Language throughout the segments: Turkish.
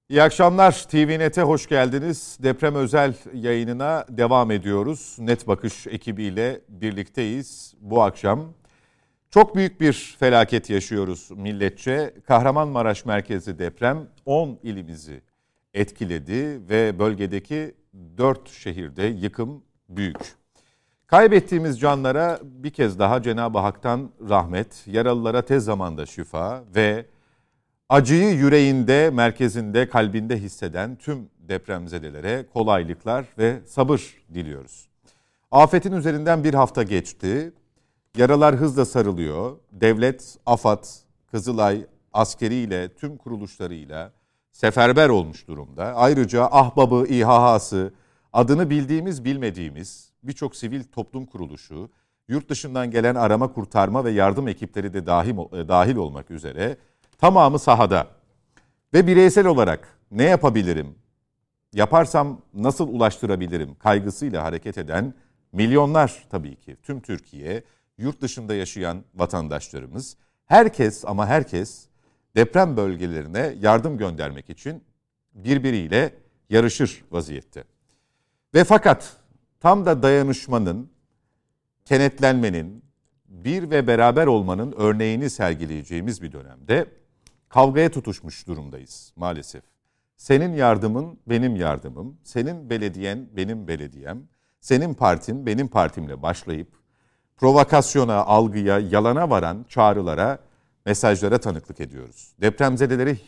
İyi akşamlar. TVNet'e hoş geldiniz. Deprem özel yayınına devam ediyoruz. Net Bakış ekibiyle birlikteyiz bu akşam. Çok büyük bir felaket yaşıyoruz milletçe. Kahramanmaraş merkezli deprem 10 ilimizi etkiledi ve bölgedeki 4 şehirde yıkım büyük. Kaybettiğimiz canlara bir kez daha Cenab-ı Hak'tan rahmet, yaralılara tez zamanda şifa ve acıyı yüreğinde, merkezinde, kalbinde hisseden tüm depremzedelere kolaylıklar ve sabır diliyoruz. Afetin üzerinden bir hafta geçti. Yaralar hızla sarılıyor. Devlet, AFAD, Kızılay, askeriyle, tüm kuruluşlarıyla seferber olmuş durumda. Ayrıca Ahbabı, İHH'sı, adını bildiğimiz bilmediğimiz birçok sivil toplum kuruluşu, yurt dışından gelen arama kurtarma ve yardım ekipleri de dahil olmak üzere tamamı sahada. Ve bireysel olarak ne yapabilirim, yaparsam nasıl ulaştırabilirim kaygısıyla hareket eden milyonlar tabii ki tüm Türkiye, yurt dışında yaşayan vatandaşlarımız, herkes ama herkes deprem bölgelerine yardım göndermek için birbiriyle yarışır vaziyette. Ve fakat tam da dayanışmanın, kenetlenmenin, bir ve beraber olmanın örneğini sergileyeceğimiz bir dönemde kavgaya tutuşmuş durumdayız maalesef. Senin yardımın benim yardımım, senin belediyen benim belediyem, senin partin benim partimle başlayıp provokasyona, algıya, yalana varan çağrılara, mesajlara tanıklık ediyoruz. Depremzedeleri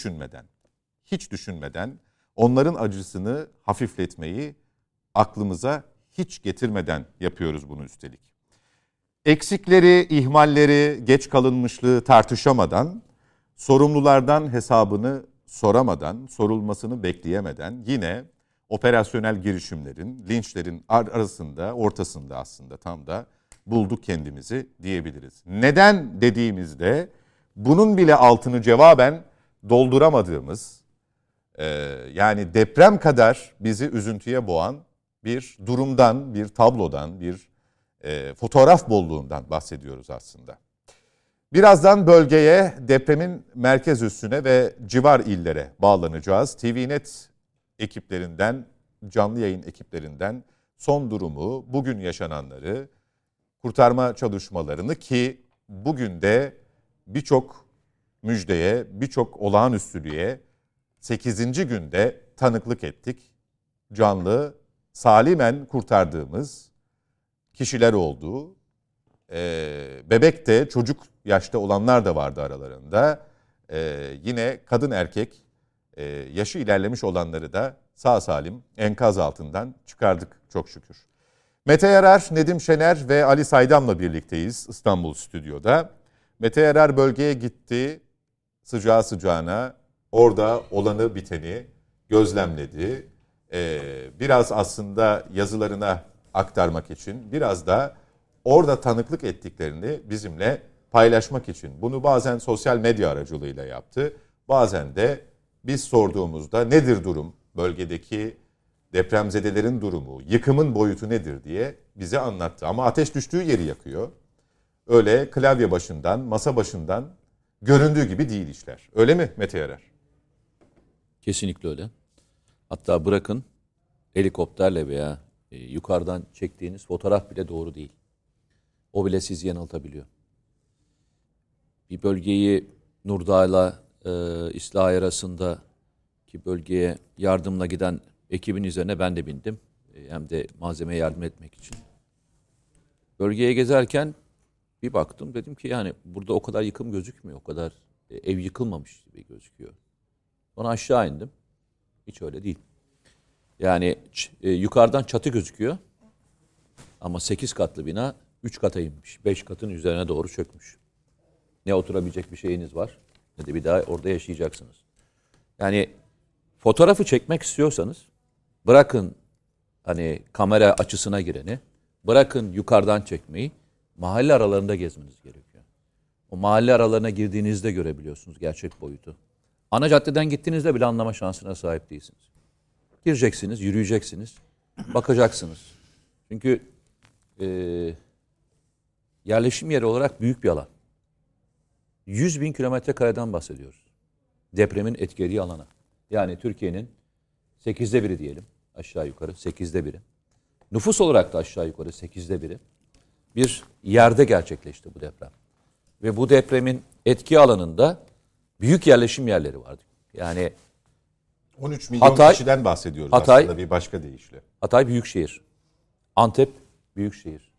hiç düşünmeden onların acısını hafifletmeyi aklımıza hiç getirmeden yapıyoruz bunu üstelik. Eksikleri, ihmalleri, geç kalınmışlığı tartışamadan, sorumlulardan hesabını soramadan, sorulmasını bekleyemeden yine operasyonel girişimlerin, linçlerin ortasında aslında tam da bulduk kendimizi diyebiliriz. Neden dediğimizde bunun bile altını cevaben dolduramadığımız, yani deprem kadar bizi üzüntüye boğan bir durumdan, bir tablodan, bir fotoğraf bolluğundan bahsediyoruz aslında. Birazdan bölgeye, depremin merkez üssüne ve civar illere bağlanacağız. TVNet ekiplerinden, canlı yayın ekiplerinden son durumu, bugün yaşananları, kurtarma çalışmalarını ki bugün de birçok müjdeye, birçok olağanüstülüğe 8. günde tanıklık ettik. Canlı, salimen kurtardığımız kişiler oldu. Bebek de çocuk yaşta olanlar da vardı aralarında. Yine kadın erkek yaşı ilerlemiş olanları da sağ salim enkaz altından çıkardık çok şükür. Mete Yarar, Nedim Şener ve Ali Saydam'la birlikteyiz İstanbul stüdyoda. Mete Yarar bölgeye gitti, sıcağı sıcağına orada olanı biteni gözlemledi. Biraz aslında yazılarına aktarmak için, biraz da orada tanıklık ettiklerini bizimle paylaşmak için. Bunu bazen sosyal medya aracılığıyla yaptı. Bazen de biz sorduğumuzda nedir durum, bölgedeki depremzedelerin durumu, yıkımın boyutu nedir diye bize anlattı. Ama ateş düştüğü yeri yakıyor. Öyle klavye başından, masa başından göründüğü gibi değil işler. Öyle mi Mete Yarar? Kesinlikle öyle. Hatta bırakın helikopterle veya yukarıdan çektiğiniz fotoğraf bile doğru değil. O bile sizi yanıltabiliyor. Bir bölgeyi Nurdağ'la İslahi arasındaki bölgeye yardımla giden ekibin üzerine ben de bindim. Hem de malzemeye yardım etmek için. Bölgeye gezerken bir baktım, dedim ki yani burada o kadar yıkım gözükmüyor. O kadar ev yıkılmamış gibi gözüküyor. Sonra aşağı indim. Hiç öyle değil. Yani yukarıdan çatı gözüküyor. Ama 8 katlı bina 3 kata inmiş. 5 katın üzerine doğru çökmüş. Ne oturabilecek bir şeyiniz var, ne de bir daha orada yaşayacaksınız. Yani fotoğrafı çekmek istiyorsanız bırakın hani kamera açısına gireni, bırakın yukarıdan çekmeyi, mahalle aralarında gezmeniz gerekiyor. O mahalle aralarına girdiğinizde görebiliyorsunuz gerçek boyutu. Ana caddeden gittiğinizde bile anlama şansına sahip değilsiniz. Gireceksiniz, yürüyeceksiniz, bakacaksınız. Çünkü yerleşim yeri olarak büyük bir alan. 100.000 kilometre kareden bahsediyoruz. Depremin etkilediği alana. Yani Türkiye'nin 8'de biri diyelim aşağı yukarı 8'de biri. Nüfus olarak da aşağı yukarı 8'de biri bir yerde gerçekleşti bu deprem. Ve bu depremin etki alanında büyük yerleşim yerleri vardı. Yani 13 milyon kişiden bahsediyoruz aslında bir başka deyişle. Hatay büyükşehir. Antep büyükşehir.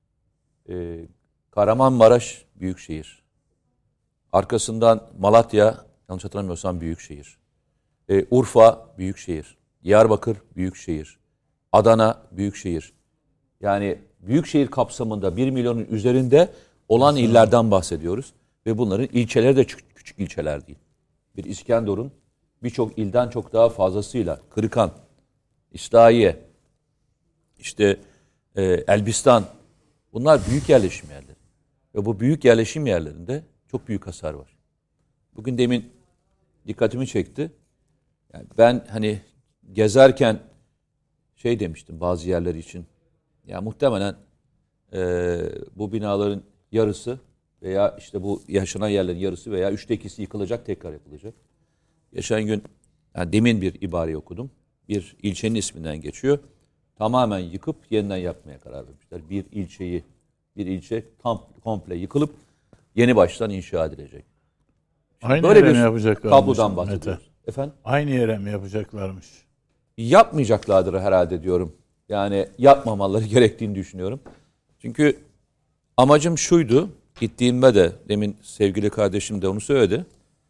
Kahramanmaraş büyükşehir. Arkasından Malatya, yanlış hatırlamıyorsam büyükşehir. Urfa büyükşehir. Diyarbakır büyükşehir. Adana büyükşehir. Yani büyükşehir kapsamında 1 milyonun üzerinde olan illerden bahsediyoruz. Ve bunların ilçeleri de küçük ilçeler değil. Bir İskenderun birçok ilden çok daha fazlasıyla Kırıkan, İslahiye, işte Elbistan, bunlar büyük yerleşim yerleri. Ve bu büyük yerleşim yerlerinde çok büyük hasar var. Bugün demin dikkatimi çekti. Yani ben hani gezerken şey demiştim bazı yerler için. Ya muhtemelen bu binaların yarısı veya işte bu yaşanan yerlerin yarısı veya 2/3 yıkılacak, tekrar yapılacak. Geçen gün yani demin bir ibare okudum. Bir ilçenin isminden geçiyor. Tamamen yıkıp yeniden yapmaya karar vermişler. Bir ilçe komple yıkılıp yeni baştan inşa edilecek. Şimdi aynı yere mi yapacaklarmış? Tablodan bahsediyoruz. Efendim? Aynı yere mi yapacaklarmış? Yapmayacaklardır herhalde diyorum. Yani yapmamaları gerektiğini düşünüyorum. Çünkü amacım şuydu. Gittiğimde de demin sevgili kardeşim de onu söyledi.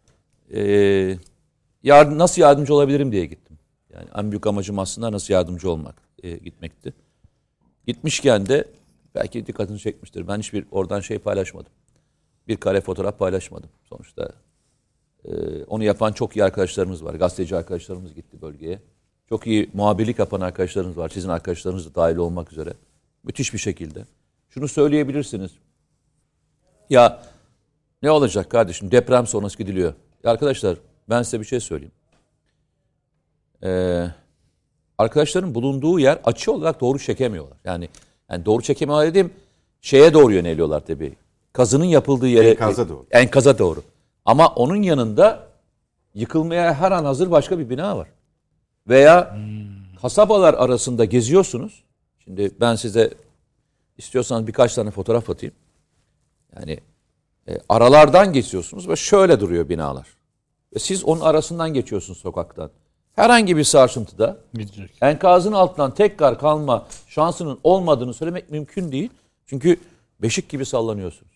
Nasıl yardımcı olabilirim diye gittim. Yani en büyük amacım aslında nasıl yardımcı olmak, gitmekti. Gitmişken de belki dikkatini çekmiştir. Ben hiçbir oradan şey paylaşmadım. Bir kare fotoğraf paylaşmadım. Sonuçta onu yapan çok iyi arkadaşlarımız var. Gazeteci arkadaşlarımız gitti bölgeye. Çok iyi muhabirlik yapan arkadaşlarımız var. Sizin arkadaşlarınız da dahil olmak üzere. Müthiş bir şekilde. Şunu söyleyebilirsiniz. Ya ne olacak kardeşim? Deprem sonrası gidiliyor. Ya arkadaşlar ben size bir şey söyleyeyim. Arkadaşların bulunduğu yer açı olarak doğru çekemiyorlar. Yani doğru çekemiyorlar dediğim şeye doğru yöneliyorlar tabii. Kazının yapıldığı yere. Enkaza doğru. Ama onun yanında yıkılmaya her an hazır başka bir bina var. Veya kasabalar arasında geziyorsunuz. Şimdi ben size istiyorsanız birkaç tane fotoğraf atayım. Yani aralardan geçiyorsunuz ve şöyle duruyor binalar. Ve siz onun arasından geçiyorsunuz sokaktan. Herhangi bir sarsıntıda enkazın altından tekrar kalma şansının olmadığını söylemek mümkün değil. Çünkü beşik gibi sallanıyorsunuz.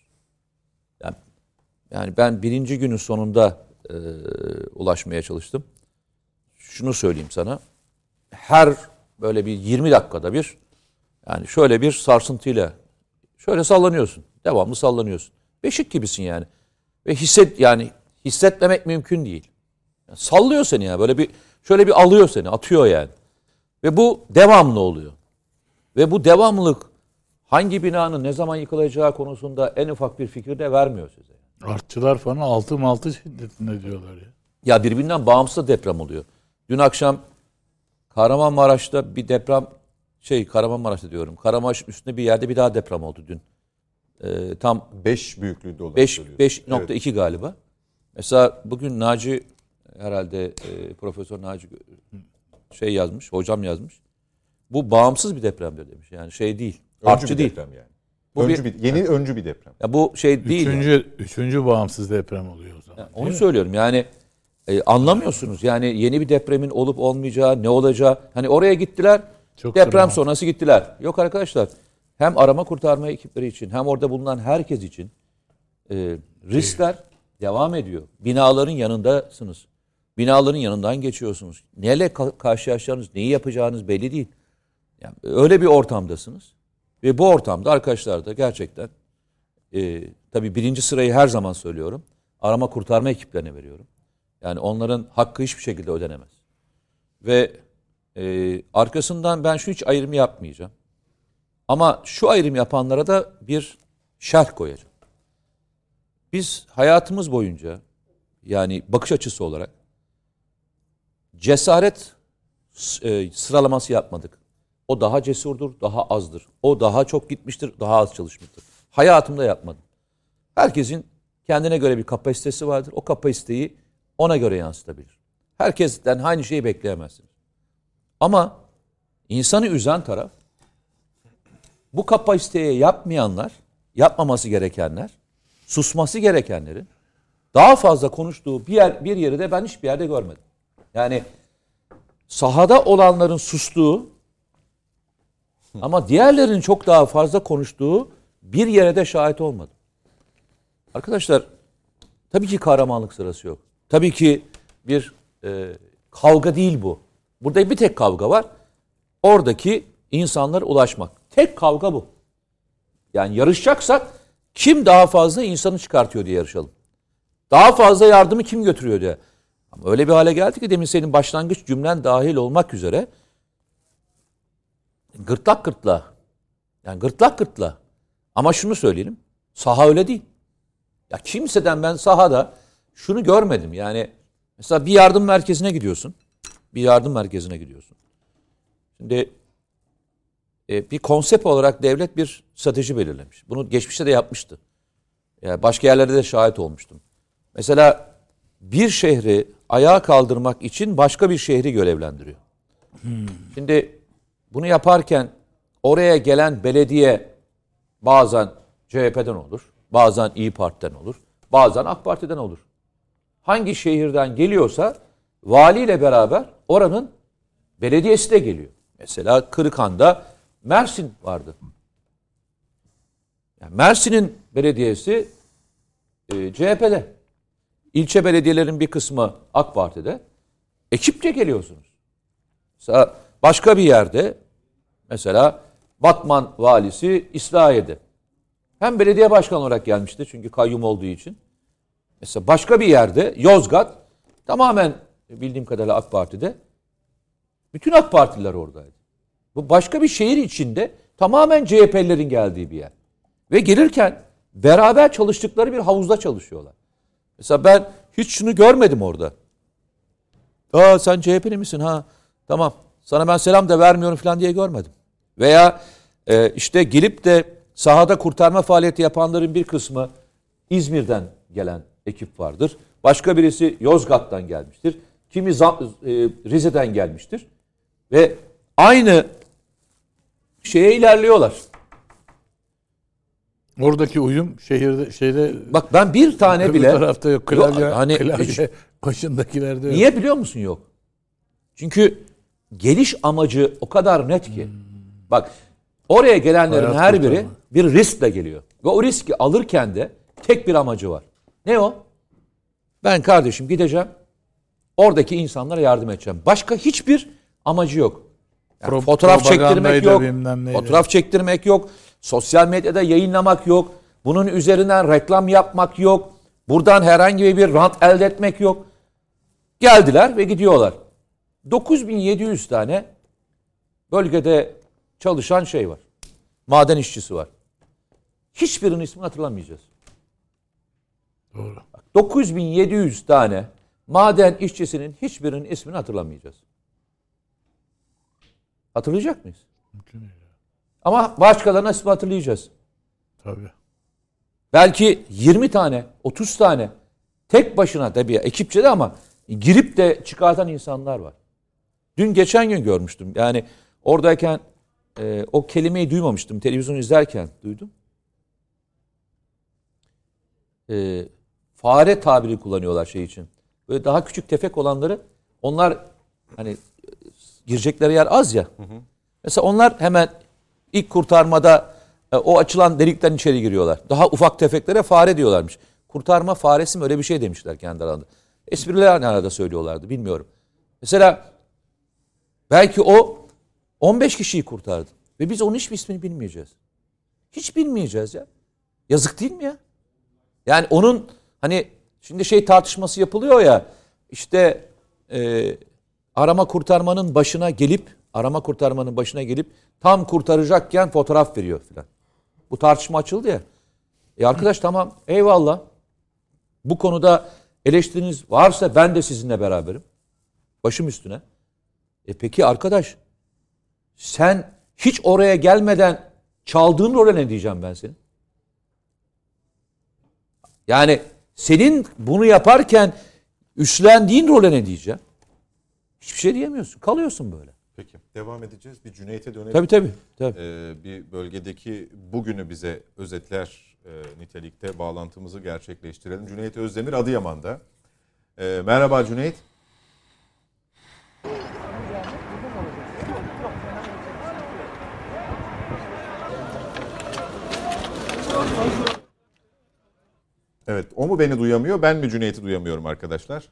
Yani ben birinci günün sonunda ulaşmaya çalıştım. Şunu söyleyeyim sana. Her böyle bir 20 dakikada bir yani şöyle bir sarsıntıyla şöyle sallanıyorsun. Devamlı sallanıyorsun. Beşik gibisin yani. Ve hissetmemek mümkün değil. Yani sallıyor seni ya. Böyle bir şöyle bir alıyor seni, atıyor yani. Ve bu devamlı oluyor. Ve bu devamlılık hangi binanın ne zaman yıkılacağı konusunda en ufak bir fikir de vermiyor size. Artçılar falan 6 şiddetinde diyorlar ya. Ya birbirinden bağımsız deprem oluyor. Dün akşam Kahramanmaraş'ta bir deprem Kahramanmaraş'ta diyorum. Kahramanmaraş üstünde bir yerde bir daha deprem oldu dün. Tam 5 büyüklüğünde olan 5.2 evet. Galiba. Mesela bugün Naci herhalde Profesör Naci yazmış, hocam yazmış. Bu bağımsız bir depremdir demiş. Yani değil. Artçı değil. Deprem yani. Bu öncü bir deprem. Ya bu değil. Üçüncü bağımsız deprem oluyor o zaman. Yani onu söylüyorum. Yani anlamıyorsunuz. Yani yeni bir depremin olup olmayacağı, ne olacağı. Hani oraya gittiler. Deprem sonrası gittiler. Yok arkadaşlar. Hem arama kurtarma ekipleri için hem orada bulunan herkes için riskler devam ediyor. Binaların yanındasınız. Binaların yanından geçiyorsunuz. Neyle karşılaşacağınız, neyi yapacağınız belli değil. Yani öyle bir ortamdasınız. Ve bu ortamda arkadaşlar da gerçekten tabii birinci sırayı her zaman söylüyorum. Arama kurtarma ekiplerine veriyorum. Yani onların hakkı hiçbir şekilde ödenemez. Ve arkasından ben hiç ayrım yapmayacağım. Ama şu ayrım yapanlara da bir şerh koyacağım. Biz hayatımız boyunca yani bakış açısı olarak cesaret sıralaması yapmadık. O daha cesurdur, daha azdır. O daha çok gitmiştir, daha az çalışmıştır. Hayatımda yapmadım. Herkesin kendine göre bir kapasitesi vardır. O kapasiteyi ona göre yansıtabilir. Herkesten aynı şeyi bekleyemezsiniz. Ama insanı üzen taraf, bu kapasiteye yapmayanlar, yapmaması gerekenler, susması gerekenlerin daha fazla konuştuğu bir yeri de ben hiçbir yerde görmedim. Yani sahada olanların sustuğu ama diğerlerinin çok daha fazla konuştuğu bir yere de şahit olmadım. Arkadaşlar, tabii ki kahramanlık sırası yok. Tabii ki bir kavga değil bu. Burada bir tek kavga var. Oradaki insanlara ulaşmak. Tek kavga bu. Yani yarışacaksak kim daha fazla insanı çıkartıyor diye yarışalım. Daha fazla yardımı kim götürüyor diye. Ama öyle bir hale geldi ki demin senin başlangıç cümlen dahil olmak üzere gırtlak gırtlağa. Yani gırtlak gırtlağa. Ama şunu söyleyelim. Saha öyle değil. Ya kimseden ben sahada şunu görmedim. Yani mesela bir yardım merkezine gidiyorsun. Şimdi bir konsept olarak devlet bir strateji belirlemiş. Bunu geçmişte de yapmıştı. Yani başka yerlerde de şahit olmuştum. Mesela bir şehri ayağa kaldırmak için başka bir şehri görevlendiriyor. Şimdi bunu yaparken oraya gelen belediye bazen CHP'den olur, bazen İYİ Parti'den olur, bazen AK Parti'den olur. Hangi şehirden geliyorsa valiyle beraber oranın belediyesi de geliyor. Mesela Kırıkhan'da Mersin vardı. Yani Mersin'in belediyesi CHP'de. İlçe belediyelerin bir kısmı AK Parti'de. Ekipçe geliyorsunuz. Mesela başka bir yerde, mesela Batman valisi İslahiye'de. Hem belediye başkanı olarak gelmişti çünkü kayyum olduğu için. Mesela başka bir yerde Yozgat, tamamen bildiğim kadarıyla AK Parti'de. Bütün AK Partililer oradaydı. Bu başka bir şehir içinde tamamen CHP'lilerin geldiği bir yer. Ve gelirken beraber çalıştıkları bir havuzda çalışıyorlar. Mesela ben hiç şunu görmedim orada. Sen CHP'li misin? Ha, tamam. Sana ben selam da vermiyorum falan diye görmedim. Veya işte gelip de sahada kurtarma faaliyeti yapanların bir kısmı İzmir'den gelen ekip vardır. Başka birisi Yozgat'tan gelmiştir. Kimi Rize'den gelmiştir. Ve aynı şeye ilerliyorlar. Oradaki uyum şeyde bak ben bir tane bile tarafta yok. Klavye hiç, başındakilerde yok. niye biliyor musun yok? Çünkü geliş amacı o kadar net ki. Bak oraya gelenlerin Hayat her kurtarma. biri bir riskle geliyor. Ve o riski alırken de tek bir amacı var. Ne o? Ben kardeşim gideceğim. Oradaki insanlara yardım edeceğim. Başka hiçbir amacı yok. Yani fotoğraf çektirmek yok. Fotoğraf çektirmek yok. Sosyal medyada yayınlamak yok. Bunun üzerinden reklam yapmak yok. Buradan herhangi bir rant elde etmek yok. Geldiler ve gidiyorlar. 9700 tane bölgede çalışan şey var. Maden işçisi var. Hiçbirinin ismini hatırlamayacağız. Doğru. 9700 tane maden işçisinin hiçbirinin ismini hatırlamayacağız. Hatırlayacak mıyız? Mümkün değil. Ama başkalarına ismi hatırlayacağız. Tabii. Belki 20 tane, 30 tane tek başına tabii ekipçe de ama girip de çıkartan insanlar var. Dün geçen gün görmüştüm. Yani oradayken o kelimeyi duymamıştım. Televizyon izlerken duydum. Fare tabiri kullanıyorlar şey için. Böyle daha küçük tefek olanları, onlar hani girecekleri yer az ya. Hı hı. Mesela onlar hemen ilk kurtarmada o açılan delikten içeri giriyorlar. Daha ufak tefeklere fare diyorlarmış. Kurtarma faresi mi, öyle bir şey demişler kendi aralarında. Espriler ne arada söylüyorlardı bilmiyorum. Mesela belki o 15 kişiyi kurtardı. Ve biz onun hiçbir ismini bilmeyeceğiz. Hiç bilmeyeceğiz ya. Yazık değil mi ya? Yani onun hani şimdi şey tartışması yapılıyor ya, işte arama kurtarmanın başına gelip tam kurtaracakken fotoğraf veriyor filan. Bu tartışma açıldı ya. Arkadaş tamam, eyvallah. Bu konuda eleştiriniz varsa ben de sizinle beraberim. Başım üstüne. Peki arkadaş, sen hiç oraya gelmeden çaldığın role ne diyeceğim ben senin? Yani senin bunu yaparken üstlendiğin role ne diyeceğim? şey diyemiyorsun. Kalıyorsun böyle. Peki devam edeceğiz. Bir Cüneyt'e dönelim. Tabii. Bir bölgedeki bugünü bize özetler nitelikte bağlantımızı gerçekleştirelim. Cüneyt Özdemir Adıyaman'da. Merhaba Cüneyt. Evet, o mu beni duyamıyor, ben mi Cüneyt'i duyamıyorum arkadaşlar?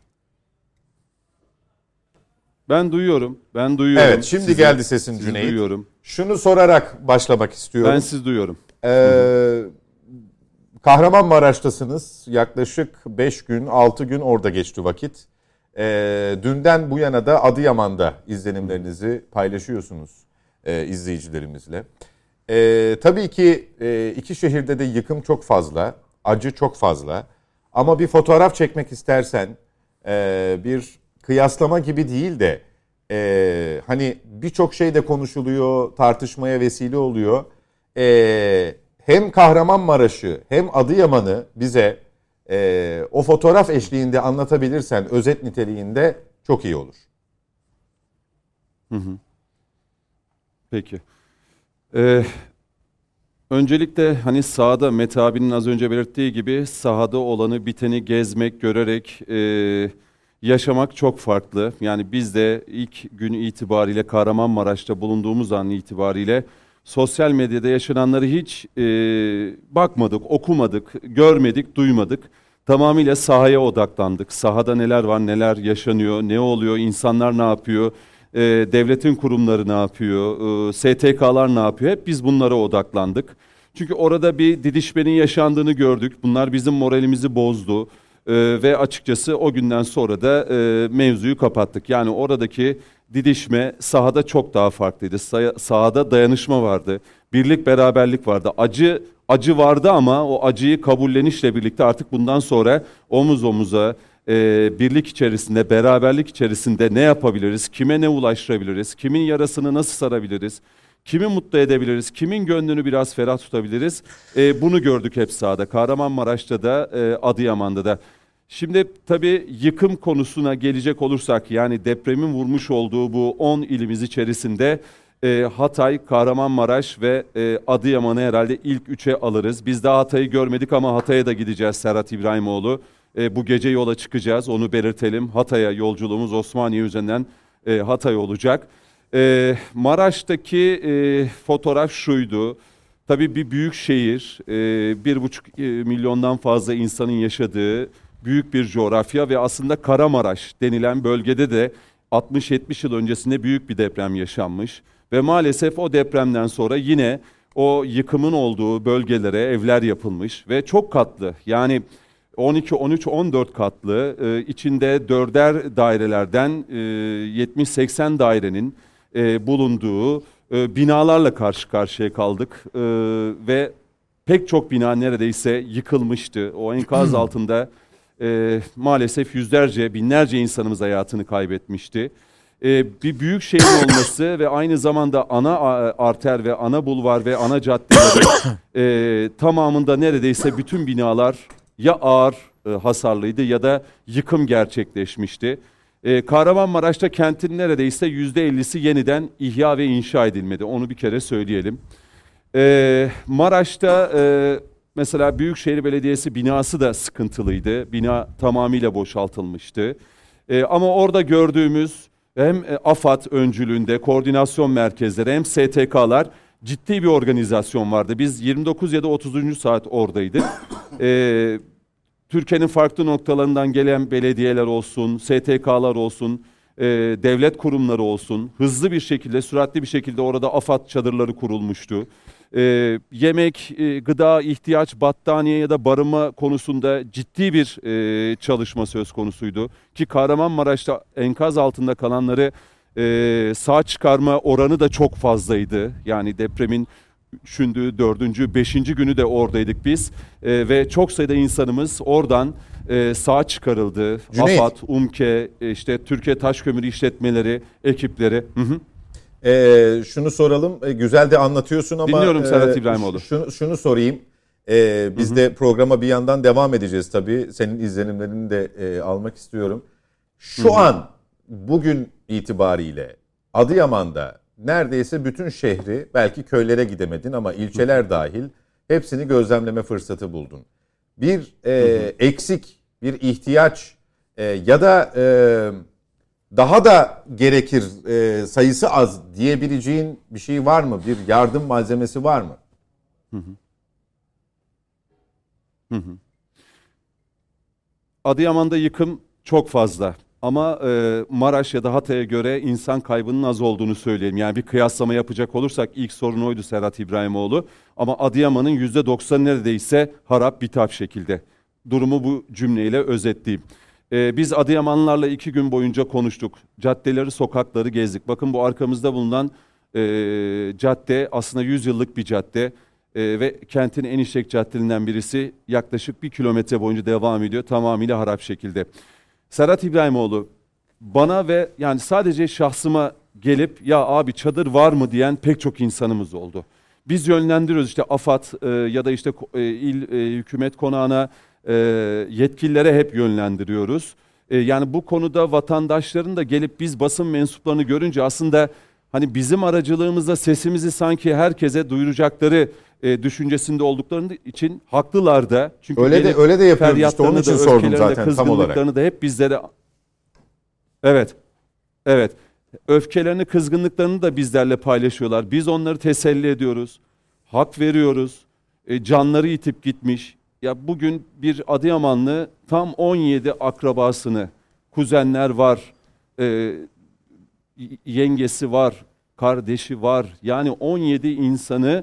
Ben duyuyorum. Evet, şimdi geldi sesin Cüneyt. Duyuyorum. Şunu sorarak başlamak istiyorum. Ben sizi duyuyorum. Kahramanmaraş'tasınız. Yaklaşık 5 gün, 6 gün orada geçti vakit. Dünden bu yana da Adıyaman'da izlenimlerinizi paylaşıyorsunuz izleyicilerimizle. Tabii ki iki şehirde de yıkım çok fazla, acı çok fazla. Ama bir fotoğraf çekmek istersen bir kıyaslama gibi değil de hani birçok şey de konuşuluyor, tartışmaya vesile oluyor. Hem Kahramanmaraş'ı hem Adıyaman'ı bize o fotoğraf eşliğinde anlatabilirsen özet niteliğinde çok iyi olur. Peki. Öncelikle hani sahada Mete abinin az önce belirttiği gibi sahada olanı biteni gezmek, görerek yaşamak çok farklı. Yani biz de ilk gün itibariyle Kahramanmaraş'ta bulunduğumuz an itibariyle sosyal medyada yaşananları hiç bakmadık, okumadık, görmedik, duymadık. Tamamıyla sahaya odaklandık. Sahada neler var, neler yaşanıyor, ne oluyor, insanlar ne yapıyor, devletin kurumları ne yapıyor, STK'lar ne yapıyor? Hep biz bunlara odaklandık. Çünkü orada bir didişmenin yaşandığını gördük. Bunlar bizim moralimizi bozdu. Ve açıkçası o günden sonra da mevzuyu kapattık. Yani oradaki didişme sahada çok daha farklıydı. Sahada dayanışma vardı. Birlik, beraberlik vardı. Acı vardı ama o acıyı kabullenişle birlikte artık bundan sonra omuz omuza birlik içerisinde, beraberlik içerisinde ne yapabiliriz? Kime ne ulaştırabiliriz? Kimin yarasını nasıl sarabiliriz? Kimi mutlu edebiliriz? Kimin gönlünü biraz ferah tutabiliriz? Bunu gördük hep sahada. Kahramanmaraş'ta da, Adıyaman'da da. Şimdi tabii yıkım konusuna gelecek olursak, yani depremin vurmuş olduğu bu 10 ilimiz içerisinde Hatay, Kahramanmaraş ve Adıyaman'ı herhalde ilk 3'e alırız. Biz daha Hatay'ı görmedik ama Hatay'a da gideceğiz Serhat İbrahimoğlu. Bu gece yola çıkacağız, onu belirtelim. Hatay'a yolculuğumuz Osmaniye üzerinden Hatay olacak. Maraş'taki fotoğraf şuydu. Tabii bir büyük şehir, 1,5 milyondan fazla insanın yaşadığı büyük bir coğrafya ve aslında Karamaraş denilen bölgede de 60-70 yıl öncesinde büyük bir deprem yaşanmış. Ve maalesef o depremden sonra yine o yıkımın olduğu bölgelere evler yapılmış ve çok katlı. Yani 12, 13, 14 katlı, içinde 4'er dairelerden 70-80 dairenin bulunduğu binalarla karşı karşıya kaldık. Ve pek çok bina neredeyse yıkılmıştı. O enkaz altında maalesef yüzlerce, binlerce insanımız hayatını kaybetmişti. Bir büyük şehir olması ve aynı zamanda ana arter ve ana bulvar ve ana caddeleri tamamında neredeyse bütün binalar ya ağır hasarlıydı ya da yıkım gerçekleşmişti. Kahramanmaraş'ta kentin neredeyse %50'si yeniden ihya ve inşa edilmedi. Onu bir kere söyleyelim. Maraş'ta mesela Büyükşehir Belediyesi binası da sıkıntılıydı. Bina tamamıyla boşaltılmıştı. Ama orada gördüğümüz hem AFAD öncülüğünde koordinasyon merkezleri hem STK'lar ciddi bir organizasyon vardı. Biz 29 ya da 30. saat oradaydık. Türkiye'nin farklı noktalarından gelen belediyeler olsun, STK'lar olsun, devlet kurumları olsun hızlı bir şekilde, süratli bir şekilde orada AFAD çadırları kurulmuştu. Yemek, gıda, ihtiyaç, battaniye ya da barınma konusunda ciddi bir çalışma söz konusuydu. Ki Kahramanmaraş'ta enkaz altında kalanları sağ çıkarma oranı da çok fazlaydı. Yani depremin 3. 4. 5. günü de oradaydık biz ve çok sayıda insanımız oradan sağ çıkarıldı. Cüneyt. AFAD, UMKE, işte Türkiye Taşkömürü İşletmeleri ekipleri. Şunu soralım, güzel de anlatıyorsun ama dinliyorum Serhat İbrahimoğlu. Şunu sorayım. Biz de programa bir yandan devam edeceğiz tabii. Senin izlenimlerini de almak istiyorum. Şu an bugün itibariyle Adıyaman'da neredeyse bütün şehri, belki köylere gidemedin ama ilçeler dahil hepsini gözlemleme fırsatı buldun. Bir eksik, bir ihtiyaç ya da daha da gerekir, sayısı az diyebileceğin bir şey var mı? Bir yardım malzemesi var mı? Adıyaman'da yıkım çok fazla. Ama Maraş ya da Hatay'a göre insan kaybının az olduğunu söyleyeyim. Yani bir kıyaslama yapacak olursak ilk sorun oydu Serhat İbrahimoğlu. Ama Adıyaman'ın %90 neredeyse harap bitap şekilde. Durumu bu cümleyle özetleyeyim. Biz Adıyamanlılarla 2 gün boyunca konuştuk. Caddeleri, sokakları gezdik. Bakın bu arkamızda bulunan cadde aslında 100 yıllık bir cadde. Ve kentin en işlek caddelerinden birisi, yaklaşık 1 kilometre boyunca devam ediyor. Tamamıyla harap şekilde. Serhat İbrahimoğlu bana ve yani sadece şahsıma gelip ya abi çadır var mı diyen pek çok insanımız oldu. Biz yönlendiriyoruz işte AFAD ya da işte il hükümet konağına, yetkililere hep yönlendiriyoruz. Yani bu konuda vatandaşların da gelip biz basın mensuplarını görünce aslında hani bizim aracılığımızla sesimizi sanki herkese duyuracakları düşüncesinde olduklarının için haklılar da. Çünkü öyle de yapıyoruz işte, onun için sordum zaten tam olarak. Da hep bizlere evet öfkelerini, kızgınlıklarını da bizlerle paylaşıyorlar. Biz onları teselli ediyoruz. Hak veriyoruz. Canları yitip gitmiş. Ya bugün bir Adıyamanlı tam 17 akrabasını, kuzenler var, yengesi var, kardeşi var. Yani 17 insanı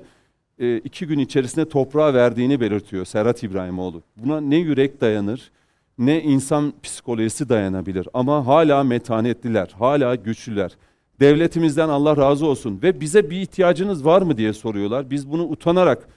2 gün içerisinde toprağa verdiğini belirtiyor Serhat İbrahimoğlu. Buna ne yürek dayanır, ne insan psikolojisi dayanabilir. Ama hala metanetliler, hala güçlüler. Devletimizden Allah razı olsun ve bize bir ihtiyacınız var mı diye soruyorlar. Biz bunu utanarak,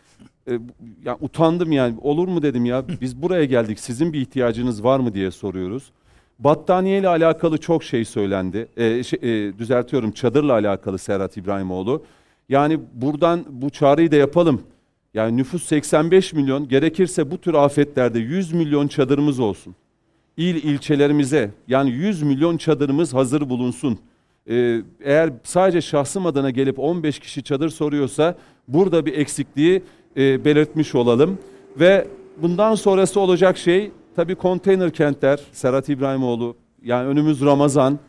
ya utandım yani, olur mu dedim ya, biz buraya geldik, sizin bir ihtiyacınız var mı diye soruyoruz. Battaniye ile alakalı çok şey söylendi. Düzeltiyorum, çadırla alakalı Serhat İbrahimoğlu. Yani buradan bu çağrıyı da yapalım. Yani nüfus 85 milyon, gerekirse bu tür afetlerde 100 milyon çadırımız olsun. İlçelerimize yani 100 milyon çadırımız hazır bulunsun. Eğer sadece şahsım adına gelip 15 kişi çadır soruyorsa burada bir eksikliği belirtmiş olalım. Ve bundan sonrası olacak şey tabii konteyner kentler Serhat İbrahimoğlu. Yani önümüz Ramazan.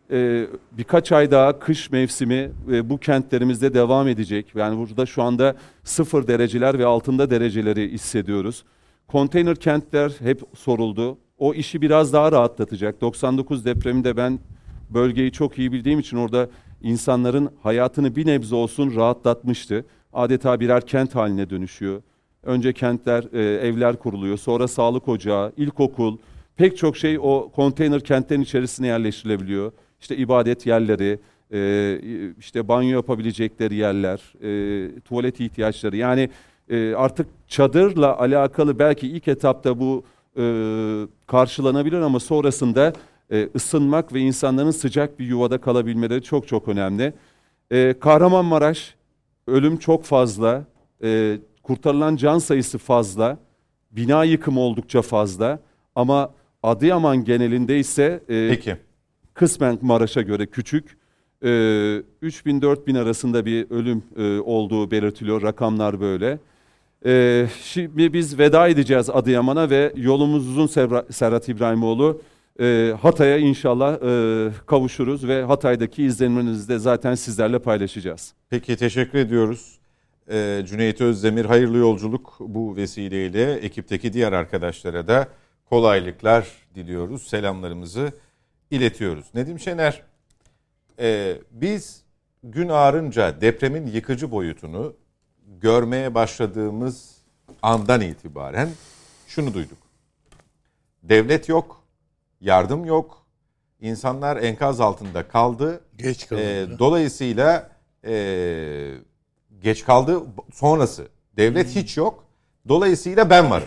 Birkaç ay daha kış mevsimi bu kentlerimizde devam edecek. Yani burada şu anda 0 dereceler ve altında dereceleri hissediyoruz. Konteyner kentler hep soruldu. O işi biraz daha rahatlatacak. 99 depreminde ben bölgeyi çok iyi bildiğim için orada insanların hayatını bir nebze olsun rahatlatmıştı. Adeta birer kent haline dönüşüyor. Önce kentler, evler kuruluyor. Sonra sağlık ocağı, ilkokul, pek çok şey o konteyner kentlerin içerisine yerleştirilebiliyor. İşte ibadet yerleri, işte banyo yapabilecekleri yerler, tuvalet ihtiyaçları. Yani artık çadırla alakalı belki ilk etapta bu karşılanabilir ama sonrasında ısınmak ve insanların sıcak bir yuvada kalabilmeleri çok çok önemli. Kahramanmaraş, ölüm çok fazla, kurtarılan can sayısı fazla, bina yıkımı oldukça fazla ama Adıyaman genelinde ise Peki. Kısmen Maraş'a göre küçük. 3000-4000 arasında bir ölüm olduğu belirtiliyor. Rakamlar böyle. Şimdi biz veda edeceğiz Adıyaman'a ve yolumuz uzun Serhat İbrahimoğlu. Hatay'a inşallah kavuşuruz ve Hatay'daki izlenimlerinizi de zaten sizlerle paylaşacağız. Peki, teşekkür ediyoruz. Cüneyt Özdemir, hayırlı yolculuk bu vesileyle. Ekipteki diğer arkadaşlara da kolaylıklar diliyoruz. Selamlarımızı iletiyoruz. Nedim Şener, biz gün ağarınca depremin yıkıcı boyutunu görmeye başladığımız andan itibaren şunu duyduk. Devlet yok, yardım yok, insanlar enkaz altında kaldı. Geç kaldı. Dolayısıyla geç kaldı sonrası. Devlet hiç yok. Dolayısıyla ben varım.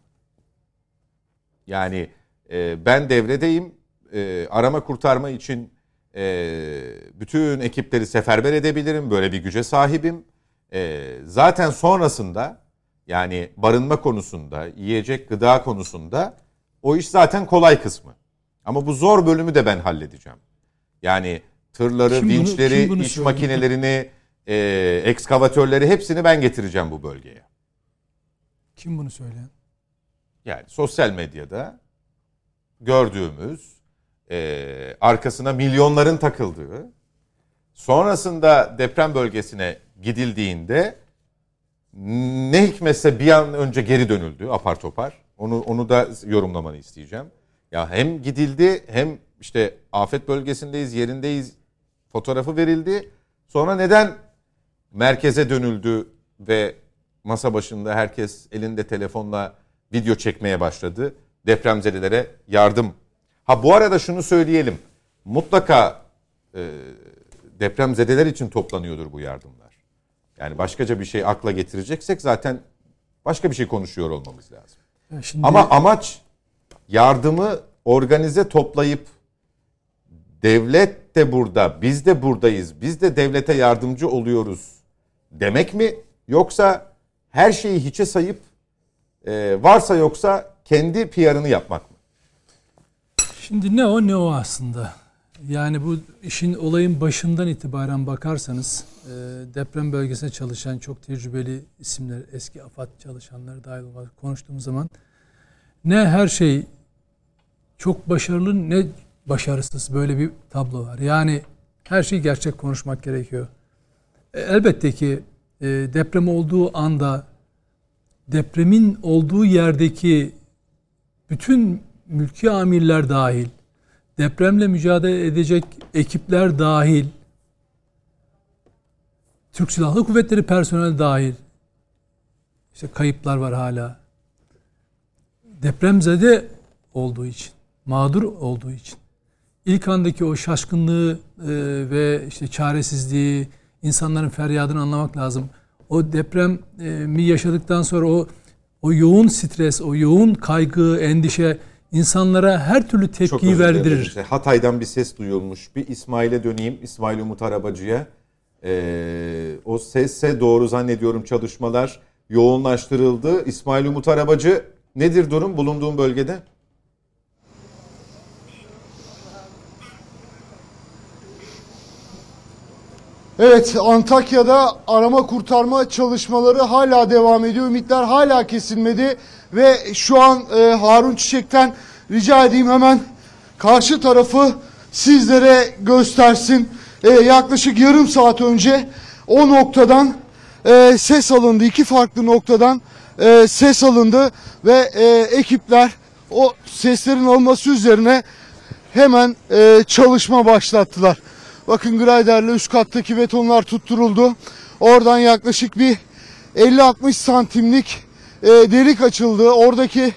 Yani ben devredeyim. Arama kurtarma için bütün ekipleri seferber edebilirim. Böyle bir güce sahibim. Zaten sonrasında yani barınma konusunda, yiyecek gıda konusunda o iş zaten kolay kısmı. Ama bu zor bölümü de ben halledeceğim. Yani tırları, Kim vinçleri, bunu iş söylüyor? makinelerini, ekskavatörleri hepsini ben getireceğim bu bölgeye. Kim bunu söyleyen? Yani sosyal medyada gördüğümüz, arkasına milyonların takıldığı, sonrasında deprem bölgesine gidildiğinde ne hikmetse bir an önce geri dönüldü apar topar. Onu da yorumlamanı isteyeceğim. Ya hem gidildi hem işte afet bölgesindeyiz, yerindeyiz fotoğrafı verildi. Sonra neden merkeze dönüldü ve masa başında herkes elinde telefonla video çekmeye başladı? Depremzedelere yardım. Ha bu arada şunu söyleyelim. Mutlaka depremzedeler için toplanıyordur bu yardımlar. Yani başkaca bir şey akla getireceksek zaten başka bir şey konuşuyor olmamız lazım. Şimdi, Ama amaç yardımı organize toplayıp devlet de burada, biz de buradayız, biz de devlete yardımcı oluyoruz demek mi? Yoksa her şeyi hiçe sayıp varsa yoksa kendi PR'ını yapmak mı? Şimdi ne o ne o aslında. Yani bu işin olayın başından itibaren bakarsanız deprem bölgesine çalışan çok tecrübeli isimler, eski AFAD çalışanları dahil olarak konuştuğumuz zaman ne her şey çok başarılı ne başarısız, böyle bir tablo var. Yani her şeyi gerçek konuşmak gerekiyor. Elbette ki deprem olduğu anda depremin olduğu yerdeki bütün mülki amirler dahil, depremle mücadele edecek ekipler dahil, Türk Silahlı Kuvvetleri personeli dahil, işte kayıplar var hala. Depremzede olduğu için, mağdur olduğu için, ilk andaki o şaşkınlığı ve işte çaresizliği, insanların feryadını anlamak lazım. O depremi yaşadıktan sonra o yoğun stres, o yoğun kaygı, endişe insanlara her türlü tepkiyi verdirir. İşte Hatay'dan bir ses duyulmuş. Bir İsmail'e döneyim, İsmail Umut Arabacı'ya. O sese doğru zannediyorum çalışmalar yoğunlaştırıldı. İsmail Umut Arabacı, nedir durum bulunduğun bölgede? Evet, Antakya'da arama kurtarma çalışmaları hala devam ediyor. Ümitler hala kesilmedi ve şu an Harun Çiçek'ten rica edeyim hemen karşı tarafı sizlere göstersin. Yaklaşık yarım saat önce o noktadan ses alındı. İki farklı noktadan ses alındı ve ekipler o seslerin alınması üzerine hemen çalışma başlattılar. Bakın graderle üst kattaki betonlar tutturuldu. Oradan yaklaşık bir 50-60 santimlik delik açıldı. Oradaki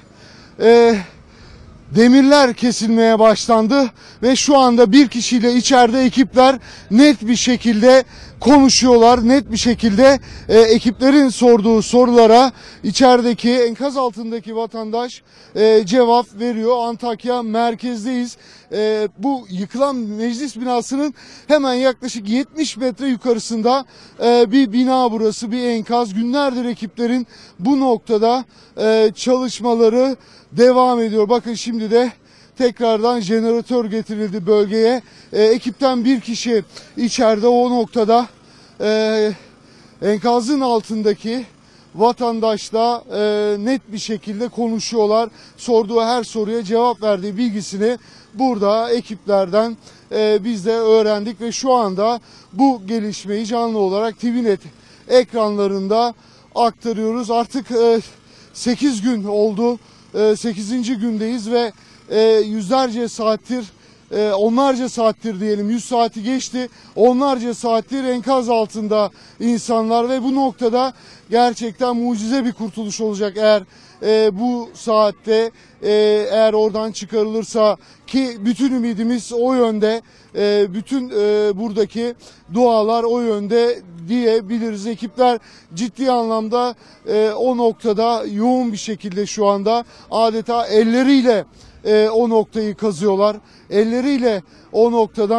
demirler kesilmeye başlandı ve şu anda bir kişiyle içeride ekipler net bir şekilde konuşuyorlar. Net bir şekilde ekiplerin sorduğu sorulara içerideki enkaz altındaki vatandaş cevap veriyor. Antakya merkezdeyiz. Bu yıkılan meclis binasının hemen yaklaşık 70 metre yukarısında bir bina burası, bir enkaz. Günlerdir ekiplerin bu noktada çalışmaları devam ediyor. Bakın şimdi de tekrardan jeneratör getirildi bölgeye. Ekipten bir kişi içeride o noktada enkazın altındaki vatandaşla net bir şekilde konuşuyorlar. Sorduğu her soruya cevap verdiği bilgisini burada ekiplerden biz de öğrendik ve şu anda bu gelişmeyi canlı olarak TVNet ekranlarında aktarıyoruz. Artık 8 gün oldu. 8. gündeyiz ve yüzlerce saattir, onlarca saattir diyelim, 100 saati geçti. Onlarca saattir enkaz altında insanlar ve bu noktada gerçekten mucize bir kurtuluş olacak eğer bu saatte eğer oradan çıkarılırsa, ki bütün ümidimiz o yönde, bütün buradaki dualar o yönde diyebiliriz. Ekipler ciddi anlamda o noktada yoğun bir şekilde şu anda adeta elleriyle o noktayı kazıyorlar. Elleriyle o noktadan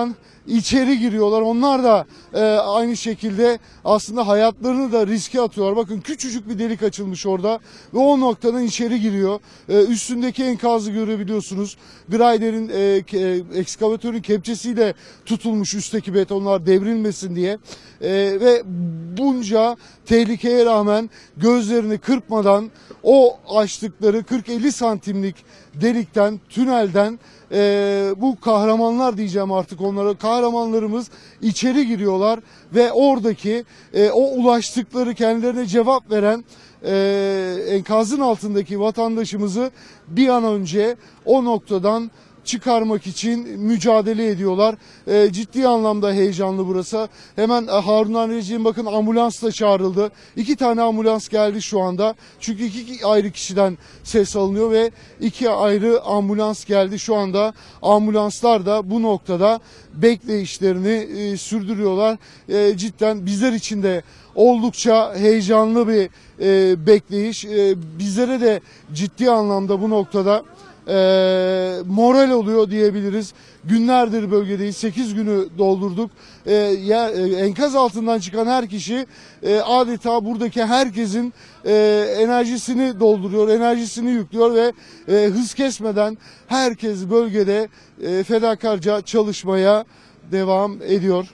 içeri giriyorlar. Onlar da aynı şekilde aslında hayatlarını da riske atıyorlar. Bakın küçücük bir delik açılmış orada ve o noktadan içeri giriyor. Üstündeki enkazı görebiliyorsunuz. Grader'in, ekskavatörün kepçesiyle tutulmuş üstteki betonlar devrilmesin diye. Ve bunca tehlikeye rağmen gözlerini kırpmadan o açtıkları 40-50 santimlik delikten, tünelden bu kahramanlar diyeceğim artık onlara, kahramanlarımız içeri giriyorlar ve oradaki o ulaştıkları, kendilerine cevap veren enkazın altındaki vatandaşımızı bir an önce o noktadan çıkarmak için mücadele ediyorlar. Ciddi anlamda heyecanlı burası. Hemen Harun Recik'in bakın ambulans da çağrıldı. 2 tane ambulans geldi şu anda. Çünkü 2 ayrı kişiden ses alınıyor ve 2 ayrı ambulans geldi. Şu anda ambulanslar da bu noktada bekleyişlerini sürdürüyorlar. Cidden bizler için de oldukça heyecanlı bir bekleyiş. Bizlere de ciddi anlamda bu noktada moral oluyor diyebiliriz. Günlerdir bölgedeyiz. 8 günü doldurduk. Enkaz altından çıkan her kişi adeta buradaki herkesin enerjisini dolduruyor, enerjisini yüklüyor ve hız kesmeden herkes bölgede fedakarca çalışmaya devam ediyor.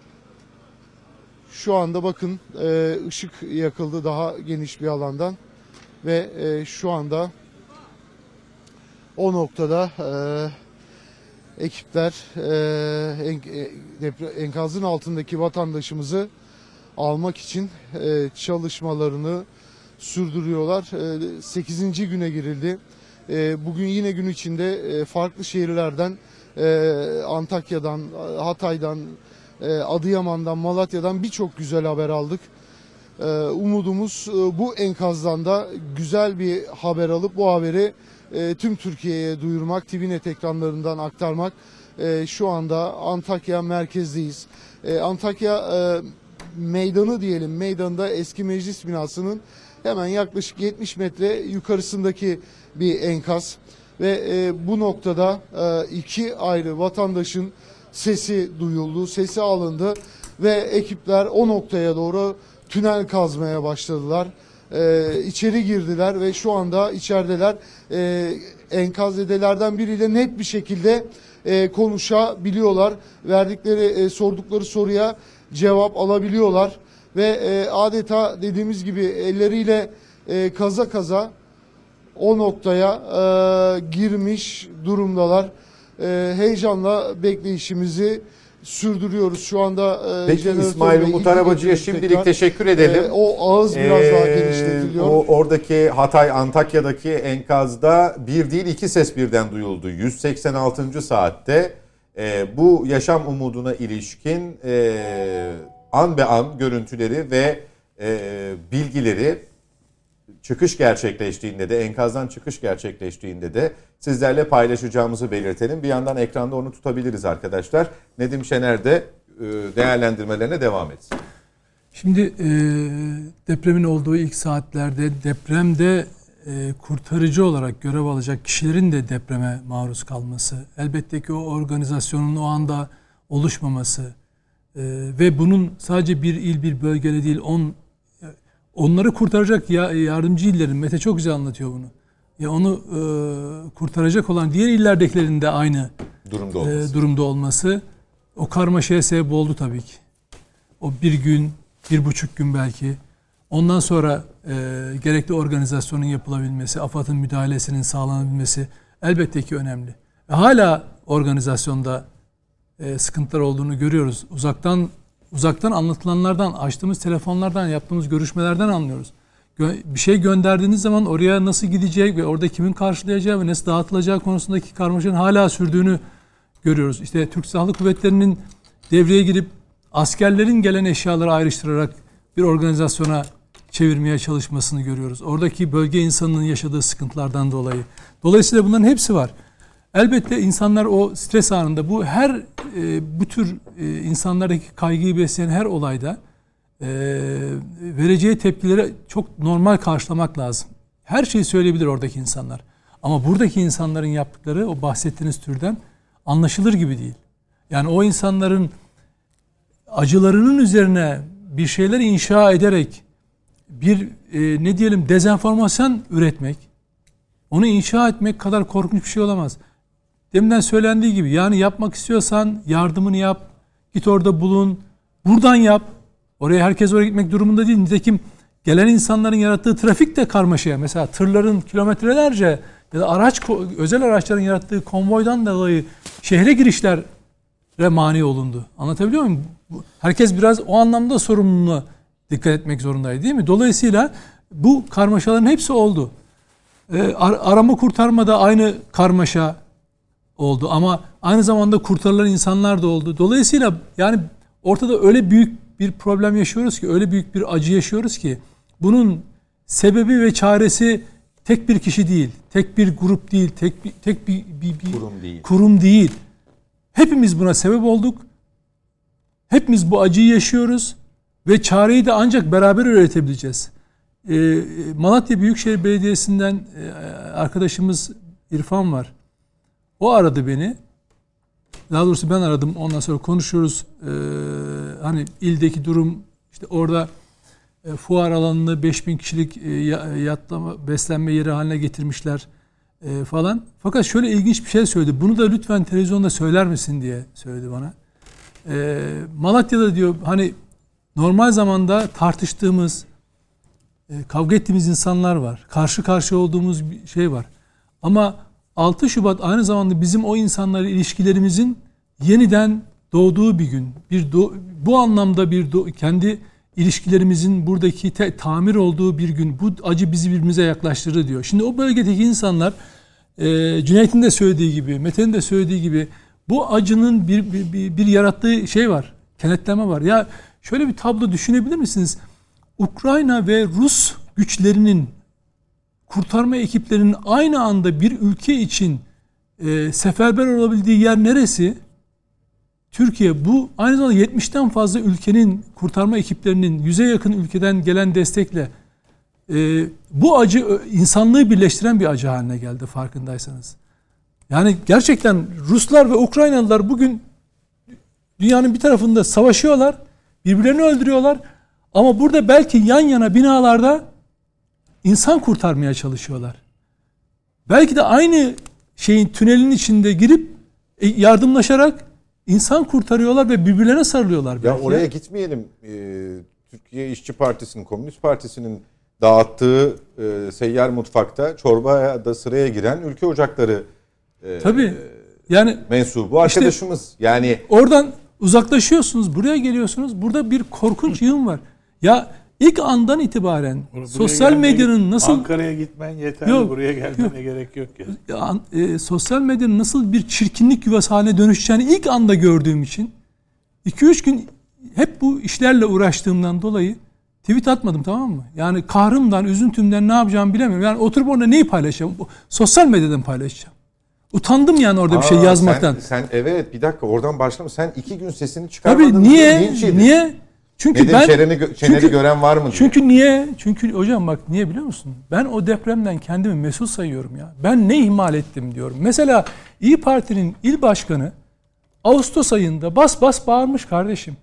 Şu anda bakın ışık yakıldı daha geniş bir alandan ve şu anda o noktada ekipler enkazın altındaki vatandaşımızı almak için çalışmalarını sürdürüyorlar. 8. güne girildi. Bugün yine gün içinde farklı şehirlerden, Antakya'dan, Hatay'dan, Adıyaman'dan, Malatya'dan birçok güzel haber aldık. Umudumuz bu enkazdan da güzel bir haber alıp bu haberi tüm Türkiye'ye duyurmak, TVNet ekranlarından aktarmak. Şu anda Antakya merkezdeyiz. Antakya meydanı diyelim, meydanda eski meclis binasının hemen yaklaşık 70 metre yukarısındaki bir enkaz. Ve bu noktada 2 ayrı vatandaşın sesi duyuldu, sesi alındı ve ekipler o noktaya doğru tünel kazmaya başladılar. İçeri girdiler ve şu anda içerideler. Enkazedelerden biriyle net bir şekilde konuşabiliyorlar. Sordukları soruya cevap alabiliyorlar ve adeta dediğimiz gibi elleriyle kaza kaza o noktaya girmiş durumdalar. Heyecanla bekleyişimizi sürdürüyoruz. Şu anda peki İsmail Umut Arabacı'ya şimdilik teşekkür edelim. O ağız biraz daha genişletiliyor. Oradaki Hatay, Antakya'daki enkazda bir değil 2 ses birden duyuldu. 186. saatte bu yaşam umuduna ilişkin an be an görüntüleri ve bilgileri çıkış gerçekleştiğinde de, enkazdan çıkış gerçekleştiğinde de sizlerle paylaşacağımızı belirtelim. Bir yandan ekranda onu tutabiliriz arkadaşlar. Nedim Şener de değerlendirmelerine devam etsin. Şimdi depremin olduğu ilk saatlerde depremde kurtarıcı olarak görev alacak kişilerin de depreme maruz kalması, elbette ki o organizasyonun o anda oluşmaması ve bunun sadece bir il bir bölgede değil onları kurtaracak yardımcı illerin, Mete çok güzel anlatıyor bunu. Ya onu kurtaracak olan diğer illerdekilerin de aynı durumda olması o karmaşaya sebep oldu tabii ki. O 1 gün, 1,5 gün belki. Ondan sonra gerekli organizasyonun yapılabilmesi, AFAD'ın müdahalesinin sağlanabilmesi elbette ki önemli. Hala organizasyonda sıkıntılar olduğunu görüyoruz. Uzaktan anlatılanlardan, açtığımız telefonlardan, yaptığımız görüşmelerden anlıyoruz. Bir şey gönderdiğiniz zaman oraya nasıl gideceği ve orada kimin karşılayacağı ve nasıl dağıtılacağı konusundaki karmaşanın hala sürdüğünü görüyoruz. İşte Türk Silahlı Kuvvetleri'nin devreye girip askerlerin gelen eşyaları ayrıştırarak bir organizasyona çevirmeye çalışmasını görüyoruz. Oradaki bölge insanının yaşadığı sıkıntılardan dolayı. Dolayısıyla bunların hepsi var. Elbette insanlar o stres anında bu tür insanlardaki kaygıyı besleyen her olayda vereceği tepkileri çok normal karşılamak lazım. Her şeyi söyleyebilir oradaki insanlar. Ama buradaki insanların yaptıkları o bahsettiğiniz türden anlaşılır gibi değil. Yani o insanların acılarının üzerine bir şeyler inşa ederek bir ne diyelim dezenformasyon üretmek, onu inşa etmek kadar korkunç bir şey olamaz. Deminden söylendiği gibi yani yapmak istiyorsan yardımını yap, git orada bulun, buradan yap. Herkes oraya gitmek durumunda değil. Nitekim gelen insanların yarattığı trafik de karmaşaya. Mesela tırların kilometrelerce ya da özel araçların yarattığı konvoydan dolayı şehre girişlere mani olundu. Anlatabiliyor muyum? Herkes biraz o anlamda sorumluluğuna dikkat etmek zorundaydı değil mi? Dolayısıyla bu karmaşaların hepsi oldu. Arama kurtarmada aynı karmaşa oldu ama aynı zamanda kurtarılan insanlar da oldu. Dolayısıyla yani ortada öyle büyük bir problem yaşıyoruz ki, öyle büyük bir acı yaşıyoruz ki bunun sebebi ve çaresi tek bir kişi değil, tek bir grup değil, tek bir kurum değil. Hepimiz buna sebep olduk. Hepimiz bu acıyı yaşıyoruz ve çareyi de ancak beraber üretebileceğiz. Malatya Büyükşehir Belediyesi'nden arkadaşımız İrfan var. O aradı beni. Daha doğrusu ben aradım. Ondan sonra konuşuyoruz. Hani ildeki durum, işte orada fuar alanını 5000 kişilik yatlama, beslenme yeri haline getirmişler falan. Fakat şöyle ilginç bir şey söyledi. Bunu da lütfen televizyonda söyler misin diye söyledi bana. Malatya'da diyor hani normal zamanda tartıştığımız, kavga ettiğimiz insanlar var. Karşı karşıya olduğumuz bir şey var. Ama 6 Şubat aynı zamanda bizim o insanlarla ilişkilerimizin yeniden doğduğu bir gün. Bu anlamda kendi ilişkilerimizin buradaki tamir olduğu bir gün. Bu acı bizi birbirimize yaklaştırdı diyor. Şimdi o bölgedeki insanlar Cüneyt'in de söylediği gibi, Mete'nin de söylediği gibi bu acının bir yarattığı şey var. Kenetleme var. Ya şöyle bir tablo düşünebilir misiniz? Ukrayna ve Rus güçlerinin, kurtarma ekiplerinin aynı anda bir ülke için seferber olabildiği yer neresi? Türkiye. Bu aynı zamanda 70'ten fazla ülkenin kurtarma ekiplerinin 100'e yakın ülkeden gelen destekle bu acı insanlığı birleştiren bir acı haline geldi farkındaysanız. Yani gerçekten Ruslar ve Ukraynalılar bugün dünyanın bir tarafında savaşıyorlar, birbirlerini öldürüyorlar ama burada belki yan yana binalarda insan kurtarmaya çalışıyorlar. Belki de aynı şeyin tünelin içinde girip yardımlaşarak insan kurtarıyorlar ve birbirlerine sarılıyorlar. Ya oraya gitmeyelim. Türkiye İşçi Partisi'nin, Komünist Partisi'nin dağıttığı seyyar mutfakta çorbaya da sıraya giren ülke ocakları tabii. Yani mensubu arkadaşımız. İşte, yani oradan uzaklaşıyorsunuz, buraya geliyorsunuz. Burada bir korkunç yığın var. Ya ilk andan itibaren sosyal medyanın nasıl Ankara'ya gitmen yeterli, buraya gelmene gerek yok ya. Sosyal medyanın nasıl bir çirkinlik yuvası haline dönüşeceğini ilk anda gördüğüm için 2-3 gün hep bu işlerle uğraştığımdan dolayı tweet atmadım, tamam mı? Yani kahrımdan, üzüntümden ne yapacağımı bilemiyorum. Yani oturup orada neyi paylaşacağım? Sosyal medyadan paylaşacağım. Utandım yani orada bir şey yazmaktan. Sen evet bir dakika oradan başlama. Sen 2 gün sesini çıkarmadın. Tabii niye? Çünkü çeneni gören var mı diye. Çünkü niye? Çünkü hocam bak niye biliyor musun? Ben o depremden kendimi mesul sayıyorum ya. Ben ne ihmal ettim diyorum. Mesela İYİ Parti'nin il başkanı Ağustos ayında bas bas bağırmış kardeşim.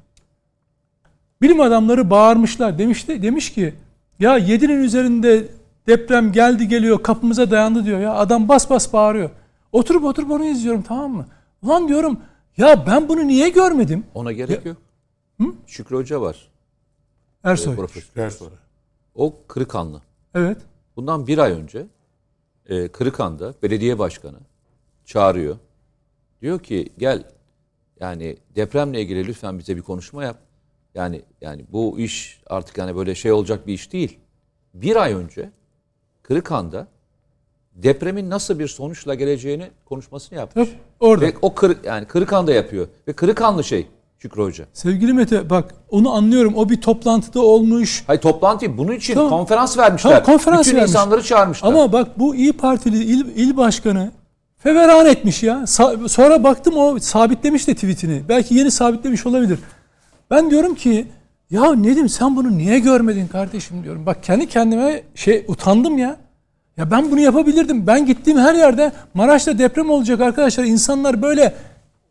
Bilim adamları bağırmışlar. Demiş ki ya 7'nin üzerinde deprem geldi geliyor kapımıza dayandı diyor ya. Adam bas bas bağırıyor. Oturup onu izliyorum, tamam mı? Ulan diyorum ya ben bunu niye görmedim? Ona gerek yok. Şükrü Hoca var. Ersoy. Ersoy. O Kırıkhanlı. Evet. Bundan bir ay önce Kırıkhan'da belediye başkanı çağırıyor. Diyor ki gel yani depremle ilgili lütfen bize bir konuşma yap. Yani bu iş artık yani böyle şey olacak bir iş değil. Bir ay önce Kırıkhan'da depremin nasıl bir sonuçla geleceğini konuşmasını yapmış. Hep orada. Ve o Kırıkhan'da yapıyor. Ve Kırıkhanlı Şükrü Hoca. Sevgili Mete bak onu anlıyorum. O bir toplantıda olmuş. Hayır toplantı değil. Bunun için konferans vermişler. Tamam, konferans bütün vermiş. insanları çağırmışlar. Ama bak bu İYİ Partili il başkanı feveran etmiş ya. Sonra baktım o sabitlemiş de tweetini. Belki yeni sabitlemiş olabilir. Ben diyorum ki ya Nedim sen bunu niye görmedin kardeşim diyorum. Bak kendi kendime utandım ya. Ya ben bunu yapabilirdim. Ben gittiğim her yerde Maraş'ta deprem olacak arkadaşlar. İnsanlar böyle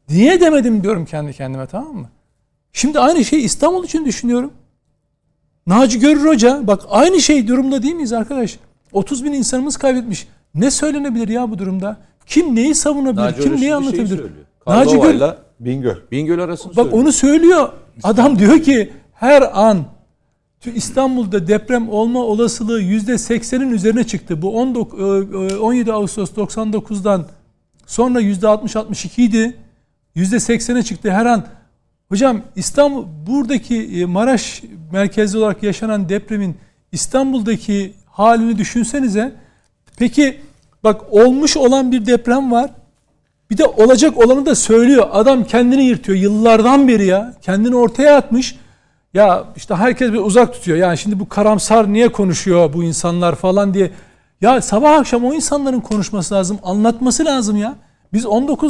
Niye demedim diyorum kendi kendime, tamam mı? Şimdi aynı şeyi İstanbul için düşünüyorum. Naci Görür Hoca, bak aynı şey durumda değil miyiz arkadaş? 30 bin insanımız kaybetmiş. Ne söylenebilir ya bu durumda? Kim neyi savunabilir? Naci Kim öyle neyi bir anlatabilir? şey söylüyor. Naci Karlova'yla Bingöl arasını bak söylüyor. onu söylüyor. Adam diyor ki her an İstanbul'da deprem olma olasılığı %80'in üzerine çıktı. Bu 17 Ağustos 99'dan sonra %60-62 idi. %80'e çıktı her an. Hocam İstanbul, buradaki Maraş merkezli olarak yaşanan depremin İstanbul'daki halini düşünsenize. Peki bak, olmuş olan bir deprem var. Bir de olacak olanı da söylüyor. Adam kendini yırtıyor yıllardan beri ya. Kendini ortaya atmış. Ya işte herkes bir uzak tutuyor. Yani şimdi bu karamsar niye konuşuyor bu insanlar falan diye. Ya sabah akşam o insanların konuşması lazım, anlatması lazım ya. Biz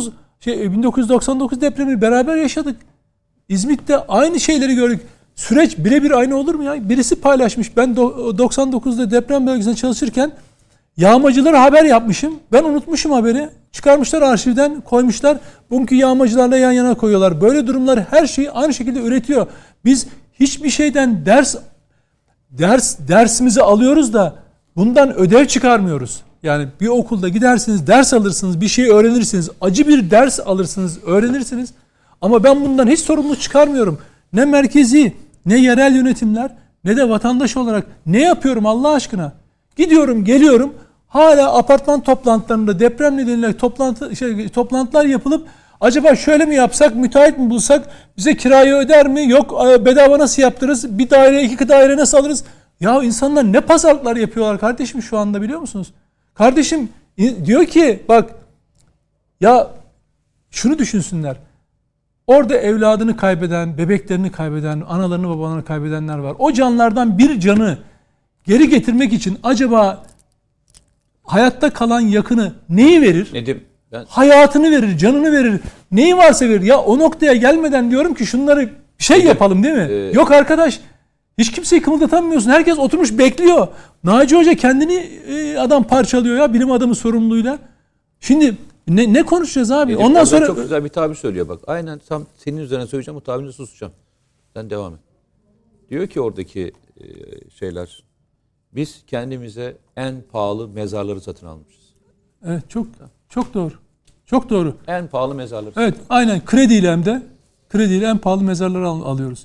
1999 depremi beraber yaşadık. İzmit'te aynı şeyleri gördük. Süreç birebir aynı olur mu ya? Birisi paylaşmış. Ben 99'da deprem bölgesinde çalışırken yağmacılara haber yapmışım. Ben unutmuşum haberi. Çıkarmışlar arşivden, koymuşlar. Bugünkü yağmacılarla yan yana koyuyorlar. Böyle durumlar her şeyi aynı şekilde üretiyor. Biz hiçbir şeyden dersimizi alıyoruz da bundan ödev çıkarmıyoruz. Yani bir okulda gidersiniz, ders alırsınız, bir şey öğrenirsiniz. Acı bir ders alırsınız, öğrenirsiniz. Ama ben bundan hiç sorumluluk çıkarmıyorum. Ne merkezi, ne yerel yönetimler, ne de vatandaş olarak ne yapıyorum Allah aşkına? Gidiyorum, geliyorum. Hala apartman toplantılarında deprem nedeniyle toplantılar yapılıp acaba şöyle mi yapsak, müteahhit mi bulsak, bize kirayı öder mi? Yok bedava nasıl yaptırırız? Bir daire, iki daire nasıl alırız? Ya insanlar ne pazarlıklar yapıyorlar kardeşim şu anda, biliyor musunuz? Kardeşim diyor ki bak ya, şunu düşünsünler. Orada evladını kaybeden, bebeklerini kaybeden, analarını babalarını kaybedenler var. O canlardan bir canı geri getirmek için acaba hayatta kalan yakını neyi verir? Nedim, Hayatını verir, canını verir. Neyi varsa verir. Ya o noktaya gelmeden diyorum ki şunları bir şey yapalım değil mi? Yok arkadaş. Hiç kimseyi kımıldatamıyorsun. Herkes oturmuş bekliyor. Naci Hoca kendini adam parçalıyor ya, bilim adamı sorumluluğuyla. Şimdi ne konuşacağız abi? Nedim, ondan sonra çok güzel bir tabir söylüyor bak. Aynen tam senin üzerine söyleyeceğim, o tabirine susacağım. Sen devam et. Diyor ki oradaki şeyler, biz kendimize en pahalı mezarları satın almışız. evet, çok doğru. Çok doğru. En pahalı mezarları. Evet, aynen, krediyle hem de en pahalı mezarları alıyoruz.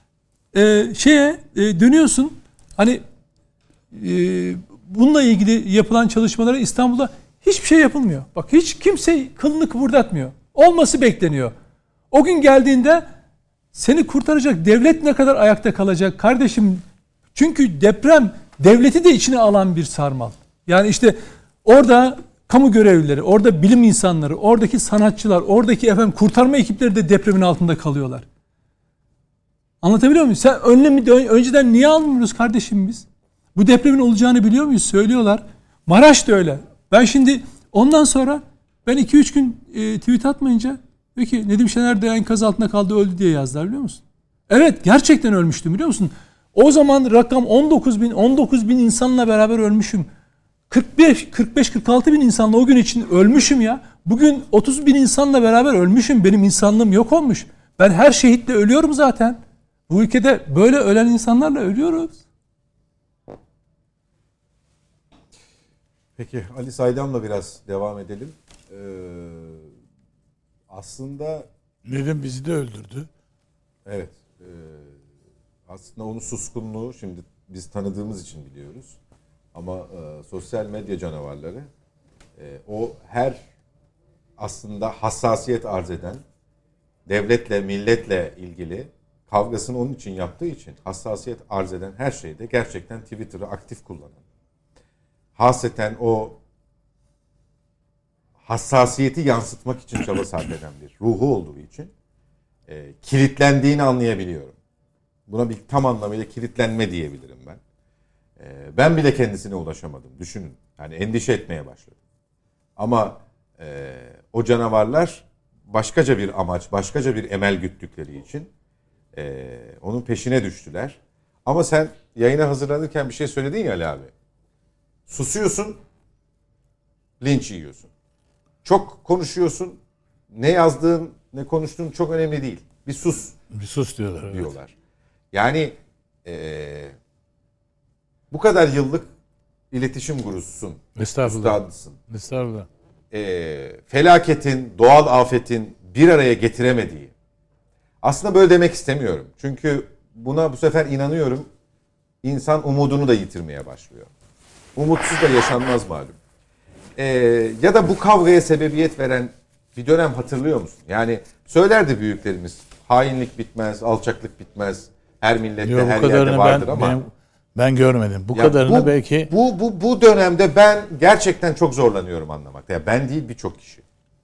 Dönüyorsun hani bununla ilgili yapılan çalışmalara İstanbul'da hiçbir şey yapılmıyor. Bak hiç kimse kılını kıpırdatmıyor. Olması bekleniyor. O gün geldiğinde seni kurtaracak devlet ne kadar ayakta kalacak kardeşim? Çünkü deprem devleti de içine alan bir sarmal. Yani işte orada kamu görevlileri, orada bilim insanları, oradaki sanatçılar, oradaki kurtarma ekipleri de depremin altında kalıyorlar. Anlatabiliyor muyum? Sen önlemi önceden niye almıyoruz kardeşim biz? Bu depremin olacağını biliyor muyuz? Söylüyorlar. Maraş da öyle. Ben şimdi ondan sonra ben 2-3 gün tweet atmayınca diyor ki Nedim Şener de enkaz altında kaldı, öldü diye yazdılar, biliyor musun? Evet, gerçekten ölmüştüm, biliyor musun? O zaman rakam 19 bin insanla beraber ölmüşüm. 45-46 bin insanla o gün için ölmüşüm ya. Bugün 30 bin insanla beraber ölmüşüm. Benim insanlığım yok olmuş. Ben her şehitle ölüyorum zaten. Bu ülkede böyle ölen insanlarla ölüyoruz. Peki Ali Saydam'la biraz devam edelim. Aslında Nedim bizi de öldürdü. evet, aslında onun suskunluğu şimdi biz tanıdığımız için biliyoruz. Ama sosyal medya canavarları o her aslında hassasiyet arz eden, devletle, milletle ilgili kavgasını onun için yaptığı için hassasiyet arz eden her şeyde gerçekten Twitter'ı aktif kullanan, haseten o hassasiyeti yansıtmak için çaba sarf eden bir ruhu olduğu için kilitlendiğini anlayabiliyorum. Buna bir tam anlamıyla kilitlenme diyebilirim ben. Ben bile kendisine ulaşamadım. Düşünün. Yani endişe etmeye başladım. Ama o canavarlar başkaca bir amaç, başkaca bir emel güttükleri için onun peşine düştüler. Ama sen yayına hazırlanırken bir şey söyledin ya Ali abi. Susuyorsun, linç yiyorsun. Çok konuşuyorsun, ne yazdığın ne konuştuğun çok önemli değil. Bir sus Bir sus diyorlar. Evet. diyorlar. Yani bu kadar yıllık iletişim gurususun. Estağfurullah. Üstadısın. Estağfurullah. Felaketin, doğal afetin bir araya getiremediği. Aslında böyle demek istemiyorum. Çünkü buna bu sefer inanıyorum. İnsan umudunu da yitirmeye başlıyor. Umutsuz da yaşanmaz malum. Ya da bu kavgaya sebebiyet veren bir dönem hatırlıyor musun? Yani söylerdi büyüklerimiz. Hainlik bitmez, alçaklık bitmez. Her millette, Yok, her bu yerde kadarını vardır ama. ben görmedim. Bu Ya kadarını belki bu dönemde ben gerçekten çok zorlanıyorum anlamakta. Ya ben değil, birçok kişi.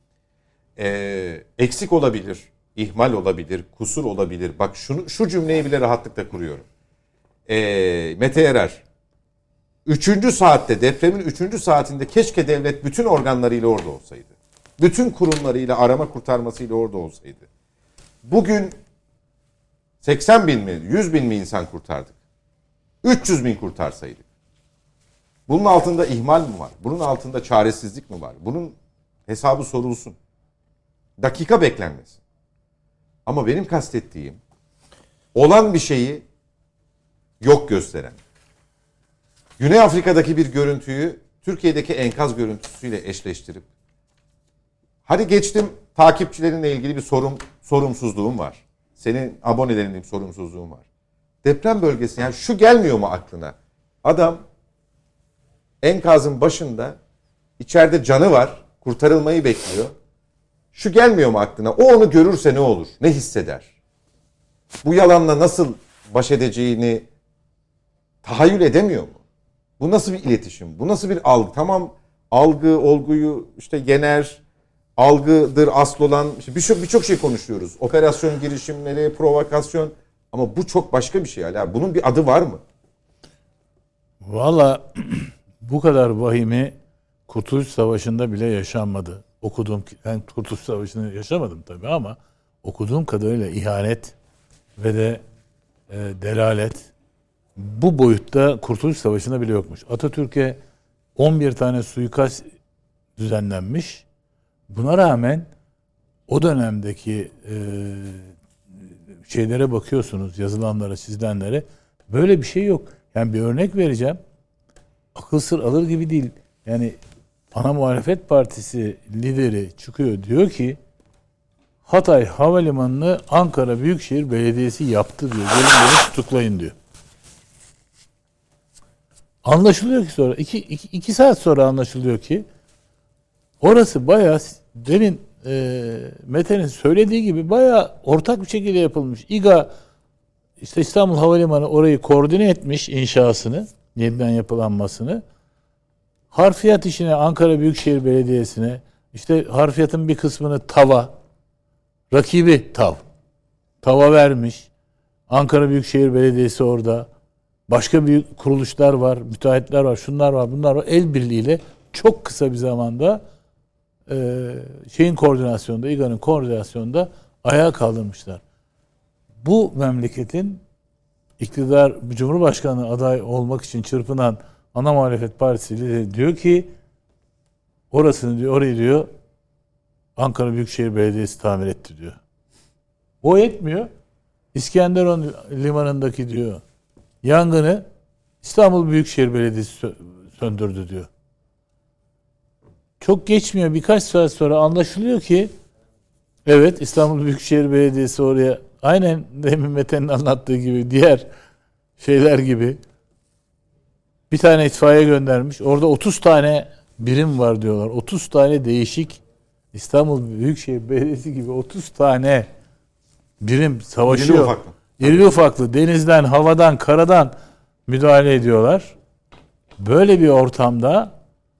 Eksik olabilir, ihmal olabilir, kusur olabilir. Bak şu cümleyi bile rahatlıkla kuruyorum. Mete Yarar 3. saatte, depremin 3. saatinde keşke devlet bütün organlarıyla orada olsaydı. Bütün kurumlarıyla, arama kurtarmasıyla orada olsaydı. Bugün 80 bin mi, 100 bin mi insan kurtardık? 300 bin kurtarsaydık. Bunun altında ihmal mi var? Bunun altında çaresizlik mi var? Bunun hesabı sorulsun. Dakika beklenmesin. Ama benim kastettiğim olan bir şeyi yok gösteren. Güney Afrika'daki bir görüntüyü Türkiye'deki enkaz görüntüsüyle eşleştirip, hadi geçtim takipçilerinle ilgili bir sorumsuzluğum var. Senin abonelerinle bir sorumsuzluğum var. Deprem bölgesi, yani şu gelmiyor mu aklına? Adam enkazın başında, içeride canı var, kurtarılmayı bekliyor. Şu gelmiyor mu aklına? O onu görürse ne olur? Ne hisseder? Bu yalanla nasıl baş edeceğini tahayyül edemiyor mu? Bu nasıl bir iletişim? Bu nasıl bir algı? Tamam, algı, olguyu işte yener, algıdır asıl olan, işte birçok şey konuşuyoruz. Operasyon girişimleri, provokasyon, ama bu çok başka bir şey. Yani bunun bir adı var mı? valla bu kadar vahimi Kurtuluş Savaşı'nda bile yaşanmadı. Ben Kurtuluş Savaşı'nı yaşamadım tabii ama okuduğum kadarıyla ihanet ve de delalet bu boyutta Kurtuluş Savaşı'nda bile yokmuş. Atatürk'e 11 tane suikast düzenlenmiş. Buna rağmen o dönemdeki şeylere bakıyorsunuz, yazılanlara, çizilenlere, böyle bir şey yok. Yani bir örnek vereceğim. Akıl sır alır gibi değil. Yani ana muhalefet partisi lideri çıkıyor, diyor ki Hatay Havalimanı'nı Ankara Büyükşehir Belediyesi yaptı diyor. Gelin beni tutuklayın diyor. Anlaşılıyor ki sonra iki saat sonra anlaşılıyor ki orası bayağı demin Mete'nin söylediği gibi bayağı ortak bir şekilde yapılmış. İGA işte İstanbul Havalimanı orayı koordine etmiş, inşasını, yeniden yapılanmasını. Harfiyat işine Ankara Büyükşehir Belediyesi'ne, işte harfiyatın bir kısmını rakibi TAV'a vermiş. Ankara Büyükşehir Belediyesi orada. Başka büyük kuruluşlar var, müteahhitler var, şunlar var, bunlar var. El birliğiyle çok kısa bir zamanda koordinasyonda, İGA'nın koordinasyonunda ayağa kaldırmışlar. Bu memleketin iktidar, Cumhurbaşkanı aday olmak için çırpınan ana muhalefet partisi diyor ki orayı diyor Ankara Büyükşehir Belediyesi tamir etti diyor. O yetmiyor. İskenderun limanındaki diyor yangını İstanbul Büyükşehir Belediyesi söndürdü diyor. Çok geçmiyor, birkaç saat sonra anlaşılıyor ki evet, İstanbul Büyükşehir Belediyesi oraya aynen demin Mete'nin anlattığı gibi, diğer şeyler gibi bir tane itfaiye göndermiş. Orada 30 tane birim var diyorlar. 30 tane değişik İstanbul Büyükşehir Belediyesi gibi 30 tane birim savaşıyor. İrili ufaklı denizden, havadan, karadan müdahale ediyorlar. Böyle bir ortamda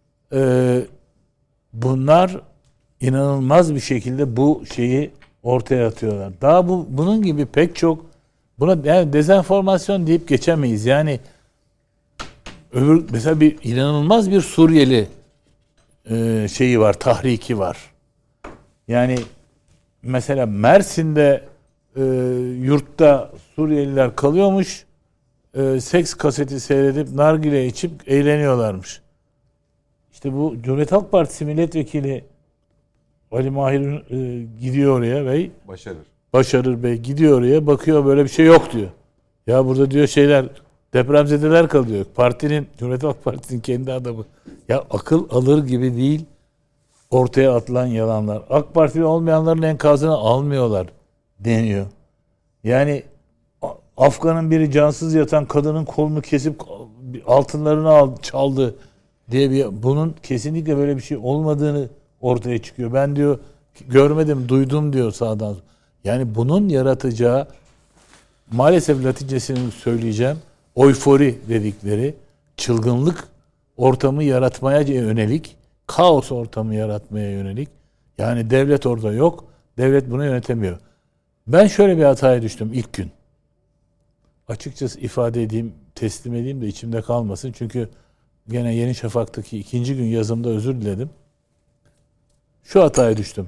bunlar inanılmaz bir şekilde bu şeyi ortaya atıyorlar. Daha bunun gibi pek çok, buna yani dezenformasyon deyip geçemeyiz. Yani mesela inanılmaz bir Suriyeli şeyi var, tahriki var. Yani mesela Mersin'de yurtta Suriyeliler kalıyormuş. Seks kaseti seyredip nargile içip eğleniyorlarmış. İşte bu Cumhuriyet Halk Partisi milletvekili Ali Mahir gidiyor oraya ve Başarır. Başarır Bey gidiyor oraya, bakıyor böyle bir şey yok diyor. Ya burada diyor şeyler, depremzedeler kalıyor. Partinin, Cumhuriyet Halk Partisi'nin kendi adamı. Ya akıl alır gibi değil ortaya atılan yalanlar. AK Partili olmayanların enkazını almıyorlar deniyor. Yani Afgan'ın biri cansız yatan kadının kolunu kesip altınlarını çaldı diye bunun kesinlikle böyle bir şey olmadığını ortaya çıkıyor. Ben diyor görmedim, duydum diyor sağdan. Yani bunun yaratacağı, maalesef Latincesini söyleyeceğim, eufori dedikleri çılgınlık ortamı yaratmaya yönelik, kaos ortamı yaratmaya yönelik. Yani devlet orada yok. Devlet bunu yönetemiyor. Ben şöyle bir hataya düştüm ilk gün. Açıkçası ifade edeyim, teslim edeyim de içimde kalmasın. Çünkü gene Yeni Şafak'taki ikinci gün yazımda özür diledim. Şu hataya düştüm.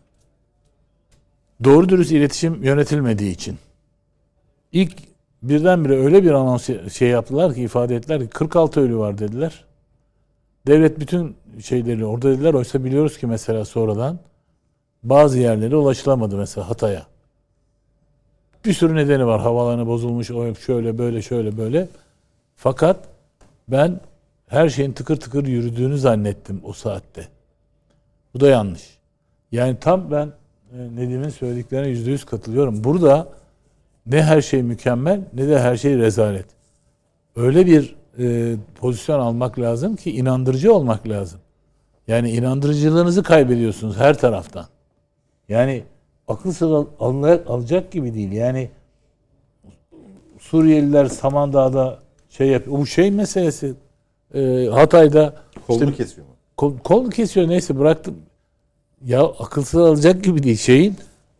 Doğru dürüst iletişim yönetilmediği için. İlk birdenbire öyle bir anons yaptılar ki, ifade ettiler ki 46 ölü var dediler. Devlet bütün şeyleri orada dediler. Oysa biliyoruz ki mesela sonradan bazı yerlere ulaşılamadı, mesela Hatay'a. Bir sürü nedeni var. Havalarına bozulmuş, o şöyle böyle şöyle böyle. Fakat ben her şeyin tıkır tıkır yürüdüğünü zannettim o saatte. Bu da yanlış. Yani tam ben Nedim'in söylediklerine %100 katılıyorum. Burada ne her şey mükemmel ne de her şey rezalet. Öyle bir pozisyon almak lazım ki inandırıcı olmak lazım. Yani inandırıcılığınızı kaybediyorsunuz her taraftan. Yani akıl sır alacak gibi değil. Yani Suriyeliler Samandağ'da şey yapıyor. Bu şey meselesi Hatay'da Kolunu kesiyor mu? Kolunu kesiyor, neyse bıraktım. Ya akıl sır alacak gibi değil. Şeyin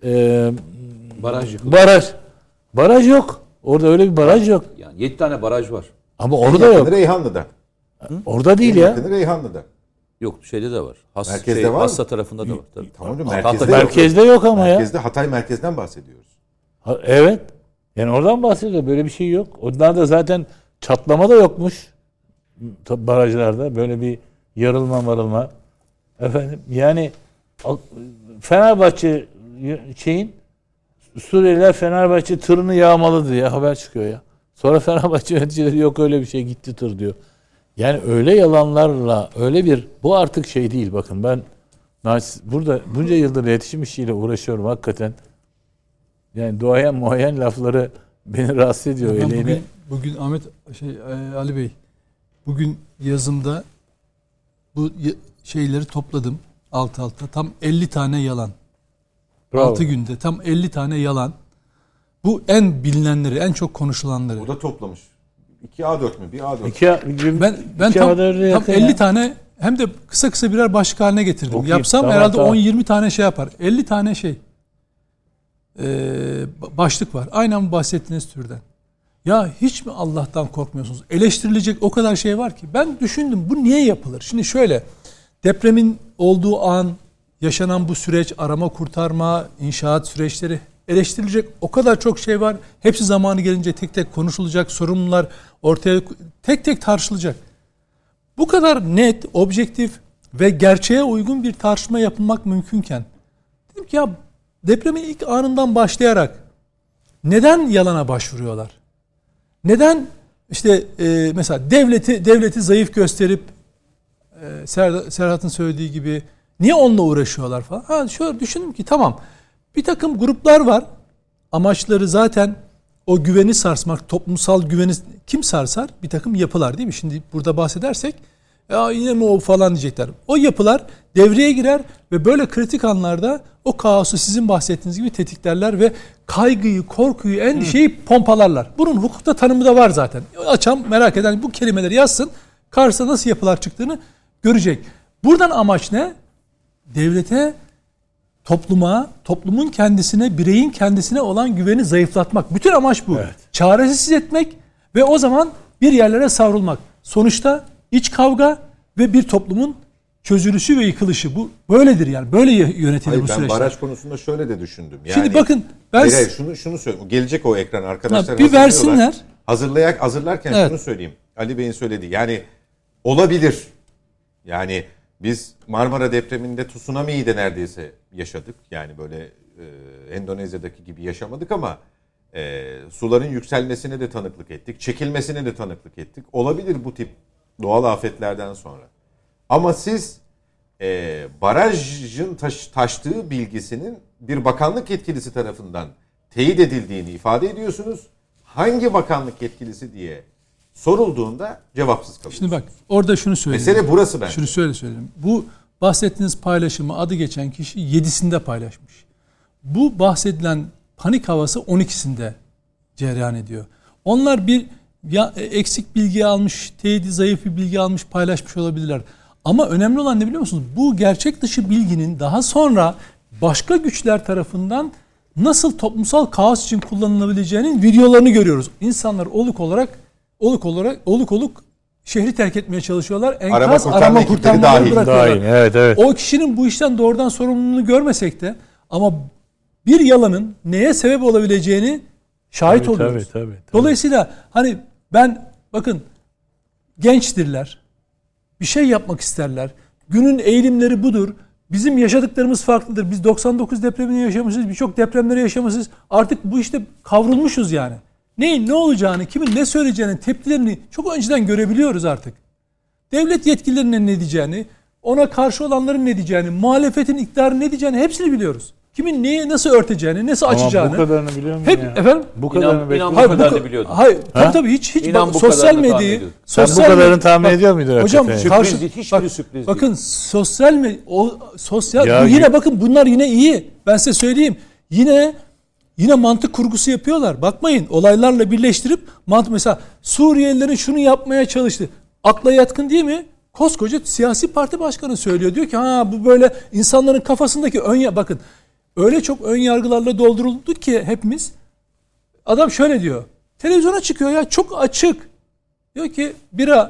Baraj yok. Orada öyle bir baraj yok. Yani 7 tane baraj var. Ama orada yok. Reyhanlı'da. Orada değil ya. Reyhanlı'da. Yok, şeyde de var. Merkezde var mı? Hassa tarafında da var. Tabii. Tamam hocam, Merkezde yok ama merkezde, Hatay merkezden bahsediyoruz. Evet. Yani oradan bahsediyor. Böyle bir şey yok. Onlar da zaten çatlama da yokmuş. Barajlarda böyle bir yarılma marılma. Efendim yani Fenerbahçe Suriyeliler Fenerbahçe tırını yağmaladı diye haber çıkıyor ya. Sonra Fenerbahçe yöneticileri yok öyle bir şey, gitti tır diyor. Yani öyle yalanlarla öyle bir, bu artık şey değil. Bakın ben burada bunca yıldır iletişim işiyle uğraşıyorum hakikaten. Yani muayen lafları beni rahatsız ediyor. Bugün Ahmet Ali Bey, bugün yazımda bu şeyleri topladım alt alta. Tam 50 tane yalan. Bravo. 6 günde tam 50 tane yalan. Bu en bilinenleri, en çok konuşulanları. O da toplamış. 2 A4 mü? 1 A4. Ben tam 50 tane, hem de kısa kısa birer başlık haline getirdim. Okuyayım. Yapsam Tamam, herhalde tamam. 10-20 tane şey yapar. 50 tane başlık var. Aynen bu bahsettiğiniz türden. Ya hiç mi Allah'tan korkmuyorsunuz? Eleştirilecek o kadar şey var ki. Ben düşündüm, bu niye yapılır? Şimdi şöyle, depremin olduğu an yaşanan bu süreç, arama kurtarma, inşaat süreçleri, eleştirilecek o kadar çok şey var. Hepsi zamanı gelince tek tek konuşulacak, sorumlular ortaya tek tek tartışılacak. Bu kadar net, objektif ve gerçeğe uygun bir tartışma yapılmak mümkünken, dedim ki ya depremin ilk anından başlayarak neden yalana başvuruyorlar? Neden işte mesela devleti zayıf gösterip Serhat'ın söylediği gibi niye onunla uğraşıyorlar falan? Şöyle düşündüm ki tamam, bir takım gruplar var. Amaçları zaten o güveni sarsmak, toplumsal güveni kim sarsar? Bir takım yapılar, değil mi? Şimdi burada bahsedersek ya yine mi o falan diyecekler. O yapılar devreye girer ve böyle kritik anlarda o kaosu sizin bahsettiğiniz gibi tetiklerler ve kaygıyı, korkuyu, endişeyi pompalarlar. Bunun hukukta tanımı da var zaten. Açan, merak eden bu kelimeleri yazsın. Karşısına nasıl yapılar çıktığını görecek. Buradan amaç ne? Devlete, topluma, toplumun kendisine, bireyin kendisine olan güveni zayıflatmak. Bütün amaç bu. Evet. Çaresiz etmek ve o zaman bir yerlere savrulmak. Sonuçta iç kavga ve bir toplumun çözülüşü ve yıkılışı. Bu böyledir yani. Böyle yönetilir bu süreçler. Ben baraj konusunda şöyle de düşündüm. Yani, şimdi bakın ben şunu söyleyeyim. Gelecek o ekran arkadaşlar. Bir versinler. Hazırlarken şunu söyleyeyim. Ali Bey'in söylediği. Yani olabilir. Yani Biz Marmara depreminde tsunami'yi de neredeyse yaşadık. Yani böyle Endonezya'daki gibi yaşamadık ama suların yükselmesine de tanıklık ettik. Çekilmesine de tanıklık ettik. Olabilir bu tip doğal afetlerden sonra. Ama siz barajın taştığı bilgisinin bir bakanlık yetkilisi tarafından teyit edildiğini ifade ediyorsunuz. Hangi bakanlık yetkilisi diye sorulduğunda cevapsız kalıyorsunuz. Şimdi bak orada şunu söyleyeyim. Mesele burası bence. Şunu söyleyeyim. Bu bahsettiğiniz paylaşımı adı geçen kişi 7'sinde paylaşmış. Bu bahsedilen panik havası 12'sinde cereyan ediyor. Onlar bir eksik bilgi almış, teyidi zayıf bir bilgi almış, paylaşmış olabilirler. Ama önemli olan ne biliyor musunuz? Bu gerçek dışı bilginin daha sonra başka güçler tarafından nasıl toplumsal kaos için kullanılabileceğinin videolarını görüyoruz. İnsanlar oluk oluk şehri terk etmeye çalışıyorlar. Enkaz arama kurtarmaları bırakıyorlar. Evet. O kişinin bu işten doğrudan sorumluluğunu görmesek de ama bir yalanın neye sebep olabileceğini şahit oluyoruz. Tabii. Dolayısıyla hani bakın gençtirler. Bir şey yapmak isterler. Günün eğilimleri budur. Bizim yaşadıklarımız farklıdır. Biz 99 depremini yaşamışız. Birçok depremleri yaşamışız. Artık bu işte kavrulmuşuz yani. Neyin ne olacağını, kimin ne söyleyeceğini, tepkilerini çok önceden görebiliyoruz artık. Devlet yetkililerinin ne diyeceğini, ona karşı olanların ne diyeceğini, muhalefetin, iktidarın ne diyeceğini hepsini biliyoruz. Kimin neyi nasıl örteceğini, nasıl açacağını. Ama bu kadarını biliyor musun ya? Efendim? Bu kadarını bekliyorum. Bu kadarını biliyordum. Hayır, tabii hiç sosyal medyayı. Sen bu kadarını tahmin ediyor muydun? Hocam hiçbir sürpriz değil. Bakın sosyal yine bakın bunlar yine iyi. Ben size söyleyeyim. Yine mantık kurgusu yapıyorlar. Bakmayın olaylarla birleştirip mesela Suriyelilerin şunu yapmaya çalıştı. Akla yatkın değil mi? Koskoca siyasi parti başkanı söylüyor. Diyor ki bu böyle insanların kafasındaki bakın öyle çok ön yargılarla doldurulduk ki hepimiz. Adam şöyle diyor. Televizyona çıkıyor ya çok açık. Diyor ki bira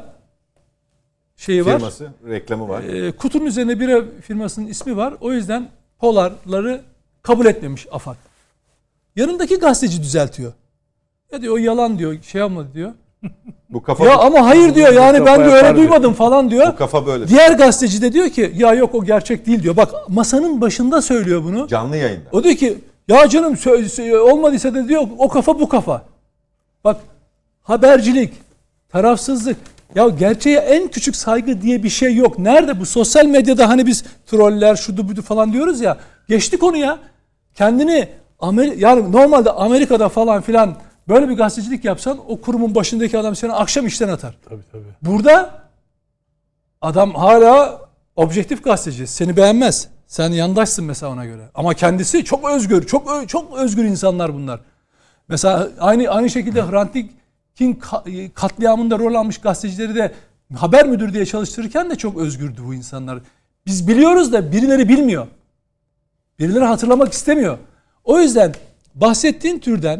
firması, reklamı var. Kutunun üzerinde bira firmasının ismi var. O yüzden Polarları kabul etmemiş AFAD. Yanındaki gazeteci düzeltiyor. Ya diyor o yalan diyor. Olmadı diyor. Bu kafa ya ama hayır diyor yani ben de öyle duymadım falan diyor. Bu kafa böyle. Diğer gazeteci de diyor ki ya yok o gerçek değil diyor. Bak masanın başında söylüyor bunu. Canlı yayında. O diyor ki ya canım olmadıysa da diyor o kafa bu kafa. Bak habercilik, tarafsızlık. Ya gerçeğe en küçük saygı diye bir şey yok. Nerede bu sosyal medyada hani biz troller şudu budu falan diyoruz ya. Geçtik onu ya. Kendini yani normalde Amerika'da falan filan böyle bir gazetecilik yapsan o kurumun başındaki adam seni akşam işten atar. Tabii. Burada adam hala objektif gazeteci. Seni beğenmez. Sen yandaşsın mesela ona göre. Ama kendisi çok özgür. Çok özgür insanlar bunlar. Mesela aynı şekilde Hrant Dink'in katliamında rol almış gazetecileri de haber müdürü diye çalıştırırken de çok özgürdü bu insanlar. Biz biliyoruz da birileri bilmiyor. Birileri hatırlamak istemiyor. O yüzden bahsettiğin türden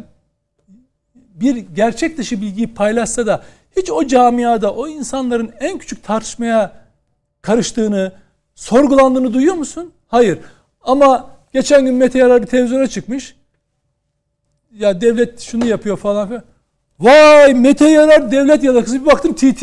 bir gerçek dışı bilgiyi paylaşsa da hiç o camiada o insanların en küçük tartışmaya karıştığını, sorgulandığını duyuyor musun? Hayır. Ama geçen gün Mete Yarar bir televizyona çıkmış. Ya devlet şunu yapıyor falan filan. Vay Mete Yarar devlet yalakası, bir baktım TT.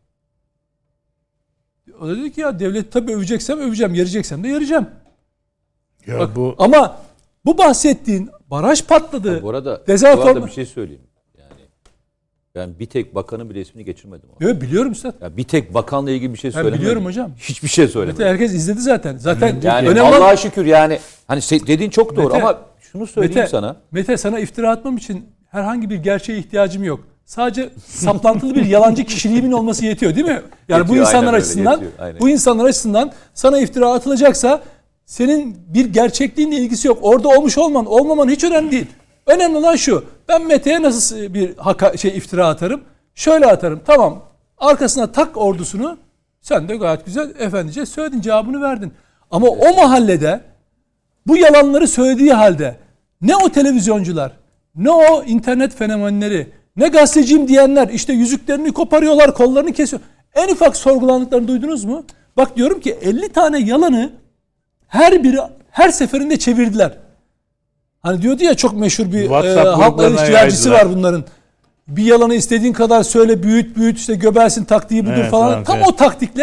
O da dedi ki ya devlet tabii öveceksem öveceğim, yereceksem de yereceğim. Ya bak, ama bu bahsettiğin baraj patladı. Bu arada bir şey söyleyeyim. Yani ben bir tek bakanın bile ismini geçirmedim. Yok biliyorum Üstad. Ya bir tek bakanla ilgili bir şey söylemedim. Biliyorum hocam. Hiçbir şey söylemedim. Herkes izledi zaten. Yani Allah'a şükür yani hani dediğin çok doğru ama şunu söyleyeyim sana. Mete sana iftira atmam için herhangi bir gerçeğe ihtiyacım yok. Sadece saplantılı bir yalancı kişiliğimin olması yetiyor değil mi? Yani yetiyor, bu insanlar açısından sana iftira atılacaksa senin bir gerçekliğinle ilgisi yok. Orada olmuş olmaman hiç önemli değil. Önemli olan şu. Ben Mete'ye nasıl bir iftira atarım? Şöyle atarım. Tamam. Arkasına tak ordusunu. Sen de gayet güzel efendice söyledin, cevabını verdin. Ama o mahallede bu yalanları söylediği halde ne o televizyoncular, ne o internet fenomenleri, ne gazeteciyim diyenler işte yüzüklerini koparıyorlar, kollarını kesiyor. En ufak sorgulandıklarını duydunuz mu? Bak diyorum ki 50 tane yalanı her seferinde çevirdiler. Hani diyordu ya çok meşhur bir halkla ilişkilercisi var bunların. Bir yalanı istediğin kadar söyle, büyüt işte Göbels'in taktiği budur falan. Tam o taktikle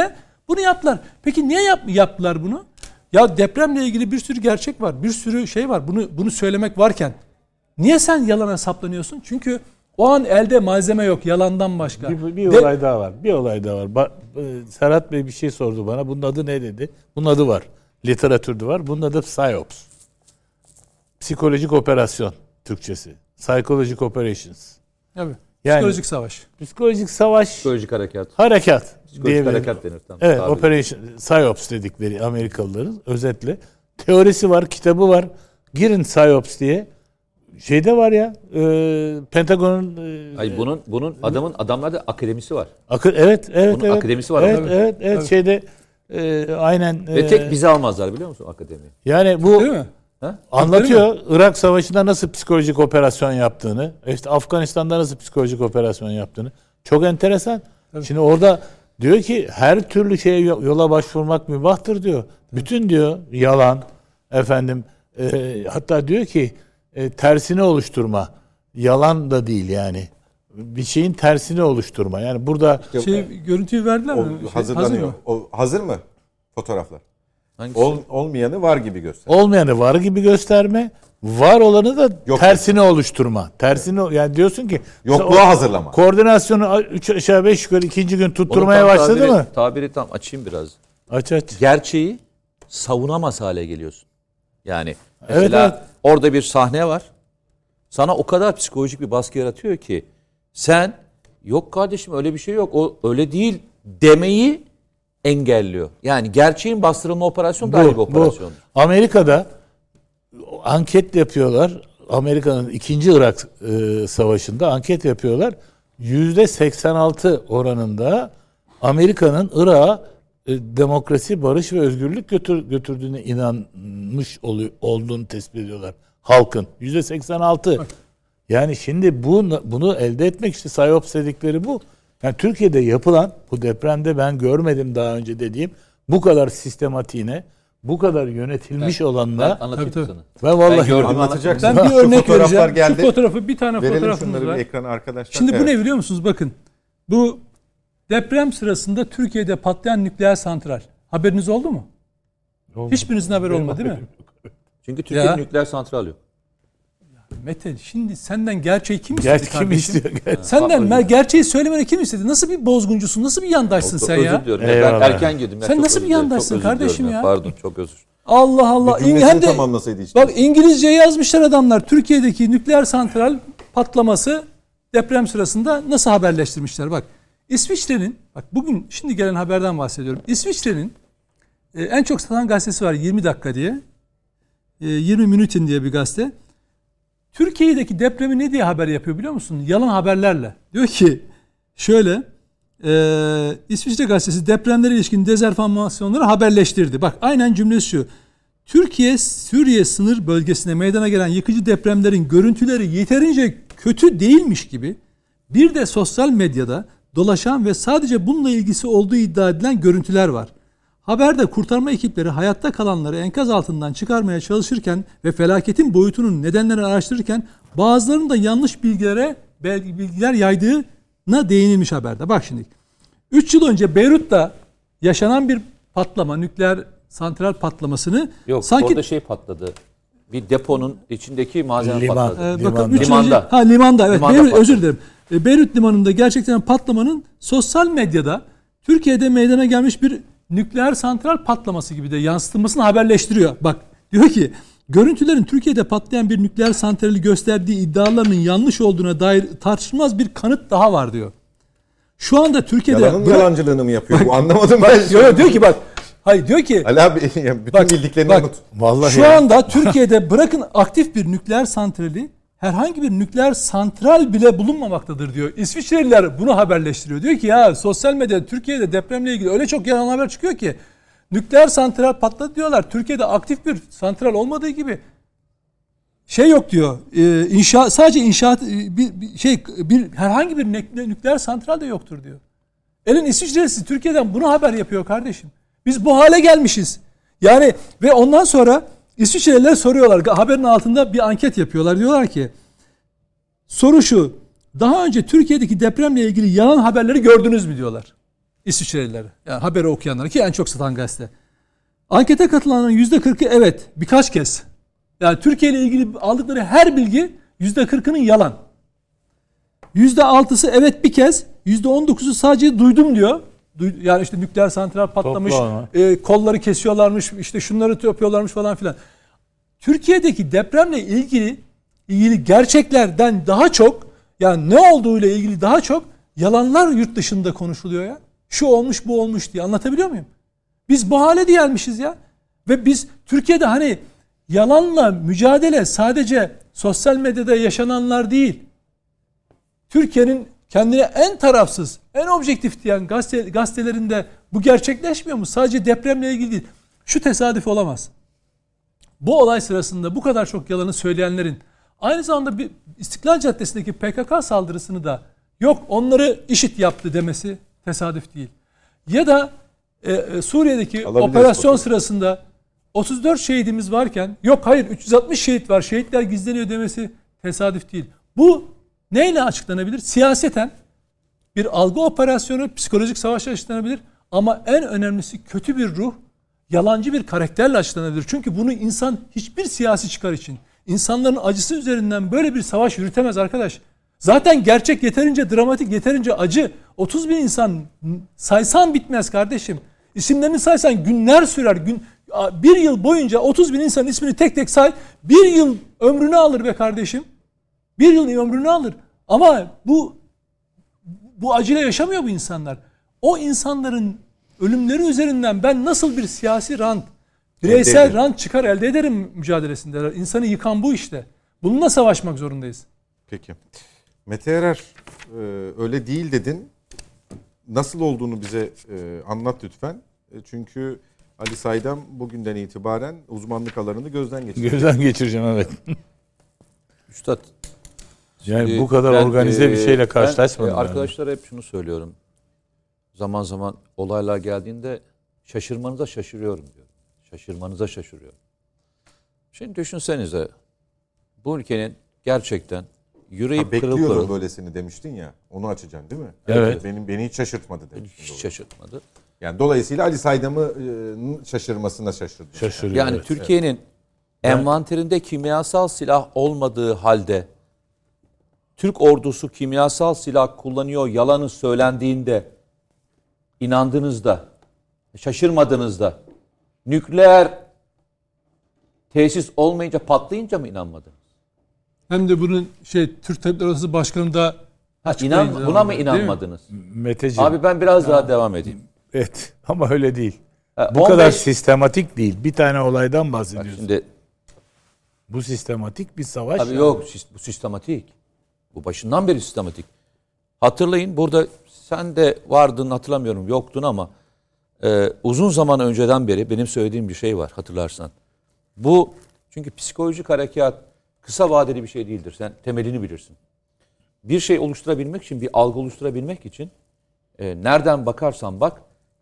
Bunu yaptılar. Peki niye yaptılar bunu? Ya depremle ilgili bir sürü gerçek var. Bir sürü şey var. Bunu söylemek varken niye sen yalana saplanıyorsun? Çünkü o an elde malzeme yok yalandan başka. Bir olay daha var. Bir olay daha var. Serhat Bey bir şey sordu bana. Bunun adı ne dedi? Bunun adı var. Literatürde var. Bunun adı PSYOPS. Psikolojik operasyon Türkçesi. Psychological Operations. Evet. Yani, psikolojik savaş. Psikolojik savaş. Psikolojik harekat. Harekat. Psikolojik harekat denir. Tamam. Evet, Tabii. Operation PSYOPS dedikleri Amerikalıların özetle. Teorisi var, kitabı var. Girin PSYOPS diye. Şeyde var ya, Pentagon'un... Hayır, bunun adamlarda akademisi var. Evet. Bunun akademisi var. Evet, Tabii. şeyde aynen... Ve tek bizi almazlar biliyor musun akademiyi? Yani bu Değil mi? anlatıyor Irak Savaşı'nda nasıl psikolojik operasyon yaptığını, işte Afganistan'da nasıl psikolojik operasyon yaptığını. Çok enteresan. Tabii. Şimdi orada diyor ki her türlü şeye yola başvurmak mübahtır diyor. Bütün diyor yalan, hatta diyor ki tersini oluşturma. Yalan da değil yani. Bir şeyin tersini oluşturma. Yani burada Görüntüyü verdiler mi? Hazırlanıyor. Hazır mı? Hazır mı fotoğraflar? Hangisi? Olmayanı var gibi göster. olmayanı var gibi gösterme, var olanı da Yok tersini oluşturma. Tersini yani diyorsun ki Yokluğa hazırlama. Koordinasyonu 3 aşağı 5 yukarı ikinci gün tutturmaya Onu tam başladı mı? Tabiri tam açayım biraz. Aç. Gerçeği savunamaz hale geliyorsun. Yani mesela Evet. orada bir sahne var. Sana o kadar psikolojik bir baskı yaratıyor ki sen yok kardeşim öyle bir şey yok. O öyle değil demeyi engelliyor. Yani gerçeğin bastırılma operasyonu da ayrı bir operasyon. Amerika'da anket yapıyorlar. Amerika'nın 2. Irak Savaşı'nda anket yapıyorlar. %86 oranında Amerika'nın Irak'a demokrasi, barış ve özgürlük götürdüğüne inanmış olduğunu tespit ediyorlar. Halkın. %86. Yani şimdi bunu elde etmek işte PSYOPS dedikleri bu. Yani Türkiye'de yapılan bu depremde ben görmedim daha önce dediğim bu kadar sistematiğine, bu kadar yönetilmiş olanla Ben anlatayım Tabii. sana. ben vallahi gördüm. Anlatacaksın. Ben bir örnek fotoğraflar vereceğim. geldi. Şu fotoğrafı bir tane Verelim fotoğrafımız şunları var. bir ekrana arkadaşlar. Şimdi bu Evet. ne biliyor musunuz? Bakın. Bu deprem sırasında Türkiye'de patlayan nükleer santral. Haberiniz oldu mu? Hiçbirinizin haberi olmadı değil mi? Çünkü Türkiye'de Ya. nükleer santral yok. Mete şimdi senden gerçeği kim istedi gerçi kim kardeşim? istiyor? Senden gerçeği söylemeni kim istedi? Nasıl bir bozguncusun? Nasıl bir yandaşsın sen Özür ya? diliyorum. Eyvallah. Ben erken girdim. Sen Çok nasıl özür bir dilerim. yandaşsın Çok özür kardeşim diliyorum ya? Pardon çok özür. Allah Allah. Cümlesini Hem de tamamlasaydı işte. bak İngilizce yazmışlar adamlar. Türkiye'deki nükleer santral patlaması deprem sırasında nasıl haberleştirmişler? Bak İsviçre'nin, bak bugün şimdi gelen haberden bahsediyorum. İsviçre'nin en çok satan gazetesi var 20 dakika diye. 20 Minuten diye bir gazete. Türkiye'deki depremi ne diye haber yapıyor biliyor musun? Yalan haberlerle. Diyor ki şöyle İsviçre gazetesi depremlere ilişkin dezenformasyonları haberleştirdi. Bak aynen cümlesi şu. Türkiye-Suriye sınır bölgesine meydana gelen yıkıcı depremlerin görüntüleri yeterince kötü değilmiş gibi bir de sosyal medyada dolaşan ve sadece bununla ilgisi olduğu iddia edilen görüntüler var. Haberde kurtarma ekipleri hayatta kalanları enkaz altından çıkarmaya çalışırken ve felaketin boyutunun nedenlerini araştırırken bazılarının da yanlış bilgiler yaydığına değinilmiş haberde. Bak şimdi 3 yıl önce Beyrut'ta yaşanan bir patlama, nükleer santral patlamasını Yok sanki orada şey patladı. Bir deponun içindeki malzeme Liman. patladı. bakın Limanda. 3 yıl önce Limanda. limanda evet. Limanda Beyrut, patladı. özür dilerim. Beyrut limanında gerçekten patlamanın sosyal medyada Türkiye'de meydana gelmiş bir nükleer santral patlaması gibi de yansıtılmasını haberleştiriyor. Bak diyor ki görüntülerin Türkiye'de patlayan bir nükleer santrali gösterdiği iddialarının yanlış olduğuna dair tartışılmaz bir kanıt daha var diyor. Şu anda Türkiye'de Yalanın yalancılığını mı yapıyor? Bu anlamadım ben. diyor ki bak hayır diyor ki Ali abi bütün Bak, bildiklerini bak. unut. Vallahi şu anda Türkiye'de bırakın aktif bir nükleer santrali herhangi bir nükleer santral bile bulunmamaktadır diyor. İsviçreliler bunu haberleştiriyor. Diyor ki ya sosyal medyada Türkiye'de depremle ilgili öyle çok yalan haber çıkıyor ki nükleer santral patladı diyorlar. Türkiye'de aktif bir santral olmadığı gibi şey yok diyor. Sadece inşaat bir herhangi bir nükleer santral de yoktur diyor. Elin İsviçrelisi Türkiye'den bunu haber yapıyor kardeşim. Biz bu hale gelmişiz. Yani ve ondan sonra İsviçreliler soruyorlar. Haberin altında bir anket yapıyorlar. Diyorlar ki soru şu. Daha önce Türkiye'deki depremle ilgili yalan haberleri gördünüz mü diyorlar. İsviçreliler. Yani haberi okuyanlar ki en çok satan gazete. Ankete katılanların %40'ı evet birkaç kez. Yani Türkiye ile ilgili aldıkları her bilgi %40'ının yalan. %6'sı evet bir kez, %19'u sadece duydum diyor. Yani işte nükleer santral patlamış, kolları kesiyorlarmış, işte şunları yapıyorlarmış falan filan. Türkiye'deki depremle ilgili gerçeklerden daha çok, yani ne olduğuyla ilgili daha çok yalanlar yurt dışında konuşuluyor ya. Şu olmuş bu olmuş diye, anlatabiliyor muyum? Biz bu hale gelmişiz ya. Ve biz Türkiye'de hani yalanla mücadele sadece sosyal medyada yaşananlar değil. Türkiye'nin kendine en tarafsız, en objektif diyen gazetelerinde bu gerçekleşmiyor mu? Sadece depremle ilgili değil. Şu tesadüf olamaz. Bu olay sırasında bu kadar çok yalanı söyleyenlerin aynı zamanda bir İstiklal Caddesi'ndeki PKK saldırısını da yok onları IŞİD yaptı demesi tesadüf değil. Ya da Suriye'deki operasyon sırasında 34 şehidimiz varken yok hayır 360 şehit var, şehitler gizleniyor demesi tesadüf değil. Bu neyle açıklanabilir? Siyaseten bir algı operasyonu, psikolojik savaşla açıklanabilir ama en önemlisi kötü bir ruh, yalancı bir karakterle açıklanabilir. Çünkü bunu insan hiçbir siyasi çıkar için, insanların acısı üzerinden böyle bir savaş yürütemez arkadaş. Zaten gerçek yeterince dramatik, yeterince acı. 30 bin insan saysan bitmez kardeşim. İsimlerini saysan günler sürer. Bir yıl boyunca 30 bin insanın ismini tek tek say. Bir yıl ömrünü alır be kardeşim. Bir yıl ömrünü alır. Ama bu acıyla yaşamıyor bu insanlar. O insanların ölümleri üzerinden ben nasıl bir siyasi rant, bireysel rant çıkar elde ederim mücadelesindeler. İnsanı yıkan bu işte. Bununla savaşmak zorundayız. Peki. Mete Erer öyle değil dedin. Nasıl olduğunu bize anlat lütfen. Çünkü Ali Saydam bugünden itibaren uzmanlık alanını gözden geçirecek. Gözden geçireceğim evet. Üstad. Yani bu kadar organize bir şeyle karşılaşmadım. Arkadaşlara hep şunu söylüyorum. Zaman zaman olaylar geldiğinde şaşırmanıza şaşırıyorum diyor. Şaşırmanıza şaşırıyorum. Şimdi düşünsenize bu ülkenin gerçekten yüreği pırıl pırıl. Bekliyordum böylesini demiştin ya. Onu açacaksın değil mi? Evet. Beni hiç şaşırtmadı demiştin. Hiç şaşırtmadı. Yani dolayısıyla Ali Saydam'ın şaşırmasına şaşırdı. Yani evet, Türkiye'nin envanterinde kimyasal silah olmadığı halde Türk ordusu kimyasal silah kullanıyor yalanı söylendiğinde inandığınızda, şaşırmadığınızda, nükleer tesis olmayınca patlayınca mı inanmadınız? Hem de bunun Türk Tabipler Odası Başkanı da buna mı inanmadınız? Meteciğim. Abi ben biraz daha devam edeyim. Evet ama öyle değil. Bu kadar sistematik değil. Bir tane olaydan bahsediyorsun. Şimdi, bu sistematik bir savaş. Abi yok bu sistematik. Bu başından beri sistematik. Hatırlayın burada sen de vardın hatırlamıyorum yoktun ama uzun zaman önceden beri benim söylediğim bir şey var hatırlarsan. Bu çünkü psikolojik harekat kısa vadeli bir şey değildir. Sen temelini bilirsin. Bir şey oluşturabilmek için, bir algı oluşturabilmek için nereden bakarsan bak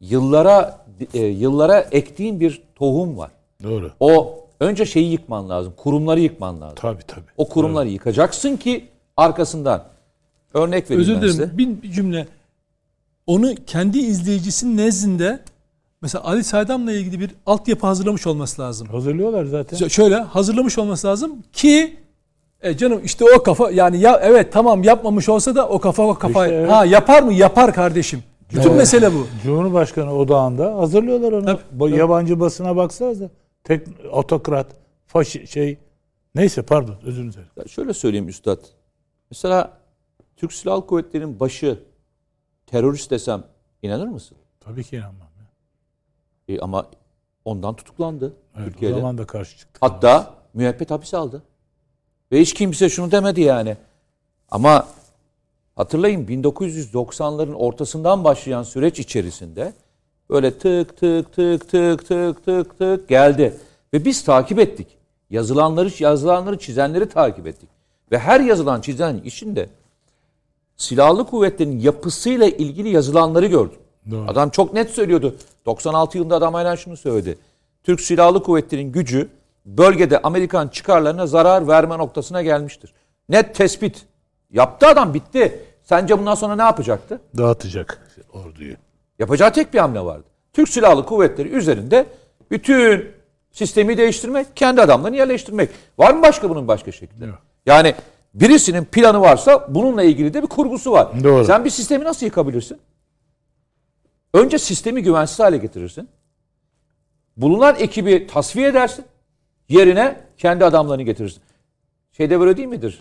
yıllara ektiğin bir tohum var. Doğru. O önce şeyi yıkman lazım. Kurumları yıkman lazım. Tabii. O kurumları yıkacaksın ki arkasından örnek vereyim ben size. Özür dilerim. Bir cümle. Onu kendi izleyicisinin nezdinde mesela Ali Saydam'la ilgili bir altyapı hazırlamış olması lazım. Hazırlıyorlar zaten. Şöyle hazırlamış olması lazım ki canım işte o kafa yani evet tamam yapmamış olsa da o kafa işte, evet. Yapar mı? Yapar kardeşim. Bütün mesele bu. Cumhurbaşkanı odağında hazırlıyorlar onu. Tabii. Yabancı basına baksanıza. Tek otokrat, neyse pardon özür dilerim. Şöyle söyleyeyim üstad. Mesela Türk Silahlı Kuvvetleri'nin başı terörist desem inanır mısın? Tabii ki inanmam. Ama ondan tutuklandı Türkiye'de. O zaman da karşı çıktı. Hatta müebbet hapis aldı. Ve hiç kimse şunu demedi yani. Ama hatırlayın 1990'ların ortasından başlayan süreç içerisinde böyle tık tık geldi. Ve biz takip ettik. Yazılanları çizenleri takip ettik. Ve her yazılan çizen içinde silahlı kuvvetlerin yapısıyla ilgili yazılanları gördüm. Doğru. Adam çok net söylüyordu. 96 yılında adam aynen şunu söyledi. Türk Silahlı Kuvvetleri'nin gücü bölgede Amerikan çıkarlarına zarar verme noktasına gelmiştir. Net tespit. Yaptı adam bitti. Sence bundan sonra ne yapacaktı? Dağıtacak orduyu. Yapacağı tek bir hamle vardı. Türk Silahlı Kuvvetleri üzerinde bütün sistemi değiştirmek, kendi adamlarını yerleştirmek. Var mı başka bunun başka şekli? Yok. Yani birisinin planı varsa bununla ilgili de bir kurgusu var. Doğru. Sen bir sistemi nasıl yıkabilirsin? Önce sistemi güvensiz hale getirirsin. Bulunan ekibi tasfiye edersin. Yerine kendi adamlarını getirirsin. Şeyde böyle değil midir?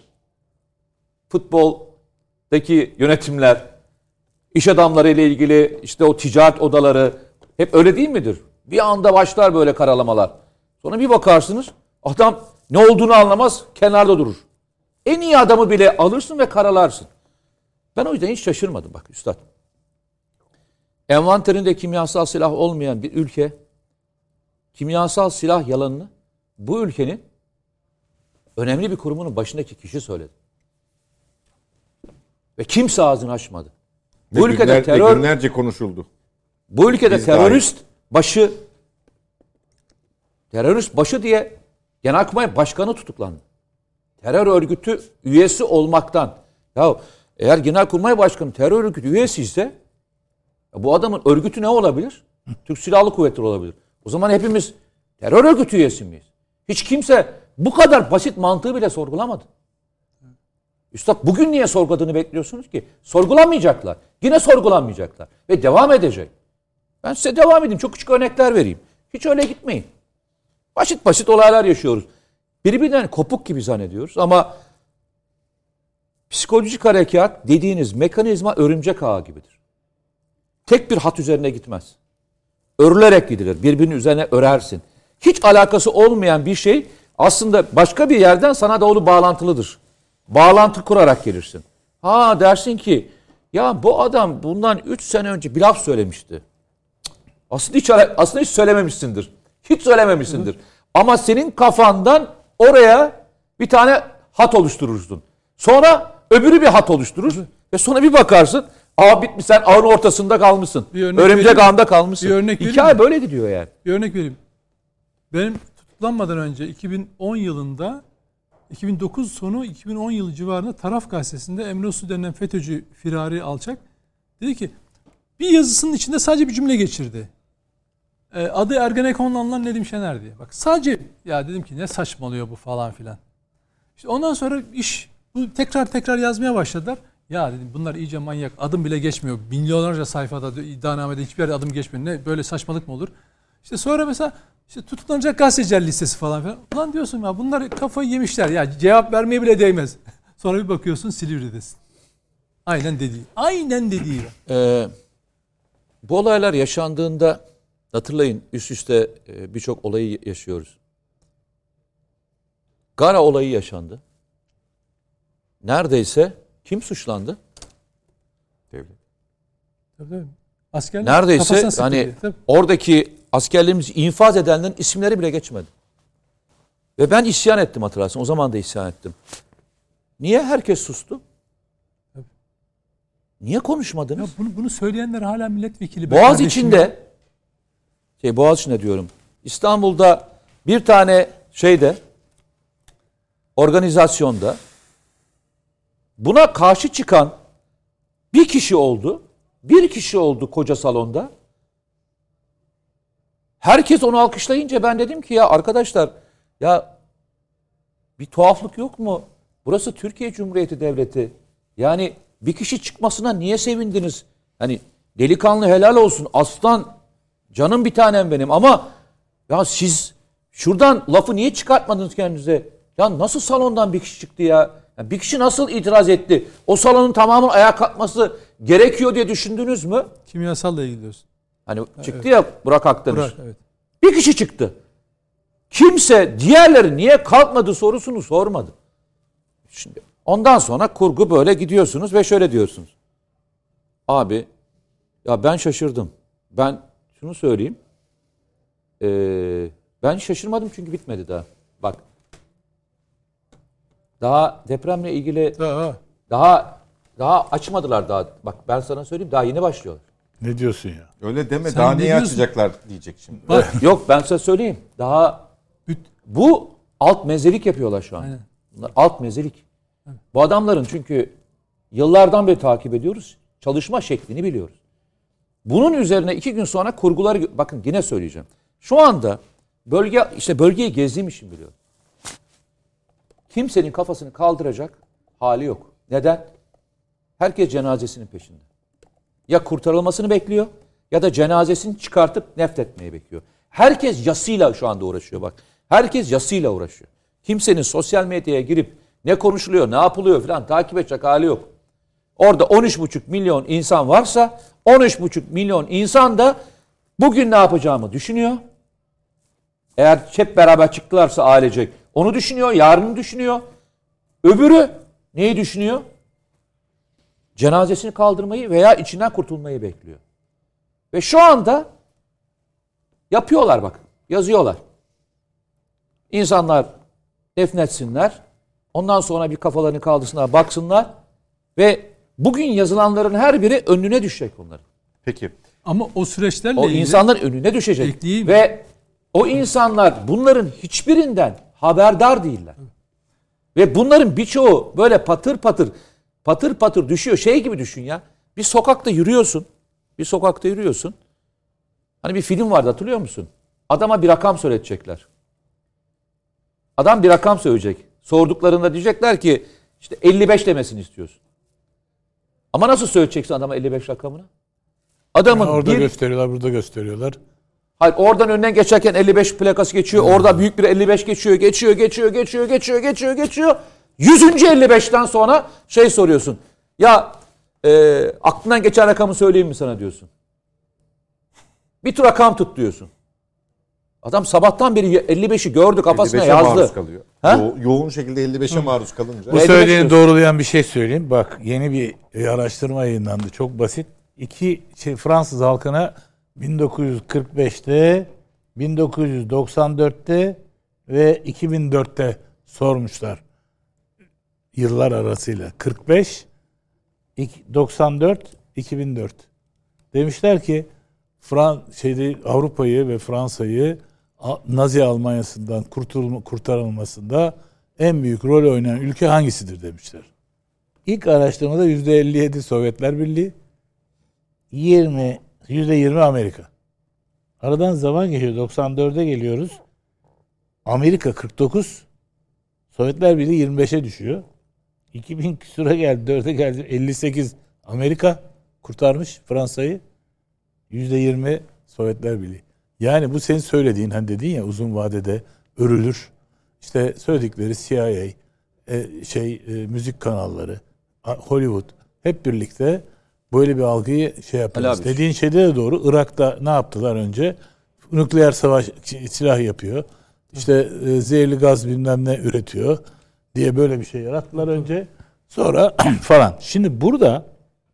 Futboldaki yönetimler, iş adamları ile ilgili işte o ticaret odaları hep öyle değil midir? Bir anda başlar böyle karalamalar. Sonra bir bakarsınız adam ne olduğunu anlamaz, kenarda durur. En iyi adamı bile alırsın ve karalarsın. Ben o yüzden hiç şaşırmadım bak üstad. Envanterinde kimyasal silah olmayan bir ülke kimyasal silah yalanını bu ülkenin önemli bir kurumunun başındaki kişi söyledi. Ve kimse ağzını açmadı. Bu ülkede günlerce konuşuldu. Bu ülkede Biz terörist başı diye Genelkurmay Başkanı tutuklandı. Terör örgütü üyesi olmaktan. Ya eğer Genelkurmay Başkanı terör örgütü üyesi ise bu adamın örgütü ne olabilir? Türk Silahlı Kuvvetleri olabilir. O zaman hepimiz terör örgütü üyesi miyiz? Hiç kimse bu kadar basit mantığı bile sorgulamadı. Üstad bugün niye sorguladığını bekliyorsunuz ki? Sorgulamayacaklar. Yine sorgulamayacaklar. Ve devam edecek. Ben size devam edeyim. Çok küçük örnekler vereyim. Hiç öyle gitmeyin. Basit basit olaylar yaşıyoruz. Birbirinden kopuk gibi zannediyoruz ama psikolojik harekat dediğiniz mekanizma örümcek ağı gibidir. Tek bir hat üzerine gitmez. Örülerek gidilir. Birbirinin üzerine örersin. Hiç alakası olmayan bir şey aslında başka bir yerden sana doğru bağlantılıdır. Bağlantı kurarak gelirsin. Ha dersin ki ya bu adam bundan 3 sene önce bir laf söylemişti. Aslında hiç söylememişsindir. Hiç söylememişsindir. Ama senin kafandan oraya bir tane hat oluşturursun. Sonra öbürü bir hat oluşturur. Ve sonra bir bakarsın bitmiş sen ağın ortasında kalmışsın. Örümcek ağında kalmışsın. Bir örnek Hikaye böyle gidiyor yani. Bir örnek vereyim. Benim tutuklanmadan önce 2010 yılında 2009 sonu 2010 yılı civarında Taraf Gazetesi'nde Emre Uslu denilen FETÖ'cü firari alçak dedi ki bir yazısının içinde sadece bir cümle geçirdi. Adı Ergenekon'la anılan Nedim Şener diye. Bak sadece ya dedim ki ne saçmalıyor bu falan filan. İşte ondan sonra bu tekrar yazmaya başladılar. Ya dedim bunlar iyice manyak. Adım bile geçmiyor. Milyonlarca sayfada iddianamede hiçbir yerde adım geçmiyor. Ne böyle saçmalık mı olur? İşte sonra mesela tutuklanacak gazeteciler listesi falan filan. Ulan diyorsun ya bunlar kafayı yemişler. Ya cevap vermeye bile değmez. Sonra bir bakıyorsun Silivri'desin. Aynen dediği. Bu olaylar yaşandığında hatırlayın üst üste birçok olayı yaşıyoruz. Gara olayı yaşandı. Neredeyse kim suçlandı? Devlet. Tabii. Askerler neredeyse hani oradaki askerlerimizi infaz edenlerin isimleri bile geçmedi. Ve ben isyan ettim hatırlarsın. O zaman da isyan ettim. Niye herkes sustu? Tabii. Niye konuşmadınız? Ya bunu söyleyenler hala milletvekili. Boğaziçi'nde diyorum. İstanbul'da bir tane organizasyonda buna karşı çıkan bir kişi oldu. Bir kişi oldu koca salonda. Herkes onu alkışlayınca ben dedim ki ya arkadaşlar ya bir tuhaflık yok mu? Burası Türkiye Cumhuriyeti Devleti. Yani bir kişi çıkmasına niye sevindiniz? Hani delikanlı helal olsun aslan canım bir tanem benim ama ya siz şuradan lafı niye çıkartmadınız kendinize? Ya nasıl salondan bir kişi çıktı ya? Yani bir kişi nasıl itiraz etti? O salonun tamamının ayağa kalkması gerekiyor diye düşündünüz mü? Kimyasalla ilgili diyorsun. Hani çıktı ya Burak Akdemir. Evet. Bir kişi çıktı. Kimse diğerleri niye kalkmadı sorusunu sormadı. Şimdi ondan sonra kurgu böyle gidiyorsunuz ve şöyle diyorsunuz. Abi ya ben şaşırdım. Ben şunu söyleyeyim. Ben şaşırmadım çünkü bitmedi daha. Bak. Daha depremle ilgili daha açmadılar daha. Bak ben sana söyleyeyim daha yeni başlıyor. Ne diyorsun ya? Öyle deme. Sen Daha ne niye diyorsun? açacaklar diyecek şimdi. Yok ben size söyleyeyim. Daha bu alt mezelik yapıyorlar şu an. Aynen. Bunlar alt mezelik. Bu adamların çünkü yıllardan beri takip ediyoruz. Çalışma şeklini biliyoruz. Bunun üzerine 2 gün sonra kurguları, bakın yine söyleyeceğim. Şu anda bölgeyi gezdiğim için biliyorum. Kimsenin kafasını kaldıracak hali yok. Neden? Herkes cenazesinin peşinde. Ya kurtarılmasını bekliyor ya da cenazesini çıkartıp nefretmeyi bekliyor. Herkes yasıyla şu anda uğraşıyor bak. Herkes yasıyla uğraşıyor. Kimsenin sosyal medyaya girip ne konuşuluyor, ne yapılıyor falan takip edecek hali yok. Orada 13,5 milyon insan varsa 13,5 milyon insan da bugün ne yapacağımı düşünüyor. Eğer hep beraber çıktılarsa ailecek onu düşünüyor, yarını düşünüyor. Öbürü neyi düşünüyor? Cenazesini kaldırmayı veya içinden kurtulmayı bekliyor. Ve şu anda yapıyorlar bak, yazıyorlar. İnsanlar defnetsinler, ondan sonra bir kafalarını kaldırsınlar, baksınlar ve bugün yazılanların her biri önüne düşecek onların. Peki. Ama o süreçlerle O insanların önüne düşecek. Ekleyeyim. Ve o insanlar bunların hiçbirinden haberdar değiller. Ve bunların birçoğu böyle patır patır düşüyor. Şey gibi düşün ya. Bir sokakta yürüyorsun. Hani bir film vardı, hatırlıyor musun? Adama bir rakam söyletecekler. Adam bir rakam söyleyecek. Sorduklarında diyecekler ki işte 55 demesini istiyorsun. Ama nasıl söyleyeceksin adama 55 rakamını? Adamın orada gösteriyorlar, burada gösteriyorlar. Hayır, oradan önden geçerken 55 plakası geçiyor. Orada büyük bir 55 geçiyor. 100. 55'ten sonra şey soruyorsun. Ya aklından geçen rakamı söyleyeyim mi sana diyorsun. Bir tur rakam tut diyorsun. Adam sabahtan beri 55'i gördü, kafasına 55'e yazdı. maruz kalıyor. Yoğun şekilde 55'e maruz kalınca. Bu söylediğini doğrulayan bir şey söyleyeyim. Bak, yeni bir araştırma yayınlandı. Çok basit. Fransız halkına 1945'te, 1994'te ve 2004'te sormuşlar. Yıllar arasıyla. 45, 94, 2004. Demişler ki Avrupa'yı ve Fransa'yı Nazi Almanya'sından kurtarılmasında en büyük rol oynayan ülke hangisidir demişler. İlk araştırmada %57 Sovyetler Birliği, %20 Amerika. Aradan zaman geçiyor. 94'e geliyoruz. Amerika 49, Sovyetler Birliği 25'e düşüyor. 2000 küsura geldi, 4'e geldi. 58 Amerika kurtarmış Fransa'yı. %20 Sovyetler Birliği. Yani bu senin söylediğin, hani dedin ya, uzun vadede örülür. İşte söyledikleri CIA, müzik kanalları, Hollywood hep birlikte böyle bir algıyı yapıyorlar. Dediğin şeyde de doğru. Irak'ta ne yaptılar önce? Nükleer silah yapıyor. İşte zehirli gaz bilmem ne üretiyor diye böyle bir şey yarattılar önce. Sonra falan. Şimdi burada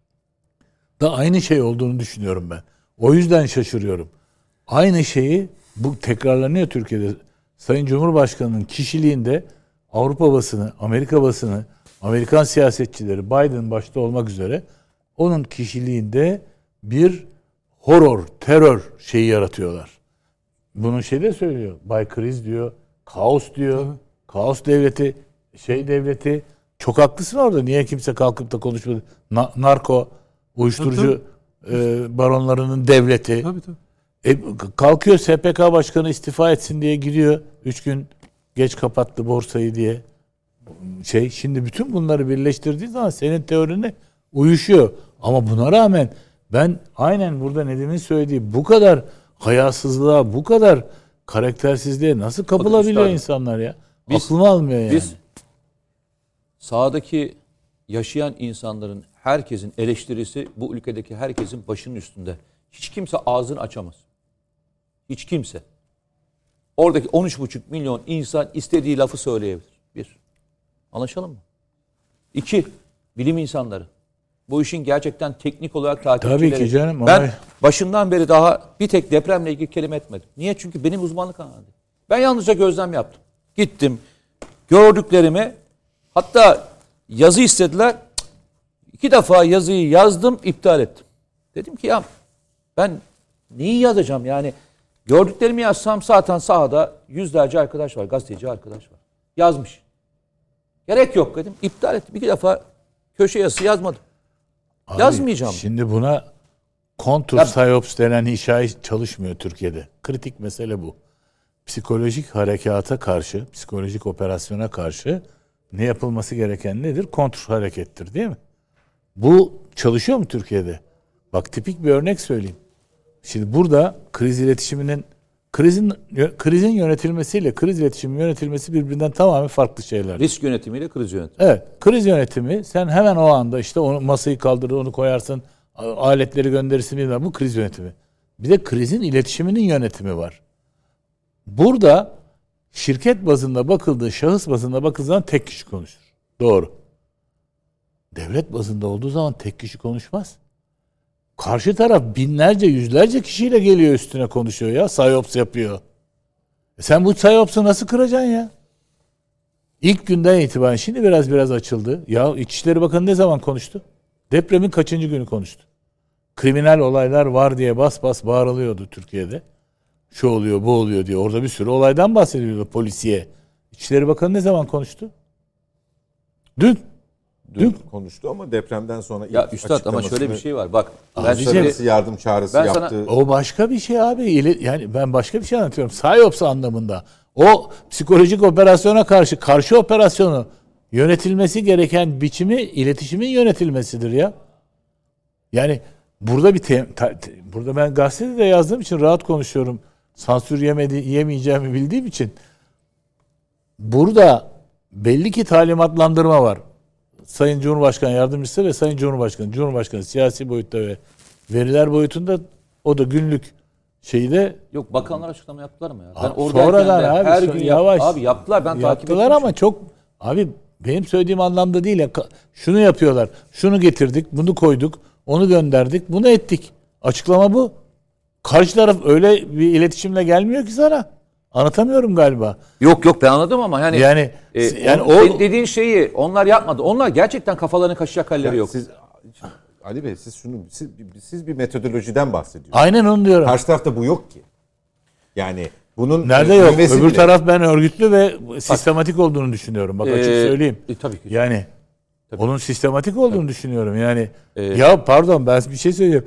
da aynı şey olduğunu düşünüyorum ben. O yüzden şaşırıyorum. Aynı şeyi bu tekrarlanıyor Türkiye'de. Sayın Cumhurbaşkanı'nın kişiliğinde Avrupa basını, Amerika basını, Amerikan siyasetçileri, Biden başta olmak üzere onun kişiliğinde bir horror, terör şeyi yaratıyorlar. Bunun de söylüyor. Bay Kriz diyor, kaos diyor. Hı. Kaos devleti, devleti. Çok haklısın orada. Niye kimse kalkıp da konuşmadı? Narko, uyuşturucu baronlarının devleti. Tabii. Kalkıyor SPK başkanı istifa etsin diye giriyor. 3 gün geç kapattı borsayı diye. Şimdi bütün bunları birleştirdiği zaman senin teorine uyuşuyor. Ama buna rağmen ben aynen burada Nedim'in söylediği bu kadar hayasızlığa, bu kadar karaktersizliğe nasıl kapılabiliyor insanlar ya? Aklım almıyor yani. Biz sahadaki yaşayan insanların herkesin eleştirisi bu ülkedeki herkesin başının üstünde. Hiç kimse ağzını açamaz. Hiç kimse. Oradaki 13,5 milyon insan istediği lafı söyleyebilir. 1. Anlaşalım mı? 2. Bilim insanları. Bu işin gerçekten teknik olarak takipçileri. Tabii ki canım. Ben başından beri daha bir tek depremle ilgili kelime etmedim. Niye? Çünkü benim uzmanlık alanım. Ben yalnızca gözlem yaptım. Gittim. Gördüklerimi, hatta yazı istediler. 2 defa yazıyı yazdım, iptal ettim. Dedim ki ya ben neyi yazacağım yani? Gördüklerimi yazsam zaten sahada yüzlerce arkadaş var, gazeteci arkadaş var. Yazmış. Gerek yok dedim. İptal ettim. 2 defa köşe yazısı yazmadım. Abi, yazmayacağım. Şimdi buna kontur psyops denen hikaye çalışmıyor Türkiye'de. Kritik mesele bu. Psikolojik harekata karşı, psikolojik operasyona karşı ne yapılması gereken nedir? Kontur harekettir, değil mi? Bu çalışıyor mu Türkiye'de? Bak tipik bir örnek söyleyeyim. Şimdi burada kriz iletişiminin krizin yönetilmesiyle kriz iletişiminin yönetilmesi birbirinden tamamen farklı şeyler. Risk yönetimiyle kriz yönetimi. Evet, kriz yönetimi sen hemen o anda işte onu masayı kaldırır, onu koyarsın, aletleri gönderirsin bilmem, bu kriz yönetimi. Bir de krizin iletişiminin yönetimi var. Burada şirket bazında bakıldığı, şahıs bazında bakıldığı zaman tek kişi konuşur. Doğru. Devlet bazında olduğu zaman tek kişi konuşmaz. Karşı taraf binlerce, yüzlerce kişiyle geliyor üstüne konuşuyor ya. Psyops yapıyor. Sen bu psyops'u nasıl kıracaksın ya? İlk günden itibaren şimdi biraz açıldı. Ya İçişleri Bakanı ne zaman konuştu? Depremin kaçıncı günü konuştu? Kriminal olaylar var diye bas bas bağırılıyordu Türkiye'de. Şu oluyor, bu oluyor diye. Orada bir sürü olaydan bahsediyordu polisiye. İçişleri Bakanı ne zaman konuştu? Dün konuştu ama depremden sonra Ya üstad ama şöyle bir şey var. Bak ben şimdi yardım çağrısı yaptı. O başka bir şey abi. Yani ben başka bir şey anlatıyorum. PSYOPS anlamında. O psikolojik operasyona karşı operasyonu yönetilmesi gereken biçimi iletişimin yönetilmesidir ya. Yani burada burada ben gazetede de yazdığım için rahat konuşuyorum. Sansür yemeyeceğimi bildiğim için. Burada belli ki talimatlandırma var. Sayın Cumhurbaşkanı Yardımcısı ve Sayın Cumhurbaşkanı siyasi boyutta ve veriler boyutunda o da günlük şeyde. Yok, bakanlar açıklama yaptılar mı ya? Ben sonradan abi, her gün yavaş. Abi yaptılar, ben takip ettim. Yaptılar ama çok abi benim söylediğim anlamda değil. Şunu yapıyorlar. Şunu getirdik, bunu koyduk, onu gönderdik, bunu ettik. Açıklama bu. Karşı taraf öyle bir iletişimle gelmiyor ki sana. Anlatamıyorum galiba. Yok ben anladım ama yani o dediğin şeyi onlar yapmadı. Onlar gerçekten kafalarını kaşıyacak halleri yok. Ali Bey siz bir metodolojiden bahsediyorsunuz. Aynen onu diyorum. Karşı tarafta bu yok ki. Yani bunun nerede yok? Öbür taraf ben örgütlü ve sistematik olduğunu düşünüyorum. Bak açık söyleyeyim. Tabii ki. Yani onun sistematik olduğunu düşünüyorum. Yani ya pardon ben bir şey söyleyeyim.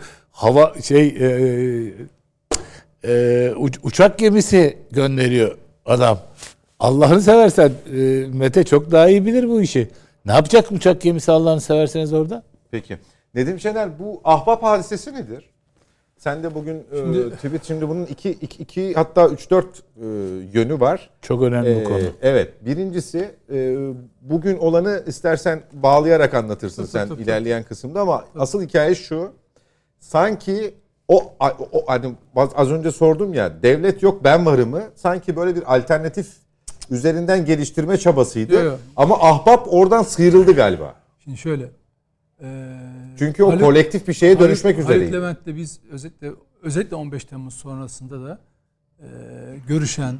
Uçak gemisi gönderiyor adam. Allah'ını seversen Mete çok daha iyi bilir bu işi. Ne yapacak uçak gemisi Allah'ını severseniz orada? Peki. Nedim Şener, bu ahbap hadisesi nedir? Sen de bugün şimdi bunun iki hatta 3-4 yönü var. Çok önemli bu konu. Evet. Birincisi bugün olanı istersen bağlayarak anlatırsın sen ilerleyen kısımda ama asıl hikaye şu. Sanki o hani az önce sordum ya, devlet yok ben varımı sanki böyle bir alternatif üzerinden geliştirme çabasıydı. Yok. Ama ahbap oradan sıyrıldı galiba. Şimdi şöyle. Çünkü o kolektif bir şeye dönüşmek üzereydi. Haluk Levent'le biz özellikle 15 Temmuz sonrasında da görüşen,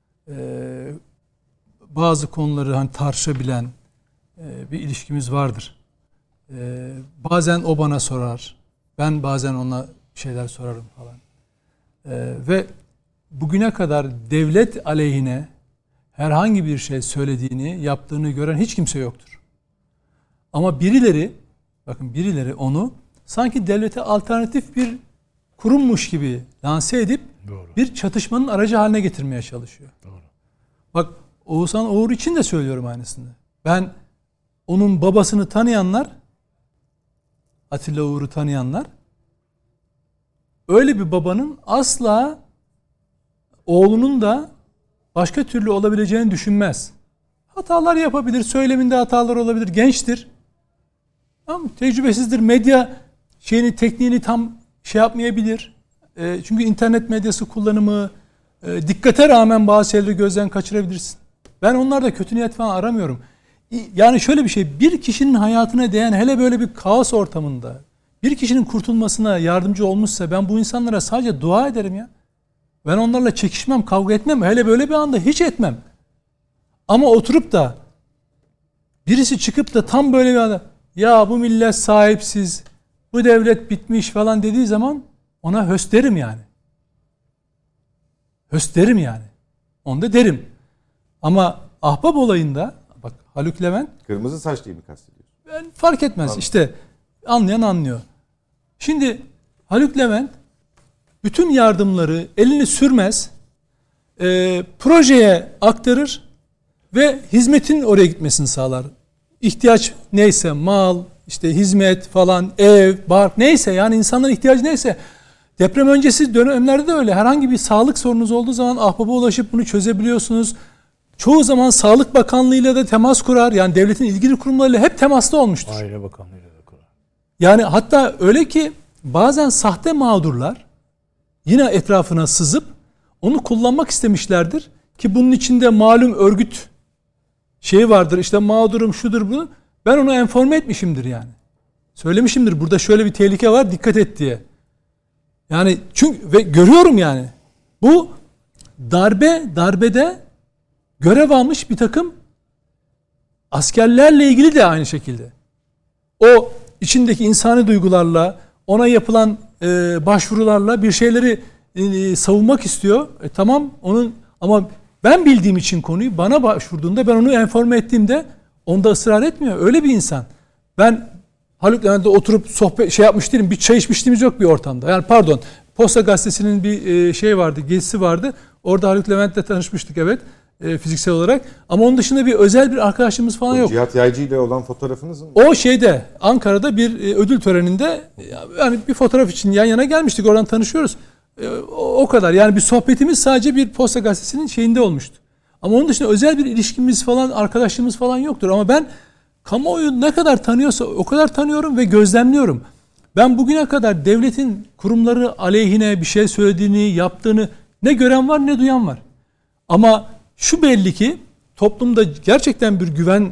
bazı konuları hani tartışabilen bir ilişkimiz vardır. Bazen o bana sorar, ben bazen ona bir şeyler sorarım falan. Ve bugüne kadar devlet aleyhine herhangi bir şey söylediğini, yaptığını gören hiç kimse yoktur. Ama birileri onu sanki devlete alternatif bir kurummuş gibi lanse edip bir çatışmanın aracı haline getirmeye çalışıyor. Doğru. Bak Oğuzhan Uğur için de söylüyorum aynısını. Ben onun babasını tanıyanlar, Atilla Uğur'u tanıyanlar, öyle bir babanın asla oğlunun da başka türlü olabileceğini düşünmez. Hatalar yapabilir, söyleminde hatalar olabilir, gençtir. Tamam, tecrübesizdir. Medya tekniğini tam yapmayabilir. Çünkü internet medyası kullanımı dikkate rağmen bazı şeyleri gözden kaçırabilirsin. Ben onlarda kötü niyet falan aramıyorum. Yani şöyle bir şey, bir kişinin hayatına değen, hele böyle bir kaos ortamında bir kişinin kurtulmasına yardımcı olmuşsa ben bu insanlara sadece dua ederim ya. Ben onlarla çekişmem, kavga etmem. Hele böyle bir anda hiç etmem. Ama oturup da birisi çıkıp da tam böyle bir anda ya bu millet sahipsiz, bu devlet bitmiş falan dediği zaman ona höst derim yani. Höst derim yani. Onu da derim. Ama ahbap olayında bak Haluk Levent. Kırmızı saçlıyı mı kastediyorsun? Ben fark etmez. Anladım. İşte anlayan anlıyor. Şimdi Haluk Levent bütün yardımları elini sürmez, projeye aktarır ve hizmetin oraya gitmesini sağlar. İhtiyaç neyse, mal, işte hizmet falan, ev, bark neyse, yani insanların ihtiyacı neyse. Deprem öncesi dönemlerde de öyle. Herhangi bir sağlık sorunuz olduğu zaman ahbaba ulaşıp bunu çözebiliyorsunuz. Çoğu zaman Sağlık Bakanlığı'yla da temas kurar. Yani devletin ilgili kurumlarıyla hep temasta olmuştur. Aile Bakanlığı'yla da kurar. Yani hatta öyle ki bazen sahte mağdurlar yine etrafına sızıp onu kullanmak istemişlerdir. Ki bunun içinde malum örgüt şeyi vardır, işte mağdurum şudur bu. Ben onu enforme etmişimdir yani. Söylemişimdir burada şöyle bir tehlike var, dikkat et diye. Yani çünkü ve görüyorum yani. Bu darbede görev almış bir takım askerlerle ilgili de aynı şekilde. O içindeki insani duygularla, ona yapılan başvurularla bir şeyleri savunmak istiyor. Tamam onun, ama ben bildiğim için konuyu bana başvurduğunda, ben onu enforme ettiğimde onda ısrar etmiyor. Öyle bir insan. Ben Haluk Levent'le oturup sohbet yapmış değilim. Bir çay içmişliğimiz yok bir ortamda. Yani pardon, Posta Gazetesi'nin bir şey vardı, gezisi vardı. Orada Haluk Levent'le tanışmıştık, evet, fiziksel olarak. Ama onun dışında bir özel bir arkadaşlığımız falan yok. Cihat Yaycı ile olan fotoğrafınız mı? O şeyde, Ankara'da bir ödül töreninde, yani bir fotoğraf için yan yana gelmiştik. Oradan tanışıyoruz. O kadar. Yani bir sohbetimiz sadece bir Posta Gazetesi'nin şeyinde olmuştu. Ama onun dışında özel bir ilişkimiz falan, arkadaşlığımız falan yoktur. Ama ben kamuoyu ne kadar tanıyorsa o kadar tanıyorum ve gözlemliyorum. Ben bugüne kadar devletin kurumları aleyhine bir şey söylediğini, yaptığını ne gören var ne duyan var. Ama şu belli ki toplumda gerçekten bir güven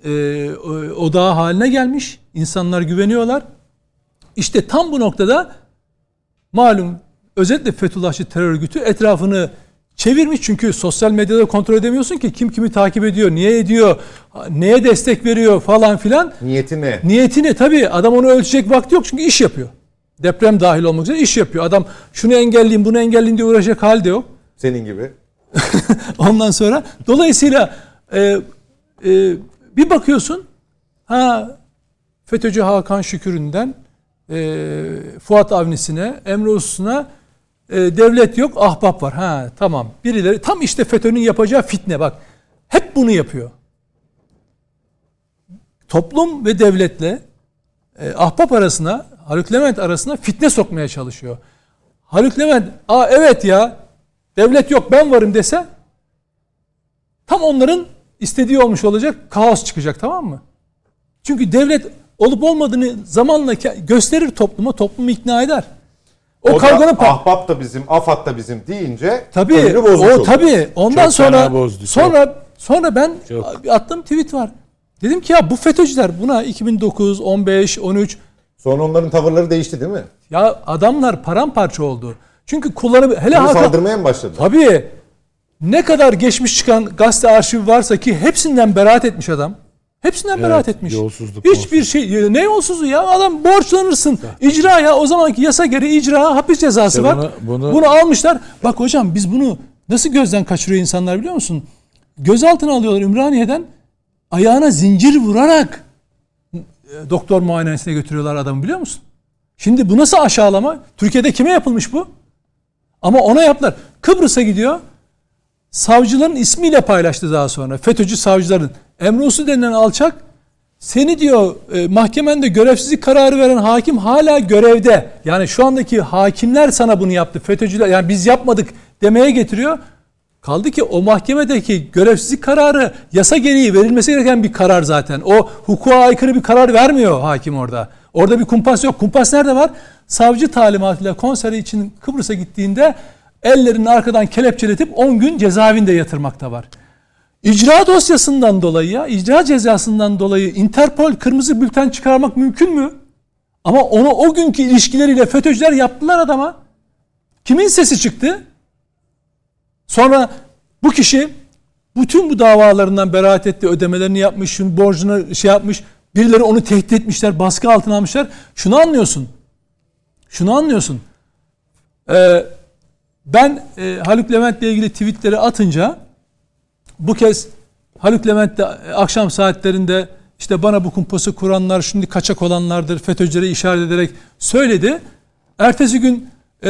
odağı haline gelmiş. İnsanlar güveniyorlar. İşte tam bu noktada malum özellikle Fethullahçı terör örgütü etrafını çevirmiş. Çünkü sosyal medyada kontrol edemiyorsun ki kim kimi takip ediyor, niye ediyor, neye destek veriyor falan filan. Niyeti ne? Niyeti ne? Tabii adam onu ölçecek vakti yok çünkü iş yapıyor. Deprem dahil olmak üzere iş yapıyor. Adam şunu engelleyeyim, bunu engelleyeyim diye uğraşacak halde yok. Senin gibi. Ondan sonra dolayısıyla bir bakıyorsun, FETÖ'cü Hakan Şükür'ünden Fuat Avni'sine, Emre Uslu'na devlet yok, ahbap var. Tamam. Birileri tam işte FETÖ'nün yapacağı fitne, bak. Hep bunu yapıyor. Toplum ve devletle ahbap arasına, Haluk Levent arasına fitne sokmaya çalışıyor. Haluk Levent, evet ya devlet yok ben varım dese tam onların istediği olmuş olacak, kaos çıkacak, tamam mı? Çünkü devlet olup olmadığını zamanla gösterir topluma, toplumu ikna eder. O kavganın ahbap da bizim, AFAD da bizim deyince tabii o tabii ondan sonra ben attığım tweet var. Dedim ki ya bu FETÖ'cüler buna 2009, 15, 13 sonra onların tavırları değişti değil mi? Ya adamlar paramparça oldu. Çünkü kullanıp hele saldırmaya mı başladı? Tabii. Ne kadar geçmiş çıkan gazete arşivi varsa ki hepsinden beraat etmiş adam. Hepsinden beraat etmiş. Hiçbir şey, ne yolsuzluğu ya? Adam borçlanırsın. İcra ya, o zamanki yasa gereği icra, hapis cezası var. Bunu almışlar. Bak hocam biz bunu nasıl gözden kaçırıyor insanlar biliyor musun? Gözaltına alıyorlar Ümraniye'den. Ayağına zincir vurarak doktor muayenesine götürüyorlar adamı, biliyor musun? Şimdi bu nasıl aşağılama? Türkiye'de kime yapılmış bu? Ama ona yaptılar. Kıbrıs'a gidiyor. Savcıların ismiyle paylaştı daha sonra. FETÖ'cü savcıların. Emre Uslu denilen alçak, seni diyor mahkemende görevsizlik kararı veren hakim hala görevde. Yani şu andaki hakimler sana bunu yaptı. FETÖ'cüler, yani biz yapmadık demeye getiriyor. Kaldı ki o mahkemedeki görevsizlik kararı yasa gereği verilmesi gereken bir karar zaten. O hukuka aykırı bir karar vermiyor hakim orada. Orada bir kumpas yok. Kumpas nerede var? Savcı talimatıyla konseri için Kıbrıs'a gittiğinde ellerini arkadan kelepçeletip 10 gün cezaevinde yatırmakta var. İcra dosyasından dolayı, icra cezasından dolayı Interpol kırmızı bülten çıkarmak mümkün mü? Ama onu o günkü ilişkileriyle FETÖ'cüler yaptılar adama. Kimin sesi çıktı? Sonra bu kişi bütün bu davalarından beraat etti, ödemelerini yapmış, şunun borcunu yapmış, birileri onu tehdit etmişler, baskı altına almışlar. Şunu anlıyorsun. Ben Haluk Levent'le ilgili tweetleri atınca bu kez Haluk Levent de akşam saatlerinde işte bana bu kumposu kuranlar şimdi kaçak olanlardır, FETÖ'cülere işaret ederek söyledi. Ertesi gün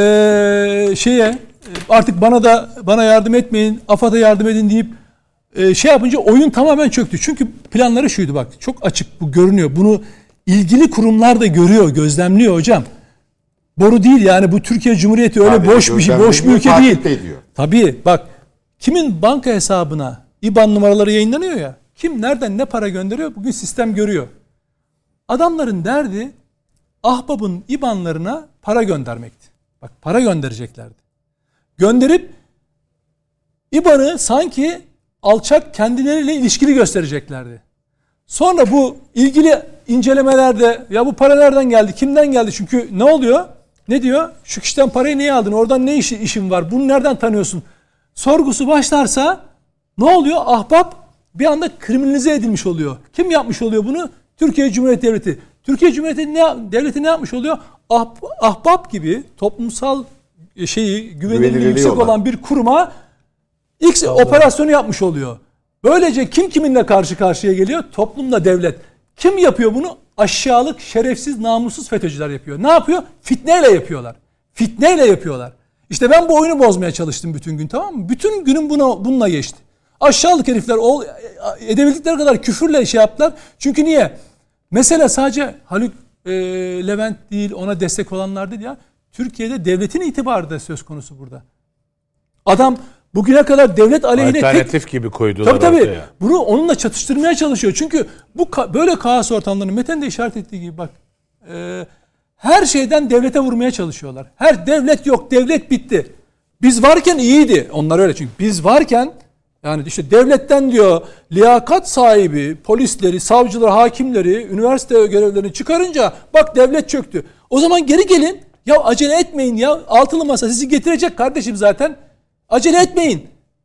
artık bana yardım etmeyin, AFAD'a yardım edin deyip şey yapınca oyun tamamen çöktü. Çünkü planları şuydu, bak çok açık, bu görünüyor. Bunu ilgili kurumlar da görüyor, gözlemliyor hocam. Boru değil yani, bu Türkiye Cumhuriyeti öyle boş bir ülke değil. Tabii bak, kimin banka hesabına IBAN numaraları yayınlanıyor ya, kim nereden ne para gönderiyor bugün sistem görüyor. Adamların derdi Ahbap'ın IBAN'larına para göndermekti. Bak, para göndereceklerdi. Gönderip IBAN'ı sanki alçak, kendileriyle ilişkili göstereceklerdi. Sonra bu ilgili incelemelerde ya bu para nereden geldi, kimden geldi? Çünkü ne oluyor? Ne diyor? Şu kişiden parayı niye aldın? Oradan ne işin var? Bunu nereden tanıyorsun? Sorgusu başlarsa ne oluyor? Ahbap bir anda kriminalize edilmiş oluyor. Kim yapmış oluyor bunu? Türkiye Cumhuriyeti Devleti. Türkiye Cumhuriyeti Devleti ne yapmış oluyor? Ahbap gibi toplumsal güvenilirliği yüksek olan bir kuruma X operasyonu yapmış oluyor. Böylece kim kiminle karşı karşıya geliyor? Toplumla devlet. Kim yapıyor bunu? Aşağılık, şerefsiz, namussuz FETÖ'cüler yapıyor. Ne yapıyor? Fitneyle yapıyorlar. Fitneyle yapıyorlar. İşte ben bu oyunu bozmaya çalıştım bütün gün, tamam mı? Bütün günüm bununla geçti. Aşağılık herifler edebildikleri kadar küfürle şey yaptılar. Çünkü niye? Mesele sadece Haluk Levent değil, ona destek olanlar değil ya. Türkiye'de devletin itibarı da söz konusu burada. Adam bugüne kadar devlet aleyhine alternatif gibi koydular tabii. ortaya. Bunu onunla çatıştırmaya çalışıyor. Çünkü bu böyle kaos ortamlarını Metin de işaret ettiği gibi bak her şeyden devlete vurmaya çalışıyorlar. Her devlet yok, devlet bitti. Biz varken iyiydi. Onlar öyle çünkü. Biz varken yani işte devletten diyor liyakat sahibi, polisleri, savcıları, hakimleri, üniversite görevlerini çıkarınca bak devlet çöktü. O zaman geri gelin. Ya acele etmeyin ya. Altılı masa sizi getirecek kardeşim zaten. Acele etmeyin.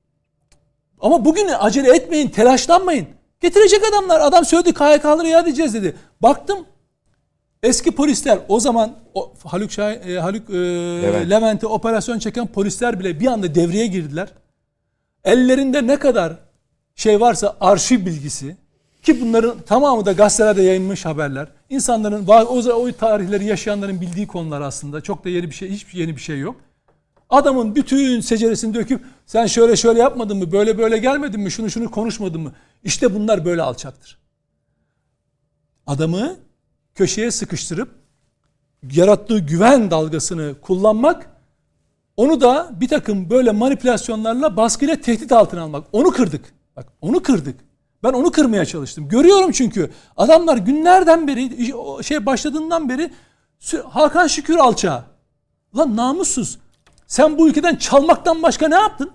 Ama bugün acele etmeyin, telaşlanmayın. Getirecek adamlar. Adam söyledi KHK'ları iade edeceğiz dedi. Baktım eski polisler o zaman Haluk Levent'e operasyon çeken polisler bile bir anda devreye girdiler. Ellerinde ne kadar şey varsa arşiv bilgisi, ki bunların tamamı da gazetelerde yayınlanmış haberler. İnsanların o tarihleri yaşayanların bildiği konular aslında. Çok da hiçbir yeni bir şey yok. Adamın bütün seceresini döküp sen şöyle yapmadın mı, böyle gelmedin mi, şunu konuşmadın mı? İşte bunlar böyle alçaktır. Adamı köşeye sıkıştırıp yarattığı güven dalgasını kullanmak, onu da bir takım böyle manipülasyonlarla baskıyla tehdit altına almak. Onu kırdık. Bak onu kırdık. Ben onu kırmaya çalıştım. Görüyorum çünkü adamlar günlerden beri başladığından beri Hakan Şükür alçağı. Lan namussuz. Sen bu ülkeden çalmaktan başka ne yaptın?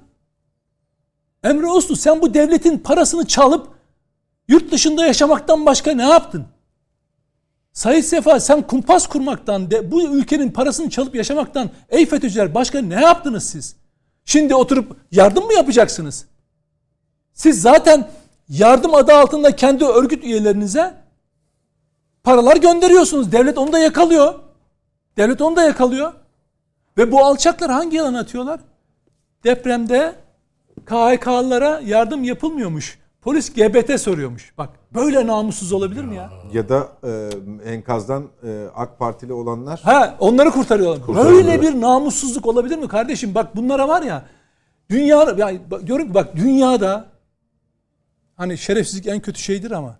Emre Uslu, sen bu devletin parasını çalıp yurt dışında yaşamaktan başka ne yaptın? Said Sefa, sen kumpas kurmaktan, bu ülkenin parasını çalıp yaşamaktan ey FETÖ'cüler başka ne yaptınız siz? Şimdi oturup yardım mı yapacaksınız? Siz zaten yardım adı altında kendi örgüt üyelerinize paralar gönderiyorsunuz. Devlet onu da yakalıyor. Devlet onu da yakalıyor. Ve bu alçaklar hangi yalan atıyorlar? Depremde KHK'lılara yardım yapılmıyormuş. Polis GBT soruyormuş. Bak böyle namussuz olabilir mi ya? Ya da enkazdan AK Partili olanlar. Onları kurtarıyorlar. Böyle bir namussuzluk olabilir mi kardeşim? Bak bunlara var ya. Diyorum ki bak dünyada hani şerefsizlik en kötü şeydir ama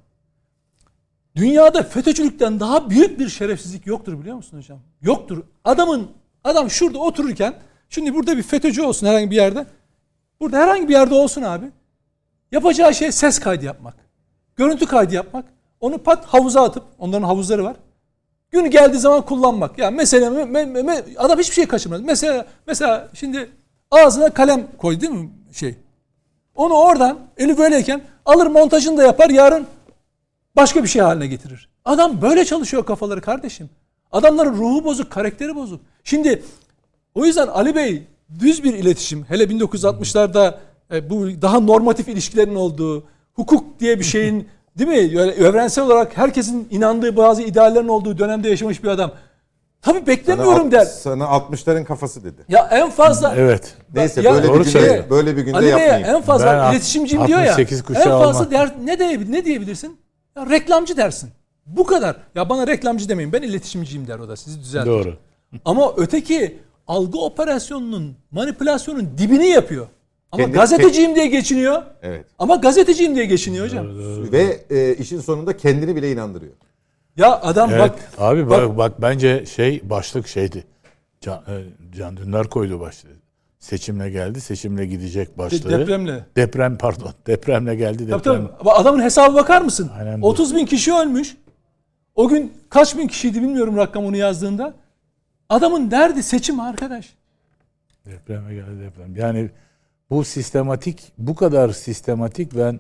dünyada FETÖ'cülükten daha büyük bir şerefsizlik yoktur biliyor musun hocam? Yoktur. Adam şurada otururken, şimdi burada bir FETÖ'cü olsun herhangi bir yerde. Burada herhangi bir yerde olsun abi. Yapacağı şey ses kaydı yapmak. Görüntü kaydı yapmak. Onu pat havuza atıp, onların havuzları var. Günü geldiği zaman kullanmak. Yani mesela adam hiçbir şey kaçırmaz. Mesela şimdi ağzına kalem koy değil mi Onu oradan eli böyleyken alır montajını da yapar, yarın başka bir şey haline getirir. Adam böyle çalışıyor kafaları kardeşim. Adamların ruhu bozuk, karakteri bozuk. Şimdi o yüzden Ali Bey düz bir iletişim, hele 1960'larda bu daha normatif ilişkilerin olduğu, hukuk diye bir şeyin değil mi? Yani evrensel olarak herkesin inandığı bazı ideallerin olduğu dönemde yaşamış bir adam. Tabii beklemiyorum der. Sana 60'ların kafası dedi. Ya en fazla evet. Neyse ya, böyle bir günde Ali yapmayayım. En fazla iletişimciyim diyor ya. En fazla ne diyebilirsin? Ya reklamcı dersin. Bu kadar. Ya bana reklamcı demeyin. Ben iletişimciyim der o da. Sizi düzeltir. Doğru. Ama öteki algı operasyonunun, manipülasyonun dibini yapıyor. Ama Kendi- gazeteciyim diye geçiniyor. Evet. Ama gazeteciyim diye geçiniyor hocam. Ve işin sonunda kendini bile inandırıyor. Ya adam Evet, bak abi bak bence başlık şeydi. Can Dündar koydu başlığı. Seçimle geldi, seçimle gidecek başlığı. depremle. Depremle geldi, Tabii, deprem. tabii. Ama adamın hesabı bakar mısın? Aynen bu. 30 bin kişi ölmüş. O gün kaç bin kişiydi bilmiyorum rakam onu yazdığında. Adamın derdi seçim arkadaş. Depreme geldi deprem. Yani bu sistematik, bu kadar sistematik, ben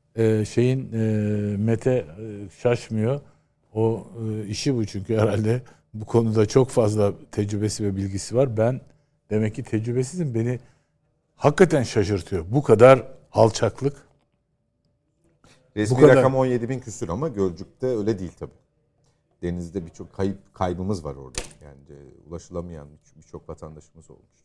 Mete şaşmıyor. O işi bu çünkü herhalde bu konuda çok fazla tecrübesi ve bilgisi var. Ben demek ki tecrübesizim. Beni hakikaten şaşırtıyor. Bu kadar alçaklık. Resmi Bu kadar. rakam 17.000 küsür ama Gölcük'te öyle değil tabii. Denizde birçok kaybımız var orada. Yani ulaşılamayan birçok vatandaşımız olmuştu.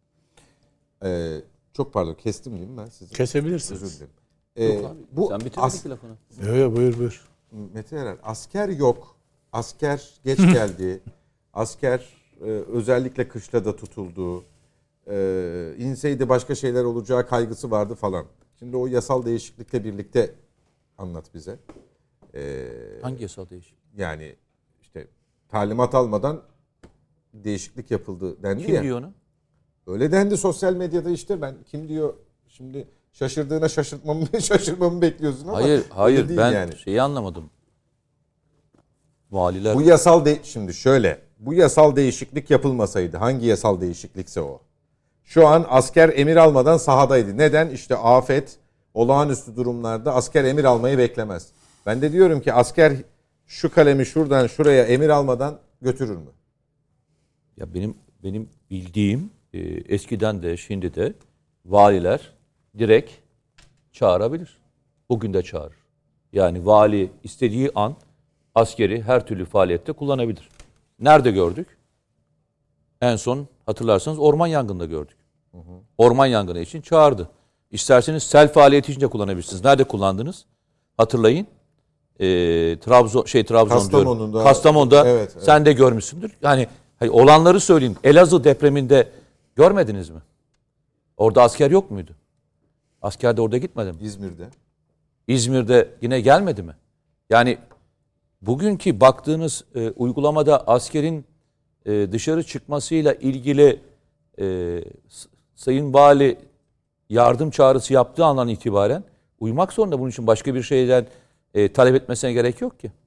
Çok pardon, kestim değil mi ben sizi? Kesebilirsiniz. Özür dilerim. Yok abi, Bu sen bitirmedin ki lafını. Yok buyur. Mete Erer, asker yok. Asker geç geldi. Asker özellikle kışla da tutuldu. İnseydi başka şeyler olacağı kaygısı vardı falan. Şimdi o yasal değişiklikle birlikte anlat bize. Hangi yasal değişiklik? Yani işte talimat almadan değişiklik yapıldı dendi Kim ya. diyor onu? Öyle dendi sosyal medyada işte, ben kim diyor şimdi şaşırdığına şaşırmamı bekliyorsun ama. Hayır öyle değil ben yani. şeyi anlamadım. Valiler Bu yasal şimdi şöyle, bu yasal değişiklik yapılmasaydı, hangi yasal değişiklikse o, şu an asker emir almadan sahadaydı. Neden? İşte afet, olağanüstü durumlarda asker emir almayı beklemez. Ben de diyorum ki asker şu kalemi şuradan şuraya emir almadan götürür mü? ya benim bildiğim eskiden de şimdi de valiler direkt çağırabilir. Bugün de çağırır. Yani vali istediği an askeri her türlü faaliyette kullanabilir. Nerede gördük? En son hatırlarsanız orman yangında gördük. Orman yangını için çağırdı. İsterseniz sel faaliyeti için de kullanabilirsiniz. Nerede kullandınız? Hatırlayın. Trabzon Kastamonu'da. diyorum. Kastamonu'da Evet. sen de görmüşsündür. Yani olanları söyleyeyim. Elazığ depreminde görmediniz mi? Orada asker yok muydu? Asker de orada gitmedi mi? İzmir'de yine gelmedi mi? Yani bugünkü baktığınız uygulamada askerin dışarı çıkmasıyla ilgili Sayın Vali yardım çağrısı yaptığı andan itibaren uymak zorunda. Bunun için başka bir şeyden talep etmesine gerek yok ki.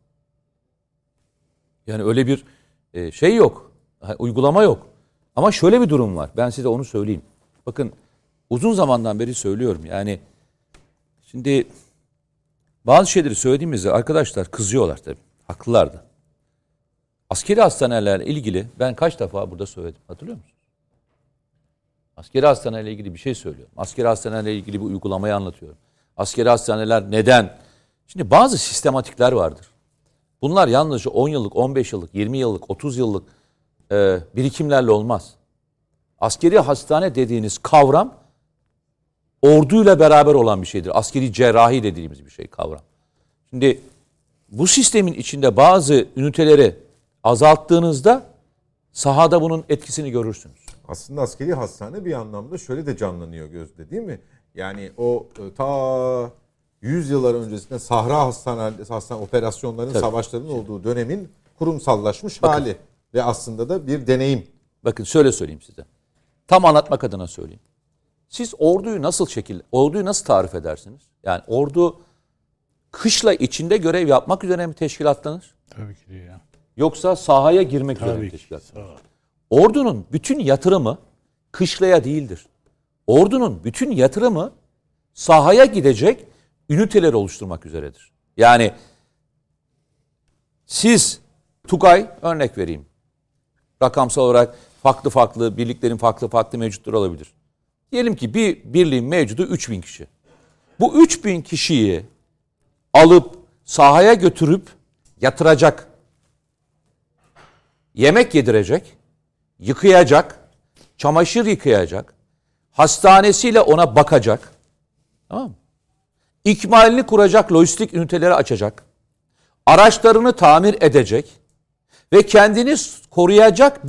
Yani öyle bir şey yok. Uygulama yok. Ama şöyle bir durum var. Ben size onu söyleyeyim. Bakın uzun zamandan beri söylüyorum. Yani şimdi bazı şeyleri söylediğimizde arkadaşlar kızıyorlar tabii. Haklılar da. Askeri hastanelerle ilgili ben kaç defa burada söyledim. Hatırlıyor musunuz? Askeri hastanelerle ilgili bir şey söylüyorum. Askeri hastanelerle ilgili bir uygulamayı anlatıyorum. Askeri hastaneler neden? Şimdi bazı sistematikler vardır. Bunlar yalnızca 10 yıllık, 15 yıllık, 20 yıllık, 30 yıllık birikimlerle olmaz. Askeri hastane dediğiniz kavram orduyla beraber olan bir şeydir. Askeri cerrahi dediğimiz bir şey kavram. Şimdi bu sistemin içinde bazı üniteleri azalttığınızda sahada bunun etkisini görürsünüz. Aslında askeri hastane bir anlamda şöyle de canlanıyor gözde, değil mi? Yani o ta 100 yıllar öncesinde Sahra hastane operasyonların, tabii, savaşların olduğu dönemin kurumsallaşmış hali ve aslında da bir deneyim. Bakın şöyle söyleyeyim size. Tam anlatmak adına söyleyeyim. Siz orduyu nasıl tarif edersiniz? Yani ordu kışla içinde görev yapmak üzere mi teşkilatlanır? Tabii ki değil ya. Yoksa sahaya girmek üzere mi Tabii ki. teşkilatlanır? Ordunun bütün yatırımı kışlaya değildir. Ordunun bütün yatırımı sahaya gidecek üniteleri oluşturmak üzeredir. Yani siz Tugay örnek vereyim. Rakamsal olarak farklı birliklerin farklı mevcutları olabilir. Diyelim ki bir birliğin mevcudu 3000 kişi. Bu 3000 kişiyi alıp sahaya götürüp yatıracak, yemek yedirecek, yıkayacak, çamaşır yıkayacak, hastanesiyle ona bakacak, tamam mı? İkmalini kuracak, lojistik üniteleri açacak, araçlarını tamir edecek ve kendini koruyacak bir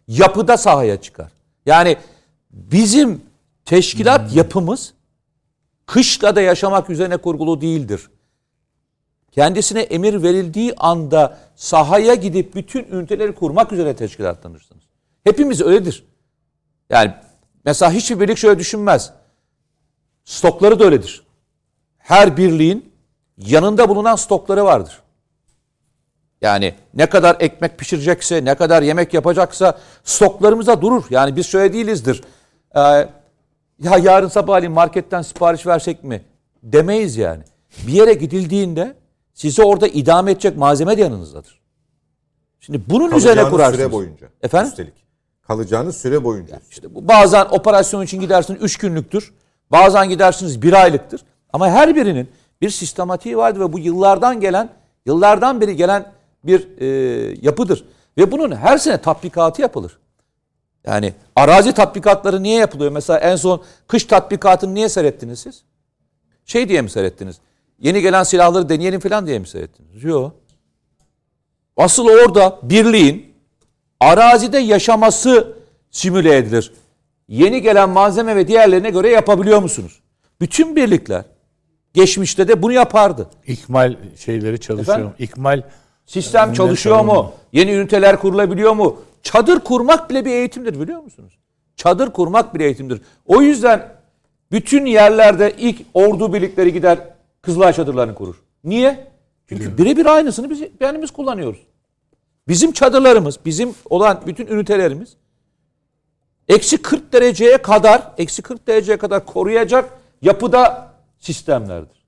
Yapıda sahaya çıkar. Yani bizim teşkilat yapımız kışla da yaşamak üzerine kurgulu değildir. Kendisine emir verildiği anda sahaya gidip bütün üniteleri kurmak üzere teşkilatlanırsınız. Hepimiz öyledir. Yani mesela hiçbir birlik şöyle düşünmez. Stokları da öyledir. Her birliğin yanında bulunan stokları vardır. Yani ne kadar ekmek pişirecekse, ne kadar yemek yapacaksa stoklarımızda durur. Yani biz şöyle değilizdir. Ya yarın sabahleyin marketten sipariş versek mi? Demeyiz yani. Bir yere gidildiğinde sizi orada idame edecek malzeme de yanınızdadır. Şimdi bunun üzerine kurarsınız. Süre boyunca. Efendim? Üstelik. Kalacağınız süre boyunca. İşte bu bazen operasyon için gidersiniz 3 günlüktür. Bazen gidersiniz 1 aylıktır. Ama her birinin bir sistematiği vardır ve bu yıllardan beri gelen bir yapıdır. Ve bunun her sene tatbikatı yapılır. Yani arazi tatbikatları niye yapılıyor? Mesela en son kış tatbikatını niye seyrettiniz siz? Şey diye mi seyrettiniz? Yeni gelen silahları deneyelim falan diye mi seyrettiniz? Yok. Asıl orada birliğin arazide yaşaması simüle edilir. Yeni gelen malzeme ve diğerlerine göre yapabiliyor musunuz? Bütün birlikler geçmişte de bunu yapardı. İkmal şeyleri çalışıyor. Efendim? İkmal Sistem çalışıyor mu? Yeni üniteler kurulabiliyor mu? Çadır kurmak bile bir eğitimdir biliyor musunuz? Çadır kurmak bile eğitimdir. O yüzden bütün yerlerde ilk ordu birlikleri gider Kızılay çadırlarını kurur. Niye? Çünkü birebir aynısını biz kendimiz kullanıyoruz. Bizim çadırlarımız, bizim olan bütün ünitelerimiz eksi 40 dereceye kadar koruyacak yapıda sistemlerdir.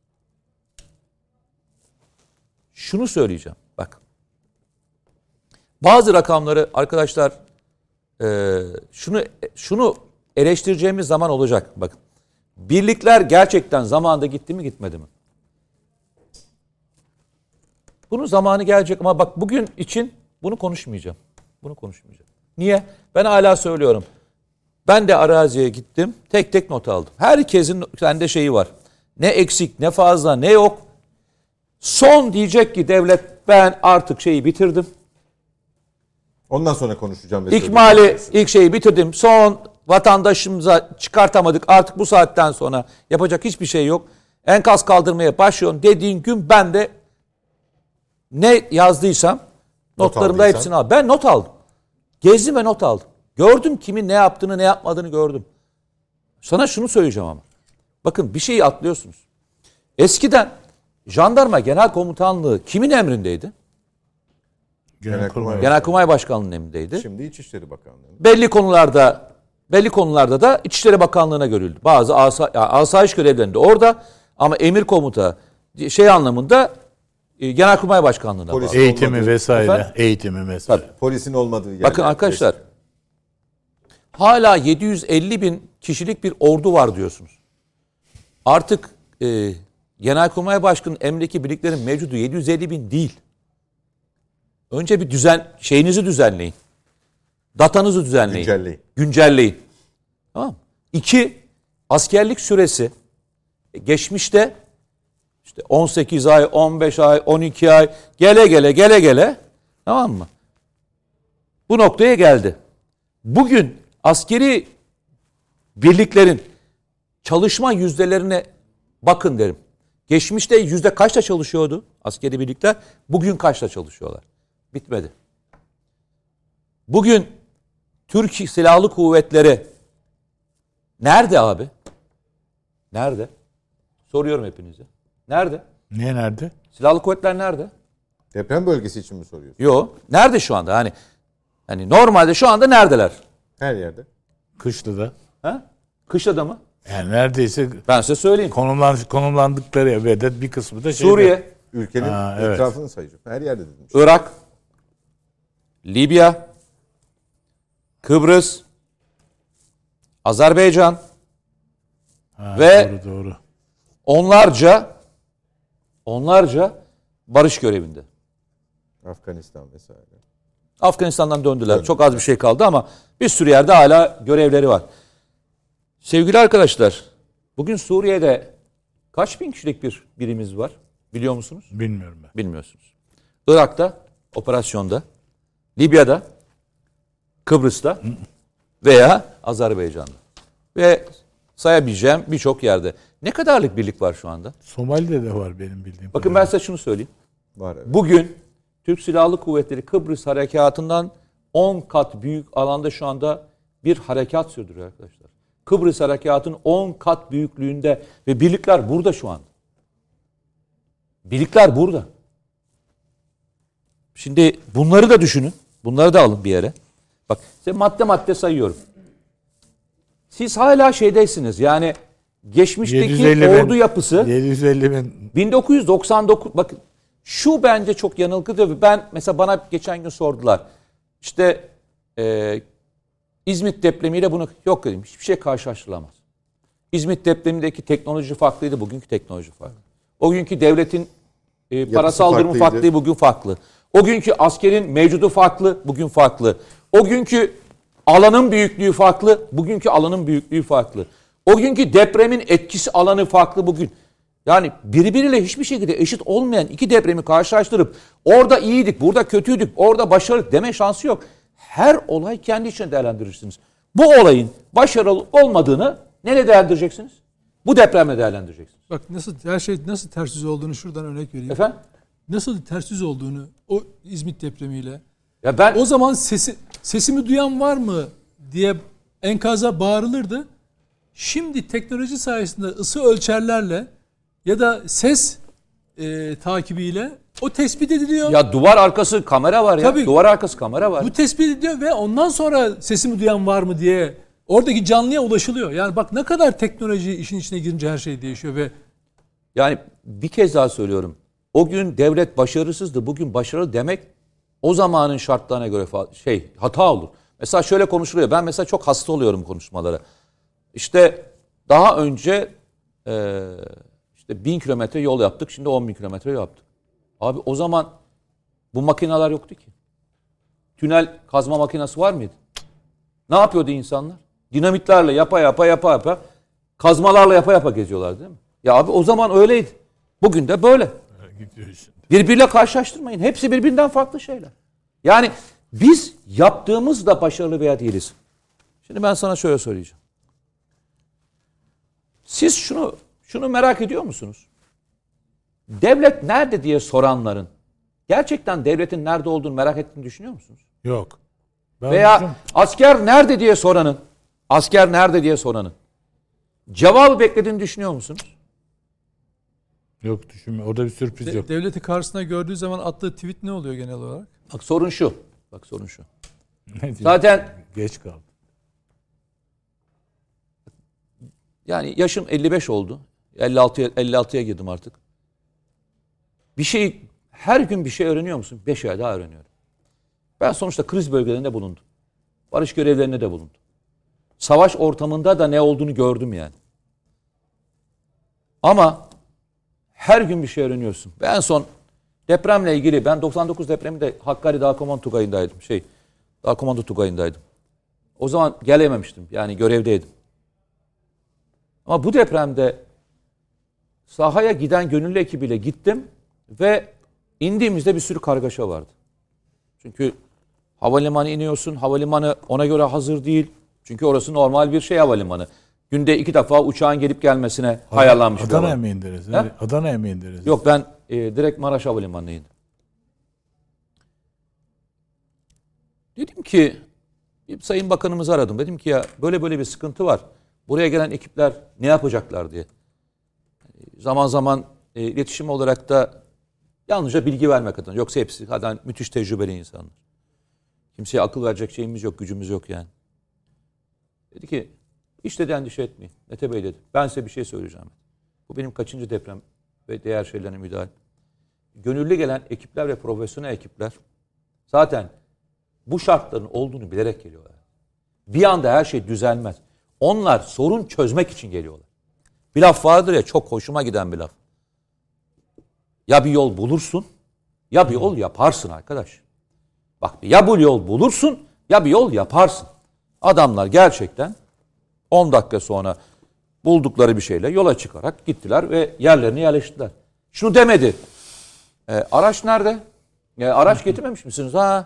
Şunu söyleyeceğim. Bak. Bazı rakamları arkadaşlar şunu eleştireceğimiz zaman olacak. Bakın. Birlikler gerçekten zamanında gitti mi gitmedi mi? Bunun zamanı gelecek ama bak bugün için bunu konuşmayacağım. Niye? Ben hala söylüyorum. Ben de araziye gittim. Tek tek not aldım. Herkesin sende şeyi var. Ne eksik, ne fazla, ne yok. Son diyecek ki devlet ben artık şeyi bitirdim. Ondan sonra konuşacağım. İkmali ilk şeyi bitirdim. Son vatandaşımıza çıkartamadık. Artık bu saatten sonra yapacak hiçbir şey yok. Enkaz kaldırmaya başlıyorum dediğin gün ben de ne yazdıysam notlarımda hepsini aldım. Ben not aldım. Gezdim ve not aldım. Gördüm kimin ne yaptığını ne yapmadığını gördüm. Sana şunu söyleyeceğim ama. Bakın bir şeyi atlıyorsunuz. Eskiden Jandarma Genel Komutanlığı kimin emrindeydi? Genelkurmay Başkanlığı'nın emrindeydi. Şimdi İçişleri Bakanlığı. Belli konularda da İçişleri Bakanlığı'na görüldü. Bazı asayiş görevlerinde orada ama emir komuta anlamında Genelkurmay Başkanlığı'na bağlı. Eğitimi vesaire. Tabii. Polisin olmadığı yerler. Bakın arkadaşlar hala 750 bin kişilik bir ordu var diyorsunuz. Artık Genelkurmay Başkanı'nın emrindeki birliklerin mevcudu 750 bin değil. Önce bir şeyinizi düzenleyin. Datanızı düzenleyin. Güncelleyin. Tamam mı? 2, askerlik süresi geçmişte işte 18 ay, 15 ay, 12 ay gele tamam mı? Bu noktaya geldi. Bugün askeri birliklerin çalışma yüzdelerine bakın derim. Geçmişte yüzde kaçta çalışıyordu askeri birlikler? Bugün kaçta çalışıyorlar? Bitmedi. Bugün Türk Silahlı Kuvvetleri nerede abi? Nerede? Soruyorum hepinize. Nerede? Niye nerede? Silahlı Kuvvetler nerede? Deprem bölgesi için mi soruyorsun? Yok. Nerede şu anda? Hani normalde şu anda neredeler? Her yerde. Kışlı'da. Ha? Kışlada mı? Yani neredeyse Ben size söyleyeyim. konumlandıkları ve bir kısmı da Suriye, Ülkenin etrafını sayacağım. Her yerde dedim. Irak, Libya, Kıbrıs, Azerbaycan ve doğru. onlarca barış görevinde. Afganistan vesaire. Afganistan'dan döndüler. Çok az bir şey kaldı ama bir sürü yerde hala görevleri var. Sevgili arkadaşlar, bugün Suriye'de kaç bin kişilik bir birimiz var? Biliyor musunuz? Bilmiyorum ben. Bilmiyorsunuz. Irak'ta, operasyonda, Libya'da Kıbrıs'ta veya Azerbaycan'da. Ve sayabileceğim birçok yerde. Ne kadarlık birlik var şu anda? Somali'de de var benim bildiğim. Bakın ben size şunu söyleyeyim. Var, evet. Bugün Türk Silahlı Kuvvetleri Kıbrıs harekatından 10 kat büyük alanda şu anda bir harekat sürdürüyor arkadaşlar. Kıbrıs harekatının 10 kat büyüklüğünde ve birlikler burada şu anda. Birlikler burada. Şimdi bunları da düşünün. Bunları da alın bir yere. Bak size madde madde sayıyorum. Siz hala şeydeysiniz. Yani geçmişteki ordu yapısı 750 bin 1999 bakın şu bence çok yanılgıdır. Ben mesela bana geçen gün sordular. İşte İzmit depremiyle bunu yok dedim. Hiçbir şey karşılaştırılamaz. İzmit depremindeki teknoloji farklıydı. Bugünkü teknoloji farklı. O günkü devletin parasal durumu farklıydı. Bugün farklı. O günkü askerin mevcudu farklı. Bugün farklı. O günkü alanın büyüklüğü farklı. Bugünkü alanın büyüklüğü farklı. O günkü depremin etkisi alanı farklı bugün. Yani birbiriyle hiçbir şekilde eşit olmayan iki depremi karşılaştırıp orada iyiydik, burada kötüydük, orada başarılı deme şansı yok. Her olay kendi içine değerlendirirsiniz. Bu olayın başarılı olmadığını neyle değerlendireceksiniz? Bu depremle değerlendireceksiniz. Bak nasıl her şey nasıl ters yüz olduğunu şuradan örnek vereyim. Efendim? Nasıl ters yüz olduğunu o İzmit depremiyle. Ya ben O zaman sesimi duyan var mı diye enkaza bağırılırdı. Şimdi teknoloji sayesinde ısı ölçerlerle ya da ses takibiyle o tespit ediliyor. ya duvar arkası kamera var ya. Tabii. Duvar arkası kamera var. Bu tespit ediliyor ve ondan sonra sesimi duyan var mı diye oradaki canlıya ulaşılıyor. Yani bak ne kadar teknoloji işin içine girince her şey değişiyor ve Yani bir kez daha söylüyorum. O gün devlet başarısızdı. Bugün başarılı demek o zamanın şartlarına göre hata olur. Mesela şöyle konuşuluyor. Ben mesela çok hasta oluyorum konuşmalara. İşte daha önce işte 1000 kilometre yol yaptık. Şimdi 10.000 kilometre yol yaptık. Abi o zaman bu makineler yoktu ki. Tünel kazma makinesi var mıydı? Ne yapıyordu insanlar? Dinamitlerle yapa kazmalarla yapa geziyorlar değil mi? Ya abi o zaman öyleydi. Bugün de böyle. Birbiriyle karşılaştırmayın. Hepsi birbirinden farklı şeyler. Yani biz yaptığımızda başarılı veya değiliz. Şimdi ben sana şöyle söyleyeceğim. Siz şunu merak ediyor musunuz? Devlet nerede diye soranların gerçekten devletin nerede olduğunu merak ettiğini düşünüyor musunuz? yok. Veya asker nerede diye soranın cevabı beklediğini düşünüyor musunuz? Yok düşünmüyorum. Orada bir sürpriz yok. devleti karşısına gördüğü zaman attığı tweet ne oluyor genel olarak? Bak sorun şu. Zaten geç kaldı. yani yaşım 55 oldu. 56'ya girdim artık. Her gün bir şey öğreniyor musun? 5 ay daha öğreniyorum. Ben sonuçta kriz bölgelerinde bulundum. Barış görevlerinde de bulundum. Savaş ortamında da ne olduğunu gördüm yani. Ama her gün bir şey öğreniyorsun. Ben en son depremle ilgili ben 99 depreminde Hakkari Dağ Komando Tugayı'ndaydım. Dağ Komando Tugayı'ndaydım. O zaman gelememiştim. Yani görevdeydim. Ama bu depremde sahaya giden gönüllü ekibiyle gittim ve indiğimizde bir sürü kargaşa vardı. Çünkü havalimanı iniyorsun. Havalimanı ona göre hazır değil. Çünkü orası normal bir havalimanı. Günde 2 defa uçağın gelip gelmesine ayarlanmış bir Adana'ya mı indiniz? He? Adana'ya mı indiniz? Yok ben direkt Maraş Havalimanı'na indim. Dedim ki Sayın Bakanımızı aradım. Dedim ki ya böyle bir sıkıntı var. Buraya gelen ekipler ne yapacaklar diye. Zaman zaman iletişim olarak da yalnızca bilgi vermek adına. Yoksa hepsi zaten müthiş tecrübeli insanlar. Kimseye akıl verecek şeyimiz yok, gücümüz yok yani. Dedi ki hiç dedi endişe etmeyin. Mete Bey dedi. Ben size bir şey söyleyeceğim. Bu benim kaçıncı deprem ve diğer şeylerine müdahale. Gönüllü gelen ekipler ve profesyonel ekipler zaten bu şartların olduğunu bilerek geliyorlar. Bir anda her şey düzelmez. Onlar sorun çözmek için geliyorlar. Bir laf vardır ya çok hoşuma giden bir laf. Ya bir yol bulursun ya bir yol yaparsın arkadaş. Bak ya bu yol bulursun ya bir yol yaparsın. Adamlar gerçekten 10 dakika sonra buldukları bir şeyle yola çıkarak gittiler ve yerlerine yerleştiler. Şunu demedi. Araç nerede? Araç getirmemiş misiniz?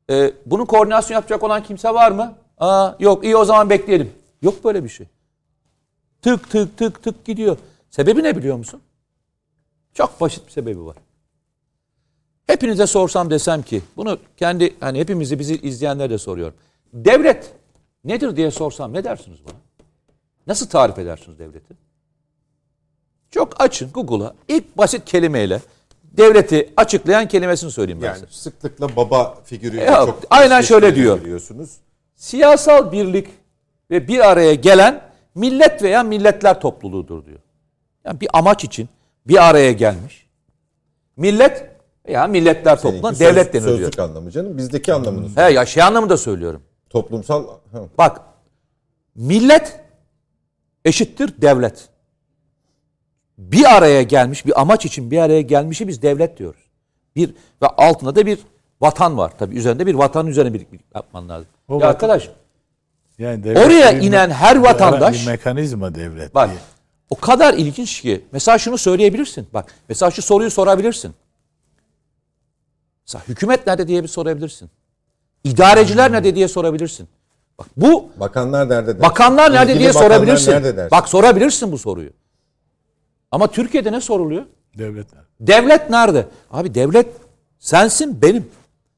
Bunun koordinasyon yapacak olan kimse var mı? Yok, iyi o zaman bekleyelim. Yok böyle bir şey. Tık tık tık tık gidiyor. Sebebi ne biliyor musun? Çok basit bir sebebi var. Hepinize sorsam desem ki, bunu kendi hani hepimizi bizi izleyenlere de soruyorum. Devlet nedir diye sorsam ne dersiniz bana? Nasıl tarif edersiniz devleti? Çok açın Google'a ilk basit kelimeyle devleti açıklayan kelimesini söyleyeyim ben Yani size. sıklıkla baba figürüyle Yok, çok aynen şöyle diyor. Biliyorsunuz. Siyasal birlik ve bir araya gelen millet veya milletler topluluğudur diyor. Yani bir amaç için bir araya gelmiş. Millet veya milletler topluluğuna devlet denir diyor. Sözlük anlamı canım. Bizdeki anlamını He ya şey anlamında söylüyorum. toplumsal. Bak millet eşittir devlet. Bir araya gelmiş, bir amaç için bir araya gelmişi biz devlet diyoruz. Bir ve altında da bir vatan var. Tabii üzerinde bir vatanın üzerine bir yapman lazım. O Ya arkadaş Yani oraya inen her vatandaş bir mekanizma devlet. bak diye. o kadar ilginç ki mesela şunu söyleyebilirsin. Bak mesela şu soruyu sorabilirsin. Mesela hükümet nerede diye bir sorabilirsin. İdareciler nerede diye sorabilirsin. Bak bu Bakanlar nerede dersin? bakanlar nerede İlgili diye bakanlar sorabilirsin. nerede dersin? Bak sorabilirsin bu soruyu. Ama Türkiye'de ne soruluyor? Devletler. Devlet nerede? Abi devlet sensin, benim.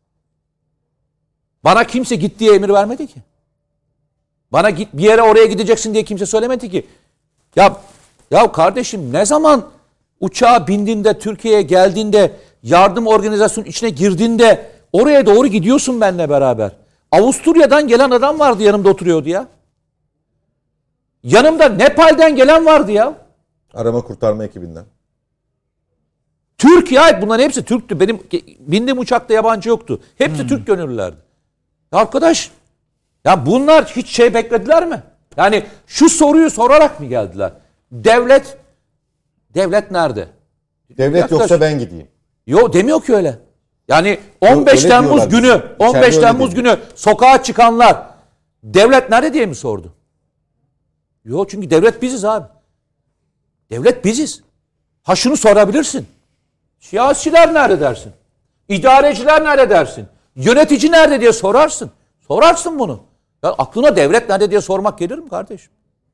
Bana kimse git diye emir vermedi ki. Bana git bir yere oraya gideceksin diye kimse söylemedi ki. Ya kardeşim ne zaman uçağa bindiğinde, Türkiye'ye geldiğinde, yardım organizasyonun içine girdiğinde oraya doğru gidiyorsun benimle beraber. Avusturya'dan gelen adam vardı yanımda oturuyordu ya. Yanımda Nepal'den gelen vardı ya. Arama kurtarma ekibinden. Türkiye ait bunların hepsi Türktü. Benim bindiğim uçakta yabancı yoktu. Hepsi Türk gönüllülerdi. Ya arkadaş ya bunlar hiç şey beklediler mi? Yani şu soruyu sorarak mı geldiler? Devlet nerede? Devlet Arkadaş, yoksa ben gideyim. Yok demiyor ki öyle. Yani 15 öyle Temmuz diyorlar günü, bize. 15 İçeride öyle Temmuz dedi. günü sokağa çıkanlar devlet nerede diye mi sordu? Yok çünkü devlet biziz abi. Devlet biziz. Ha şunu sorabilirsin. Siyasiler nerede dersin? İdareciler nerede dersin? Yönetici nerede diye sorarsın. Sorarsın bunu. Ya aklına devlet nerede diye sormak gelir mi kardeşim?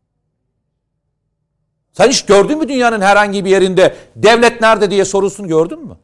Sen hiç gördün mü dünyanın herhangi bir yerinde devlet nerede diye sorusunu gördün mü?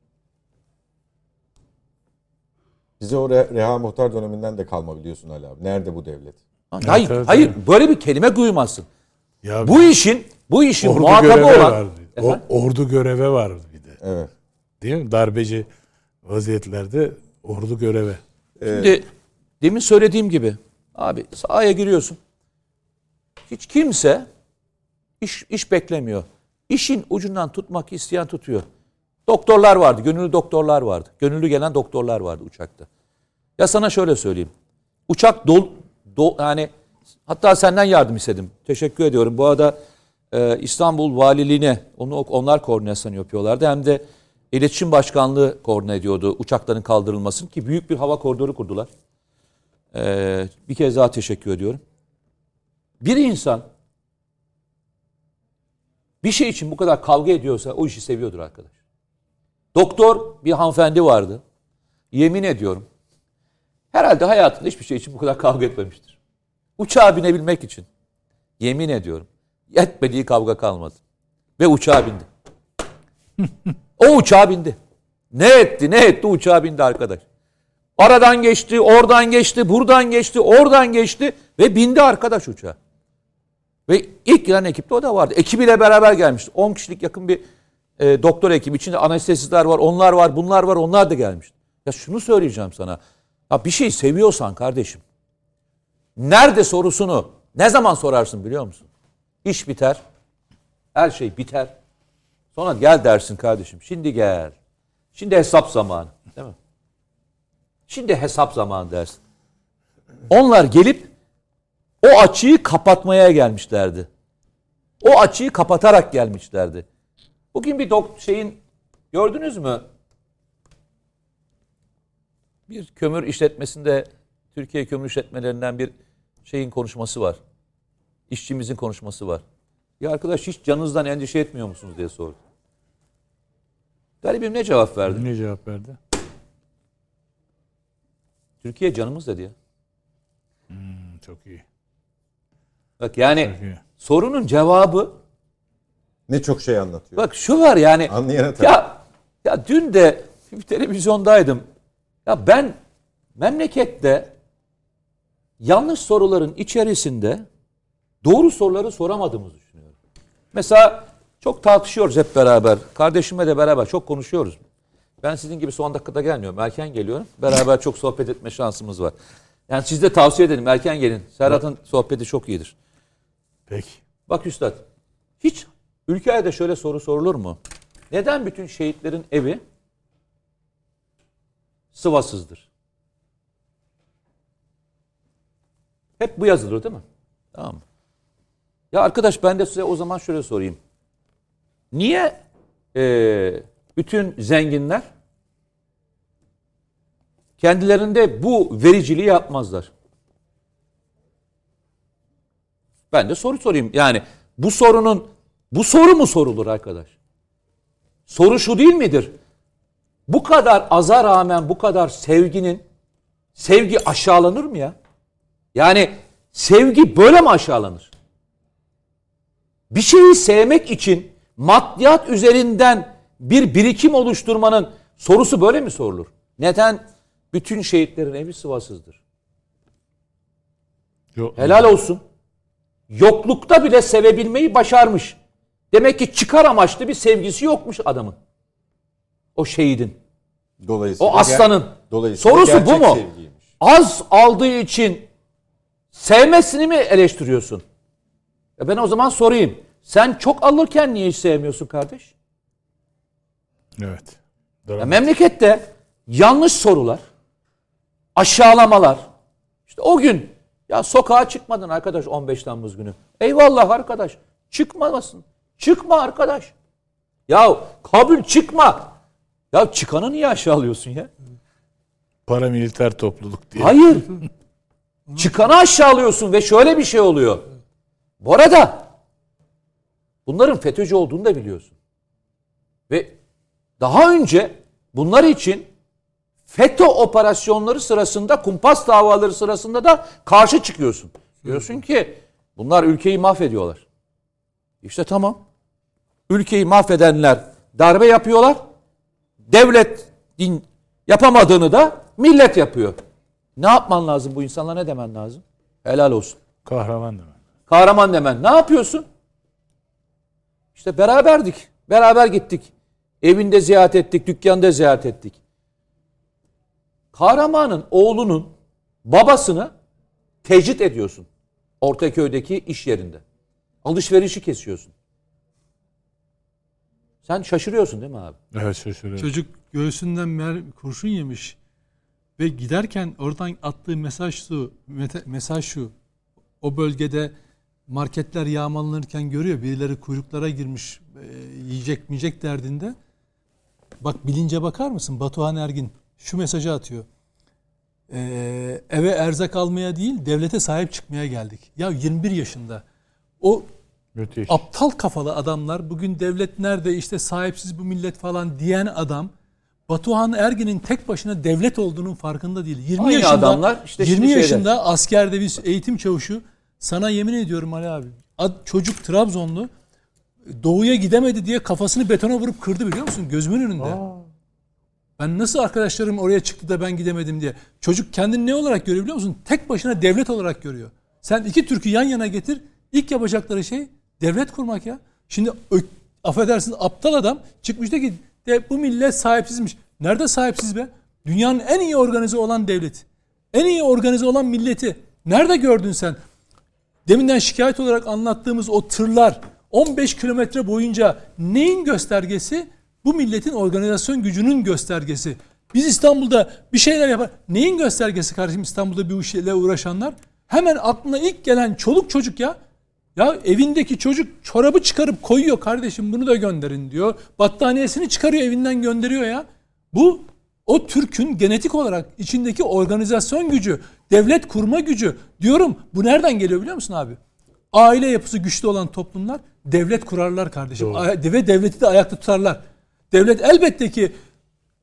Bize o Reha Muhtar döneminden de kalma biliyorsun Ali abi. Nerede bu devlet? Hayır, evet, hayır böyle bir kelime duymazsın. Ya Bu işin ordu muhatabı göreve olan vardı. Ordu göreve vardı bir de. Evet. Değil mi? Darbeci vaziyetlerde ordu göreve. Şimdi demin söylediğim gibi abi sahaya giriyorsun. Hiç kimse iş beklemiyor. İşin ucundan tutmak isteyen tutuyor. Doktorlar vardı, gönüllü doktorlar vardı. Gönüllü gelen doktorlar vardı uçakta. Ya sana şöyle söyleyeyim. Uçak yani hatta senden yardım istedim. Teşekkür ediyorum. Bu arada İstanbul Valiliğine onlar koordinasyon yapıyorlardı. Hem de İletişim Başkanlığı koordine ediyordu uçakların kaldırılmasını ki büyük bir hava koridoru kurdular. Bir kez daha teşekkür ediyorum. Bir insan bir şey için bu kadar kavga ediyorsa o işi seviyordur arkadaş. Doktor bir hanımefendi vardı. Yemin ediyorum. Herhalde hayatında hiçbir şey için bu kadar kavga etmemiştir. Uçağa binebilmek için. Yemin ediyorum. Yetmediği kavga kalmadı. Ve uçağa bindi. O uçağa bindi. Ne etti uçağa bindi arkadaş. Aradan geçti, oradan geçti, buradan geçti, oradan geçti ve bindi arkadaş uçağa. Ve ilk gelen ekipte o da vardı. Ekibiyle beraber gelmişti. 10 kişilik yakın bir doktor ekibi. İçinde anestezistler var, onlar var, bunlar var, onlar da gelmişti. Ya şunu söyleyeceğim sana. Ya bir şey seviyorsan kardeşim. Nerede sorusunu ne zaman sorarsın biliyor musun? İş biter. Her şey biter. Sonra gel dersin kardeşim. Şimdi gel. Şimdi hesap zamanı. Değil mi? Şimdi hesap zamanı dersin. Onlar gelip o açığı kapatmaya gelmişlerdi. O açığı kapatarak gelmişlerdi. Bugün bir gördünüz mü? Bir kömür işletmesinde Türkiye kömür işletmelerinden bir konuşması var. İşçimizin konuşması var. Ya arkadaş hiç canınızdan endişe etmiyor musunuz diye sordu. Garibim ne cevap verdi? Ne cevap verdi? Türkiye canımız dedi ya. Çok iyi. Bak yani Çok iyi. sorunun cevabı Ne çok şey anlatıyor. bak şu var yani. Anlayana tabii. Ya dün de bir televizyondaydım. Ya ben memlekette yanlış soruların içerisinde doğru soruları soramadığımızı düşünüyorum. Mesela çok tartışıyoruz hep beraber. Kardeşimle de beraber çok konuşuyoruz. Ben sizin gibi son dakikada gelmiyorum. Erken geliyorum. Beraber çok sohbet etme şansımız var. Yani siz de tavsiye ederim. Erken gelin. Serhat'ın sohbeti çok iyidir. Peki. Bak üstad. Hiç ülkede şöyle soru sorulur mu? Neden bütün şehitlerin evi sıvasızdır? Hep bu yazılır değil mi? Tamam mı? Ya arkadaş ben de size o zaman şöyle sorayım. Niye bütün zenginler kendilerinde bu vericiliği yapmazlar? Ben de soru sorayım. Yani bu soru mu sorulur arkadaş? Soru şu değil midir? Bu kadar aza rağmen bu kadar sevgi aşağılanır mı ya? Yani sevgi böyle mi aşağılanır? Bir şeyi sevmek için maddiyat üzerinden bir birikim oluşturmanın sorusu böyle mi sorulur? Neden bütün şehitlerin evi sıvasızdır? Yok. Helal olsun. Yoklukta bile sevebilmeyi başarmış. Demek ki çıkar amaçlı bir sevgisi yokmuş adamın. O şehidin. Dolayısıyla O aslanın. Dolayısıyla Sorusu bu gerçek mu? sevgiymiş. Az aldığı için sevmesini mi eleştiriyorsun? Ben o zaman sorayım. Sen çok alırken niye hiç sevmiyorsun kardeş? Evet. Memlekette yanlış sorular, aşağılamalar. İşte o gün ya sokağa çıkmadın arkadaş 15 Temmuz günü. Eyvallah arkadaş. Çıkmamasın. Çıkma arkadaş. Ya kabul çıkma. Ya çıkanı niye aşağılıyorsun ya? Paramiliter topluluk diye. Hayır. Çıkanı aşağılıyorsun ve şöyle bir şey oluyor. Bu arada bunların FETÖ'cü olduğunu da biliyorsun. Ve daha önce bunlar için FETÖ operasyonları sırasında, kumpas davaları sırasında da karşı çıkıyorsun. Diyorsun ki bunlar ülkeyi mahvediyorlar. İşte tamam. Ülkeyi mahvedenler darbe yapıyorlar. Devlet yapamadığını da millet yapıyor. Ne yapman lazım bu insanlara, ne demen lazım? Helal olsun. Kahraman demek. Kahraman demen. Ne yapıyorsun? İşte beraberdik. Beraber gittik. Evinde ziyaret ettik, dükkanda ziyaret ettik. Kahramanın oğlunun babasını tecrit ediyorsun. Ortaköy'deki iş yerinde. Alışverişi kesiyorsun. Sen şaşırıyorsun değil mi abi? Evet, şaşırıyorum. Çocuk göğsünden kurşun yemiş ve giderken oradan attığı mesaj şu. O bölgede marketler yağmalanırken görüyor. Birileri kuyruklara girmiş, yiyecek derdinde. Bak bilince bakar mısın? Batuhan Ergin şu mesajı atıyor. Eve erzak almaya değil, devlete sahip çıkmaya geldik. Ya 21 yaşında. O Müthiş. aptal kafalı adamlar, bugün devlet nerede, işte sahipsiz bu millet falan diyen adam, Batuhan Ergin'in tek başına devlet olduğunun farkında değil. 20 Aynı yaşında adamlar işte 20 yaşında askerde bir eğitim çavuşu. Sana yemin ediyorum Ali abi. Çocuk Trabzonlu, doğuya gidemedi diye kafasını betona vurup kırdı, biliyor musun? Gözümün önünde. Ben nasıl arkadaşlarım oraya çıktı da ben gidemedim diye. Çocuk kendini ne olarak görüyor biliyor musun? Tek başına devlet olarak görüyor. Sen iki Türk'ü yan yana getir. İlk yapacakları şey devlet kurmak ya. Şimdi affedersin, aptal adam çıkmış da ki bu millet sahipsizmiş. Nerede sahipsiz be? Dünyanın en iyi organize olan devleti. En iyi organize olan milleti. Nerede gördün sen? Deminden şikayet olarak anlattığımız o tırlar 15 kilometre boyunca neyin göstergesi? Bu milletin organizasyon gücünün göstergesi. Biz İstanbul'da bir şeyler yapar. Neyin göstergesi kardeşim İstanbul'da bir işle uğraşanlar? Hemen aklına ilk gelen çoluk çocuk ya. Ya evindeki çocuk çorabı çıkarıp koyuyor, kardeşim bunu da gönderin diyor. Battaniyesini çıkarıyor, evinden gönderiyor ya. Bu o Türk'ün genetik olarak içindeki organizasyon gücü, devlet kurma gücü. Diyorum bu nereden geliyor biliyor musun abi? Aile yapısı güçlü olan toplumlar devlet kurarlar kardeşim. Ve devleti de ayakta tutarlar. Devlet elbette ki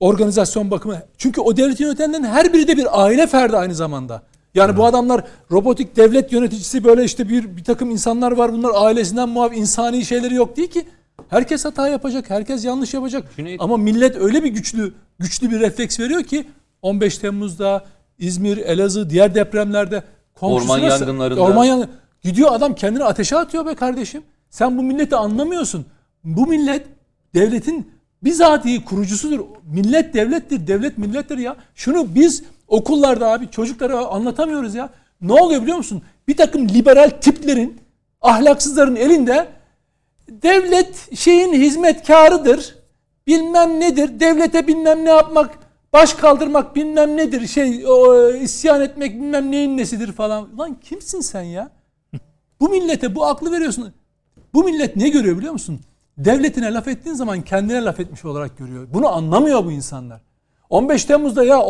Organizasyon bakımı. Çünkü o devleti yönetenlerin her biri de bir aile ferdi aynı zamanda. Yani bu adamlar robotik devlet yöneticisi böyle işte bir takım insanlar var. Bunlar ailesinden muaf insani şeyleri yok değil ki. Herkes hata yapacak. Herkes yanlış yapacak. Ama millet öyle bir güçlü bir refleks veriyor ki 15 Temmuz'da İzmir, Elazığ, diğer depremlerde orman yangınlarında gidiyor adam kendini ateşe atıyor be kardeşim. Sen bu milleti anlamıyorsun. Bu millet devletin bizatihi kurucusudur. Millet devlettir, devlet millettir ya. Şunu biz okullarda abi çocuklara anlatamıyoruz ya. Ne oluyor biliyor musun? Bir takım liberal tiplerin, ahlaksızların elinde devlet şeyin hizmetkarıdır. Bilmem nedir. Devlete bilmem ne yapmak, baş kaldırmak bilmem nedir. İsyan etmek bilmem neyin nesidir falan. Lan kimsin sen ya? Bu millete bu aklı veriyorsun. Bu millet ne görüyor biliyor musun? Devletine laf ettiğin zaman kendine laf etmiş olarak görüyor. Bunu anlamıyor bu insanlar. 15 Temmuz'da ya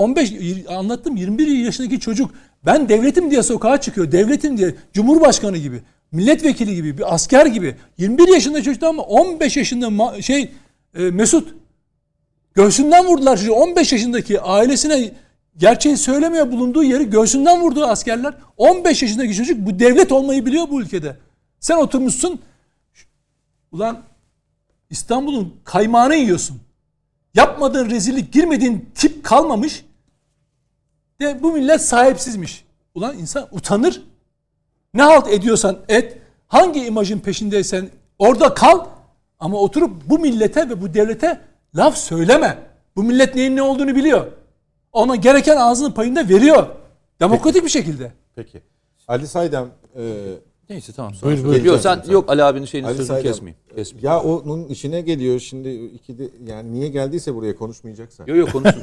21 yaşındaki çocuk ben devletim diye sokağa çıkıyor. Devletim diye Cumhurbaşkanı gibi, milletvekili gibi, bir asker gibi. 21 yaşında çocuk ama 15 yaşında Mesut göğsünden vurdular çocuğu. 15 yaşındaki ailesine gerçeği söylemiyor, bulunduğu yeri göğsünden vurdu askerler. 15 yaşındaki çocuk bu devlet olmayı biliyor bu ülkede. Sen oturmuşsun ulan İstanbul'un kaymağını yiyorsun. Yapmadığın rezillik, girmediğin tip kalmamış. De bu millet sahipsizmiş. Ulan insan utanır. Ne halt ediyorsan et. Hangi imajın peşindeysen orada kal. Ama oturup bu millete ve bu devlete laf söyleme. Bu millet neyin ne olduğunu biliyor. Ona gereken ağzının payını da veriyor. Demokratik bir şekilde. Peki. Ali Saydam neyse tamam. Yok Ali abinin şeyini Ali sözünü Saydam, kesmeyeyim. Ya onun işine geliyor şimdi yani niye geldiyse buraya konuşmayacaksa. Yok konuşsun.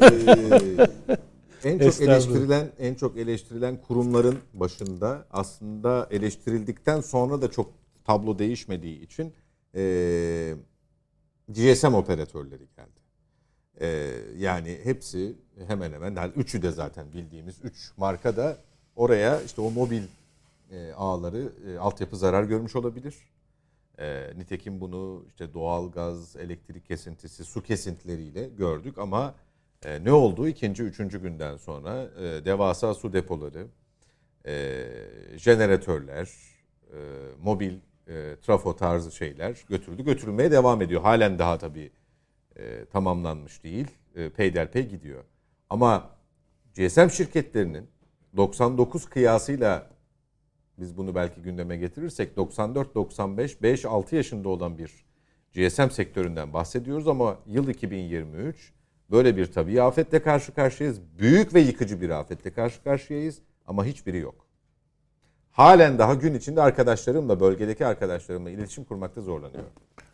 En çok eleştirilen kurumların başında aslında eleştirildikten sonra da çok tablo değişmediği için GSM operatörleri geldi. Yani hepsi hemen hemen yani üçü de zaten bildiğimiz 3 marka da oraya işte o mobil ağları altyapı zarar görmüş olabilir. Nitekim bunu işte doğalgaz, elektrik kesintisi, su kesintileriyle gördük ama ne oldu? 2. 3. günden sonra devasa su depoları, jeneratörler, mobil trafo tarzı şeyler götürülmeye devam ediyor. Halen daha tabii tamamlanmış değil. Peyderpey gidiyor. Ama GSM şirketlerinin 99 kıyasıyla biz bunu belki gündeme getirirsek 94, 95, 5-6 yaşında olan bir GSM sektöründen bahsediyoruz ama yıl 2023 böyle bir tabii afetle karşı karşıyayız. Büyük ve yıkıcı bir afetle karşı karşıyayız ama hiçbiri yok. Halen daha gün içinde arkadaşlarımla, bölgedeki arkadaşlarımla iletişim kurmakta zorlanıyorum.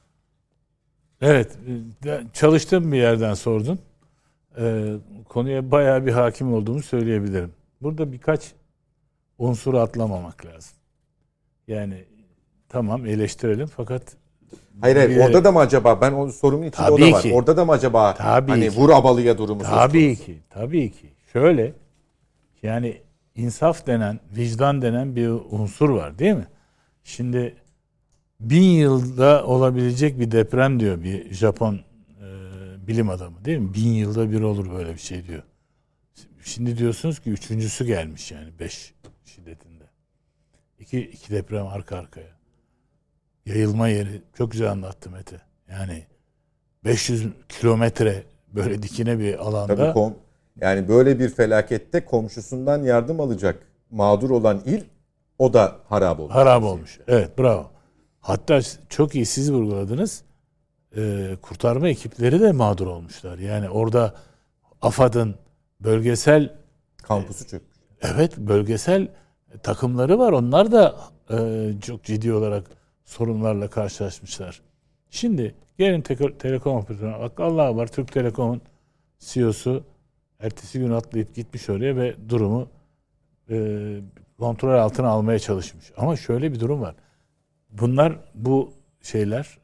Evet, çalıştığım bir yerden sordun. Konuya bayağı bir hakim olduğumu söyleyebilirim. Burada birkaç unsuru atlamamak lazım. Yani tamam eleştirelim fakat Hayır orada da mı acaba ben o sorumun içinde o da var. Orada da mı acaba hani vur abalıya durumu söz konusu? Tabii ki. Şöyle yani insaf denen, vicdan denen bir unsur var değil mi? Şimdi 1000 yılda olabilecek bir deprem diyor bir Japon bilim adamı değil mi? 1000 yılda bir olur böyle bir şey diyor. Şimdi diyorsunuz ki 3.'sü gelmiş yani 5 şiddetinde. İki deprem arka arkaya. Yayılma yeri çok güzel anlattı Mete. Yani 500 kilometre böyle dikine bir alanda. Tabii yani böyle bir felakette komşusundan yardım alacak mağdur olan il o da harap olmuş. Harap olmuş. Evet bravo. Hatta çok iyi siz vurguladınız. Kurtarma ekipleri de mağdur olmuşlar. Yani orada AFAD'ın bölgesel kampüsü çökmüş. Evet bölgesel takımları var. Onlar da çok ciddi olarak sorunlarla karşılaşmışlar. Şimdi gelin telekom operatörüne bak. Allah var Türk Telekom'un CEO'su ertesi gün atlayıp gitmiş oraya ve durumu kontrol altına almaya çalışmış. Ama şöyle bir durum var. Bu şeyler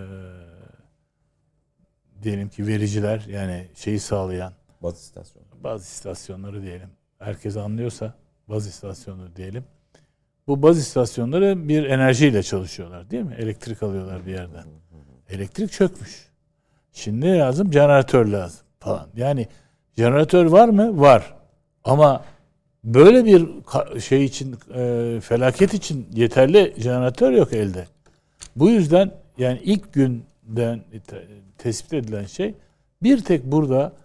diyelim ki vericiler yani şeyi sağlayan bazı istasyonları diyelim. Herkes anlıyorsa bazı istasyonları diyelim. Bu baz istasyonları bir enerjiyle çalışıyorlar değil mi? Elektrik alıyorlar bir yerden. Elektrik çökmüş. Şimdi lazım jeneratör lazım. falan. Yani jeneratör var mı? Var. Ama böyle bir şey için, felaket için yeterli jeneratör yok elde. Bu yüzden yani ilk günden tespit edilen şey, bir tek burada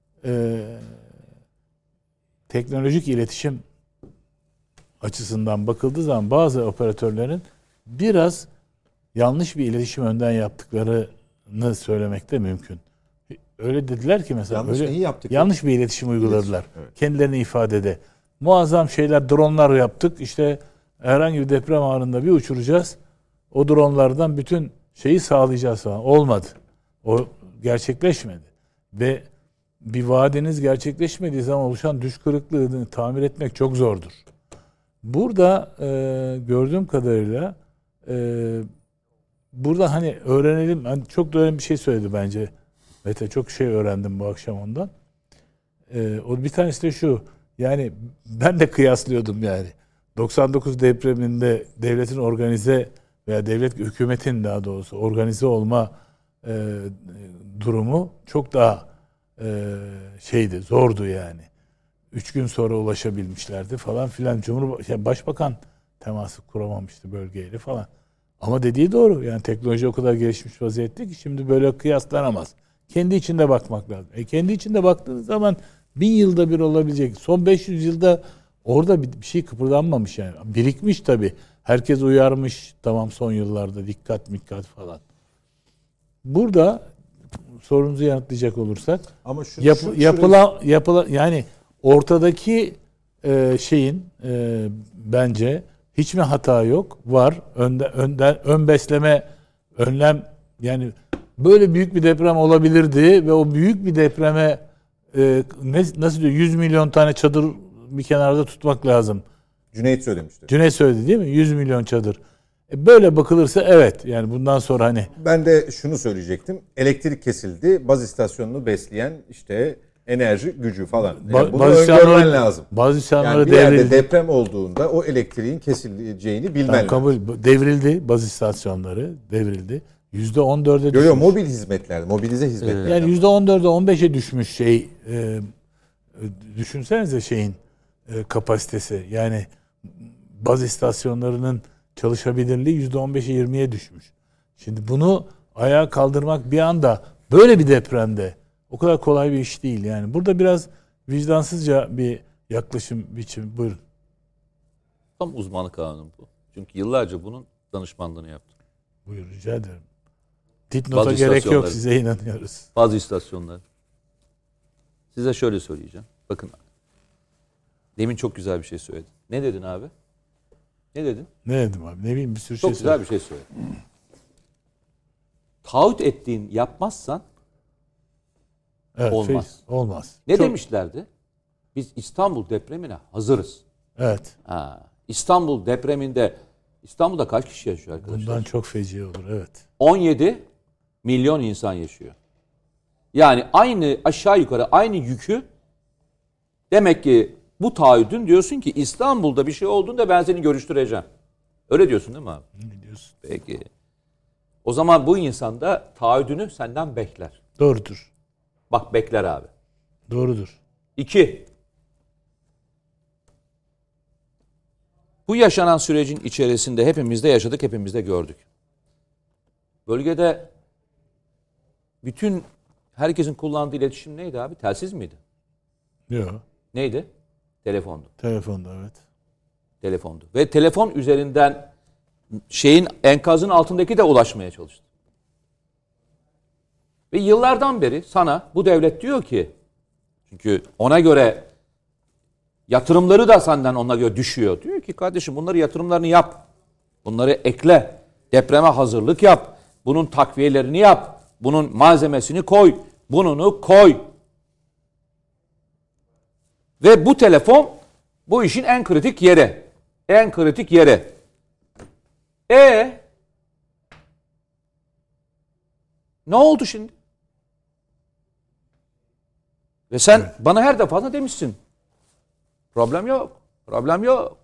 teknolojik iletişim açısından bakıldığı zaman bazı operatörlerin biraz yanlış bir iletişim önden yaptıklarını söylemek de mümkün. Öyle dediler ki mesela, yanlış bir iletişim uyguladılar. Evet. Kendilerini ifadede. Muazzam şeyler, dronlar yaptık. İşte herhangi bir deprem anında bir uçuracağız. O dronlardan bütün şeyi sağlayacağız falan. Olmadı. O gerçekleşmedi. Ve bir vaadiniz gerçekleşmediği zaman oluşan düş kırıklığını tamir etmek çok zordur. Burada gördüğüm kadarıyla burada hani öğrenelim, hani çok da önemli bir şey söyledi bence Mete, çok şey öğrendim bu akşam ondan. O bir tanesi de şu, yani ben de kıyaslıyordum yani 99 depreminde devletin organize veya hükümetin daha doğrusu organize olma durumu çok daha şeydi, zordu yani. 3 gün sonra ulaşabilmişlerdi falan filan. Başbakan teması kuramamıştı bölgeyle falan. Ama dediği doğru. Yani teknoloji o kadar gelişmiş vaziyette ki şimdi böyle kıyaslanamaz. Kendi içinde bakmak lazım. Kendi içinde baktığınız zaman 1000 yılda bir olabilecek. Son 500 yılda orada bir şey kıpırdanmamış yani. Birikmiş tabii. Herkes uyarmış. Tamam, son yıllarda dikkat falan. Burada sorunuzu yanıtlayacak olursak, ama yapılan yani ortadaki şeyin bence hiç mi hata yok? Var. Ön besleme, önlem, yani böyle büyük bir deprem olabilirdi ve o büyük bir depreme nasıl diyor, 100 milyon tane çadır bir kenarda tutmak lazım. Cüneyt söylemişti. Cüneyt söyledi değil mi? 100 milyon çadır. Böyle bakılırsa evet, yani bundan sonra hani. Ben de şunu söyleyecektim. Elektrik kesildi. Baz istasyonunu besleyen işte enerji gücü falan. Yani bunu öngörmen lazım. Bazı isyanları yani bir yerde deprem olduğunda o elektriğin kesileceğini bilmen lazım. Devrildi. Baz istasyonları devrildi. %14'e düşmüş. Mobil hizmetler, mobilize hizmetler. Yani %14'e 15'e düşmüş şey. Düşünsenize şeyin kapasitesi. Yani baz istasyonlarının çalışabilirliği %15'e 20'ye düşmüş. Şimdi bunu ayağa kaldırmak bir anda böyle bir depremde o kadar kolay bir iş değil yani. Burada biraz vicdansızca bir yaklaşım biçimi. Buyurun. Tam uzmanlık alanım bu. Çünkü yıllarca bunun danışmanlığını yaptım. Buyur, rica ederim. Dipnota gerek yok, size inanıyoruz. Bazı istasyonlar. Size şöyle söyleyeceğim. Bakın. Demin çok güzel bir şey söyledin. Ne dedin abi? Ne dedin? Ne dedim abi? Ne bileyim, bir sürü çok şey güzel bir şey söyledin. Taahhüt ettiğin yapmazsan evet, olmaz. Olmaz. Ne demişlerdi? Biz İstanbul depremine hazırız. Evet. İstanbul depreminde, İstanbul'da kaç kişi yaşıyor arkadaşlar? Bundan çok feci olur, evet. 17 milyon insan yaşıyor. Yani aşağı yukarı aynı yükü, demek ki bu taahhüdün diyorsun ki İstanbul'da bir şey olduğunda ben seni görüştüreceğim. Öyle diyorsun değil mi abi? Ne diyorsun? Peki. O zaman bu insan da taahhüdünü senden bekler. Doğrudur. Bak, bekler abi. Doğrudur. 2. Bu yaşanan sürecin içerisinde hepimiz de yaşadık, hepimiz de gördük. Bölgede herkesin kullandığı iletişim neydi abi? Telsiz miydi? Yok. Neydi? Telefondu. Telefonda, evet. Telefondu. Ve telefon üzerinden enkazın altındaki de ulaşmaya çalıştı. Ve yıllardan beri sana bu devlet diyor ki, çünkü ona göre yatırımları da senden ona göre düşüyor. Diyor ki kardeşim, bunları yatırımlarını yap. Bunları ekle. Depreme hazırlık yap. Bunun takviyelerini yap. Bunun malzemesini koy. Bununu koy. Ve bu telefon bu işin en kritik yeri. En kritik yeri. Ne oldu şimdi? Ve sen bana her defasında demişsin. Problem yok. Problem yok.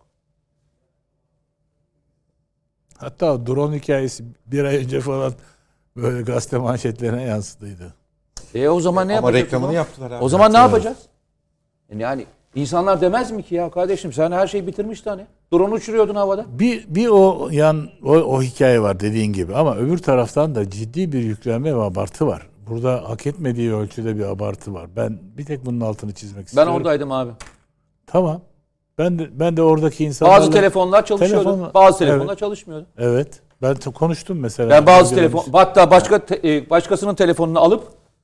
Hatta drone hikayesi bir ay önce falan böyle gazete manşetlerine yansıdıydı. O zaman ne Ama yapacağız? reklamını yaptılar abi. O zaman ne yapacağız? Yani insanlar demez mi ki ya kardeşim sen her şeyi bitirmiştin hani. Drone uçuruyordun havada. Bir o hikaye var dediğin gibi ama öbür taraftan da ciddi bir yüklenme ve abartı var. Burada hak etmediği ölçüde bir abartı var. Ben bir tek bunun altını çizmek istiyorum. Ben oradaydım abi. Tamam. Ben de oradaki insanlarla... Bazı telefonlar çalışıyordu. Bazı telefonlar çalışmıyordu. Evet. Ben konuştum mesela. Ben bazı hatta başkasının telefonunu alıp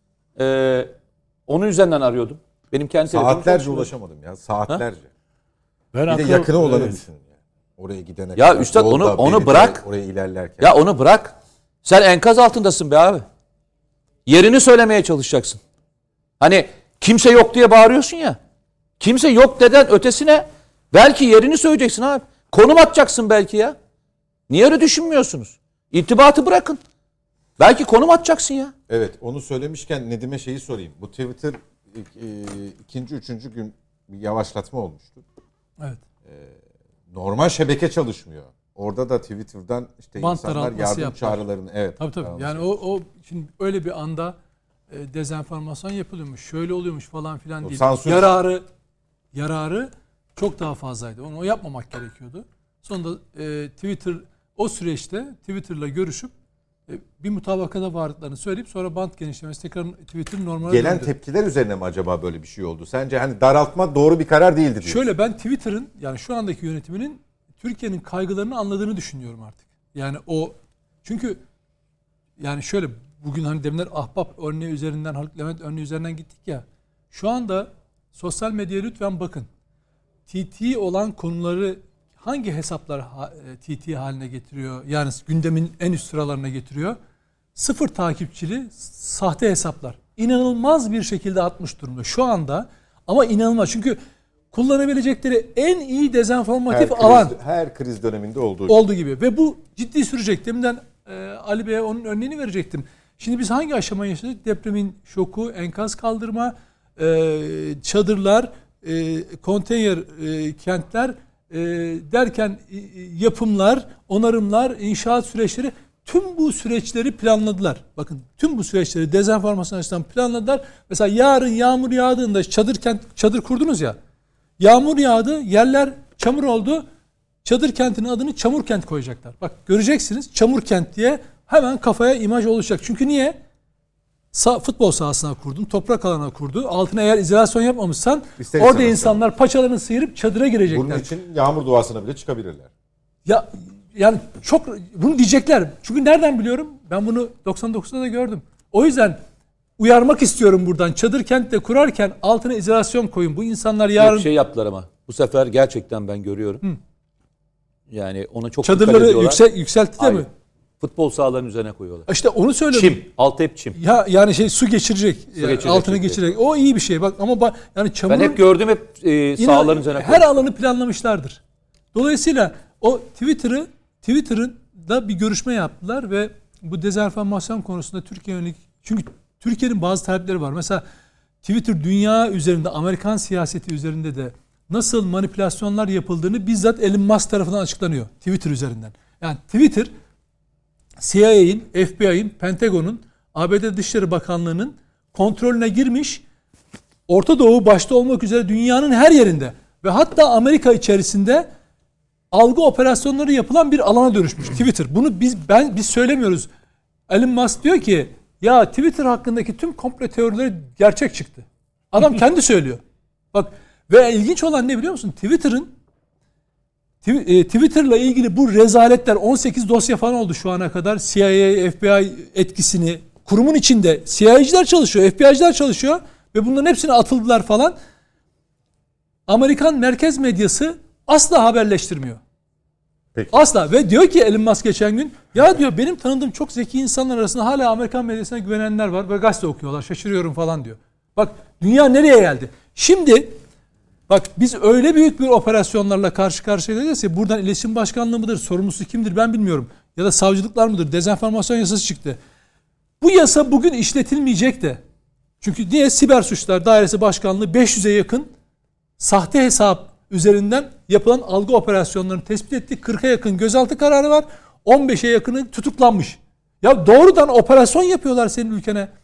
onun üzerinden arıyordum. Benim kendi telefonum saatlerce ulaşamadım ya. Saatlerce. Ben bir de yakını olanı düşün. Yani. Oraya gidene ya kadar. Üstad onu bırak. Oraya ilerlerken. Ya onu bırak. Sen enkaz altındasın be abi. Yerini söylemeye çalışacaksın. Hani kimse yok diye bağırıyorsun ya. Kimse yok deden ötesine belki yerini söyleyeceksin abi. Konum atacaksın belki ya. Niye öyle düşünmüyorsunuz? İrtibatı bırakın. Belki konum atacaksın ya. Evet, onu söylemişken Nedim'e şeyi sorayım. Bu Twitter ikinci, üçüncü gün bir yavaşlatma olmuştu. Evet. Normal şebeke çalışmıyor. Orada da Twitter'dan işte Bant insanlar yardım yaptılar. çağrılarını Tabii. Yani o şimdi öyle bir anda dezenformasyon yapılıyormuş. Şöyle oluyormuş falan filan değil. Sansür. Yararı çok daha fazlaydı. Onu yapmamak gerekiyordu. Sonunda Twitter o süreçte Twitter'la görüşüp bir mutabakata vardıklarını söyleyip sonra bant genişlemesi tekrar Twitter'ın normale gelen döndü. tepkiler üzerine mi acaba böyle bir şey oldu? Sence hani daraltma doğru bir karar değildi diyorsun. Şöyle ben Twitter'ın yani şu andaki yönetiminin Türkiye'nin kaygılarını anladığını düşünüyorum artık. Yani çünkü yani şöyle bugün hani deminler Ahbap örneği üzerinden Haluk Levent örneği üzerinden gittik ya. Şu anda sosyal medyaya lütfen bakın. TT olan konuları hangi hesaplar TT haline getiriyor? Yani gündemin en üst sıralarına getiriyor. 0 takipçili sahte hesaplar. İnanılmaz bir şekilde artmış durumda şu anda. Ama inanılmaz çünkü kullanabilecekleri en iyi dezenformatif alan. Her kriz döneminde olduğu gibi. Ve bu ciddi sürecek. Deminden Ali Bey'e onun örneğini verecektim. Şimdi biz hangi aşamayı yaşadık? Depremin şoku, enkaz kaldırma, çadırlar, konteyner kentler derken yapımlar, onarımlar, inşaat süreçleri tüm bu süreçleri planladılar. Bakın tüm bu süreçleri dezenformasyon açısından planladılar. Mesela yarın yağmur yağdığında çadır kurdunuz ya. Yağmur yağdı, yerler çamur oldu. Çadır kentinin adını Çamur Kent koyacaklar. Bak göreceksiniz Çamur Kent diye hemen kafaya imaj oluşacak. Çünkü niye? Futbol sahasına kurdun, toprak alana kurdu. Altına eğer izolasyon yapmamışsan orada insanlar paçalarını sıyırıp çadıra girecekler. Bunun için yağmur duasına bile çıkabilirler. Ya yani çok bunu diyecekler. Çünkü nereden biliyorum? Ben bunu 99'da da gördüm. O yüzden uyarmak istiyorum buradan. Çadır kentte kurarken altına izolasyon koyun. Bu insanlar yarın... Bir şey yaptılar ama. Bu sefer gerçekten ben görüyorum. Yani ona çok çadırları yükseltti de mi? Futbol sahalarının üzerine koyuyorlar. İşte onu söylüyorum. Çim. Altı hep çim. Ya yani su geçirecek. Altına geçirecek. O iyi bir şey. Bak ama yani çamurun... Ben hep gördüm sahaların üzerine her alanı planlamışlardır. Dolayısıyla o Twitter'ın da bir görüşme yaptılar ve bu dezenformasyon konusunda Türkiye yönelik çünkü Türkiye'nin bazı talepleri var. Mesela Twitter dünya üzerinde, Amerikan siyaseti üzerinde de nasıl manipülasyonlar yapıldığını bizzat Elon Musk tarafından açıklanıyor Twitter üzerinden. Yani Twitter CIA'in, FBI'nin, Pentagon'un, ABD Dışişleri Bakanlığı'nın kontrolüne girmiş. Orta Doğu başta olmak üzere dünyanın her yerinde ve hatta Amerika içerisinde algı operasyonları yapılan bir alana dönüşmüş Twitter. Bunu biz söylemiyoruz. Elon Musk diyor ki ya Twitter hakkındaki tüm komplo teorileri gerçek çıktı. Adam kendi söylüyor. Bak ve ilginç olan ne biliyor musun? Twitter'la ilgili bu rezaletler 18 dosya falan oldu şu ana kadar. CIA, FBI etkisini kurumun içinde CIA'ciler çalışıyor, FBI'ciler çalışıyor ve bunların hepsine atıldılar falan. Amerikan merkez medyası asla haberleştirmiyor. Peki. Asla ve diyor ki Elon Musk geçen gün ya diyor benim tanıdığım çok zeki insanlar arasında hala Amerikan medyasına güvenenler var ve gazete okuyorlar şaşırıyorum falan diyor. Bak dünya nereye geldi? Şimdi bak biz öyle büyük bir operasyonlarla karşı karşıya geleceğiz ki buradan iletişim başkanlığı mıdır, sorumlusu kimdir ben bilmiyorum. Ya da savcılıklar mıdır? Dezenformasyon yasası çıktı. Bu yasa bugün işletilmeyecek de. Çünkü niye? Siber Suçlar Dairesi Başkanlığı 500'e yakın sahte hesap üzerinden yapılan algı operasyonlarını tespit etti. 40'a yakın gözaltı kararı var. 15'e yakını tutuklanmış. Ya doğrudan operasyon yapıyorlar senin ülkene.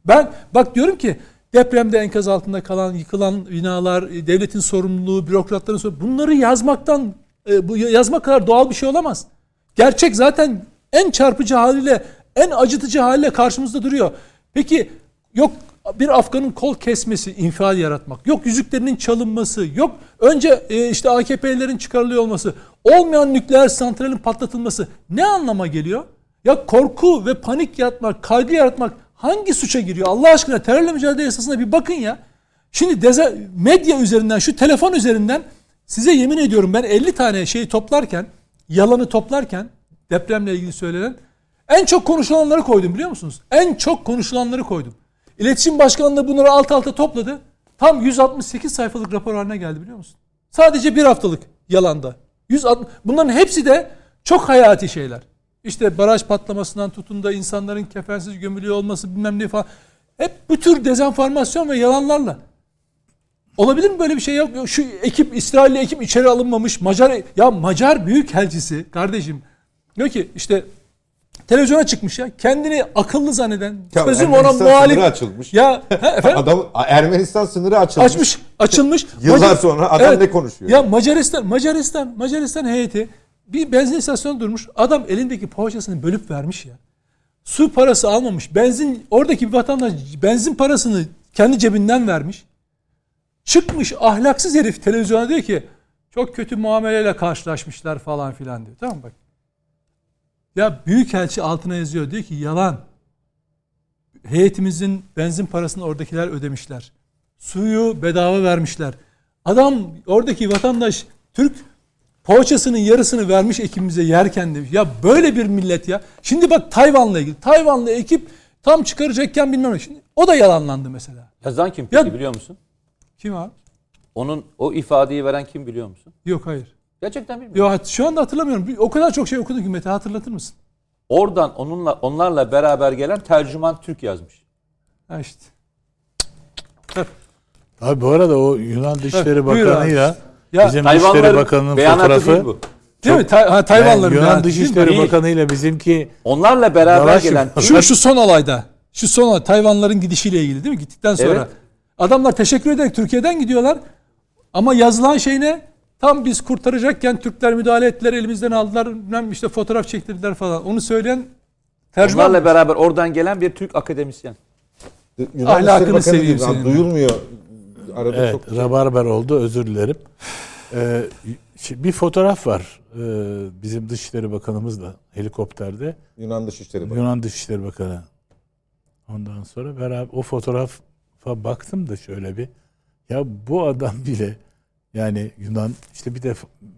Ben bak diyorum ki depremde enkaz altında kalan, yıkılan binalar, devletin sorumluluğu, bürokratların sorumluluğu, bunları yazmaktan bu yazmak kadar doğal bir şey olamaz. Gerçek zaten en çarpıcı haliyle, en acıtıcı haliyle karşımızda duruyor. Peki yok bir Afgan'ın kol kesmesi, infial yaratmak, yok yüzüklerinin çalınması, yok önce işte AKP'lerin çıkarılıyor olması, olmayan nükleer santralin patlatılması ne anlama geliyor? Ya korku ve panik yaratmak, kaygı yaratmak hangi suça giriyor? Allah aşkına terörle mücadele yasasına bir bakın ya. Şimdi medya üzerinden, şu telefon üzerinden size yemin ediyorum ben 50 tane şeyi toplarken, yalanı toplarken depremle ilgili söylenen en çok konuşulanları koydum biliyor musunuz? En çok konuşulanları koydum. İletişim Başkanlığı bunları alt alta topladı. Tam 168 sayfalık rapor haline geldi biliyor musun? Sadece bir haftalık yalanda. Bunların hepsi de çok hayati şeyler. İşte baraj patlamasından tutun da insanların kefensiz gömülüyor olması bilmem ne falan. Hep bu tür dezenformasyon ve yalanlarla. Olabilir mi böyle bir şey? Yok. Şu ekip, İsrailli ekip içeri alınmamış. Macar Büyükelçisi kardeşim diyor ki işte televizyona çıkmış ya. Kendini akıllı zanneden. Sözüm ona muhalif. Sınırı açılmış. Ya adam Ermenistan sınırı açılmış. Açılmış. Yıllar sonra adam ne konuşuyor? Ya Macaristan heyeti bir benzin istasyonunda durmuş. Adam elindeki poğaçasını bölüp vermiş ya. Su parası almamış. Oradaki bir vatandaş benzin parasını kendi cebinden vermiş. Çıkmış ahlaksız herif televizyona diyor ki çok kötü muameleyle karşılaşmışlar falan filan diyor. Tamam bak. Ya büyükelçi altına yazıyor diyor ki yalan. Heyetimizin benzin parasını oradakiler ödemişler. Suyu bedava vermişler. Adam oradaki vatandaş Türk poğaçasının yarısını vermiş ekibimize yerken demiş. Ya böyle bir millet ya. Şimdi bak Tayvan'la ilgili. Tayvanlı ekip tam çıkaracakken bilmem ne. Şimdi o da yalanlandı mesela. Yazan kim peki biliyor musun? Kim abi? O ifadeyi veren kim biliyor musun? Yok hayır. Gerçekten bilmiyorum. Yok şu anda hatırlamıyorum. O kadar çok şey okudum ki Mete hatırlatır mısın? Oradan onlarla beraber gelen tercüman Türk yazmış. Ha işte. Abi bu arada o Yunan Dışişleri Bakanı'yla bizim Dışişleri Bakanı'nın fotoğrafı bu. Değil mi? Tayvanların Yunan Dışişleri Bakanı'yla bizimki onlarla beraber gelen şu son olayda. Şu son olay Tayvanların gidişiyle ilgili değil mi? Gittikten sonra. Evet. Adamlar teşekkür ederek Türkiye'den gidiyorlar. Ama yazılan şey ne? Tam biz kurtaracakken Türkler müdahale ettiler, elimizden aldılar, işte fotoğraf çektirdiler falan. Onu söyleyen tercüman. Onlarla beraber oradan gelen bir Türk akademisyen. Ahlakını seveyim senin. Duyulmuyor. Arada evet, çok rabarber oldu, özür dilerim. Bir fotoğraf var bizim Dışişleri Bakanımızla helikopterde. Yunan Dışişleri Bakanı. Ondan sonra beraber o fotoğrafa baktım da şöyle bir. Ya bu adam bile yani Yunan işte bir de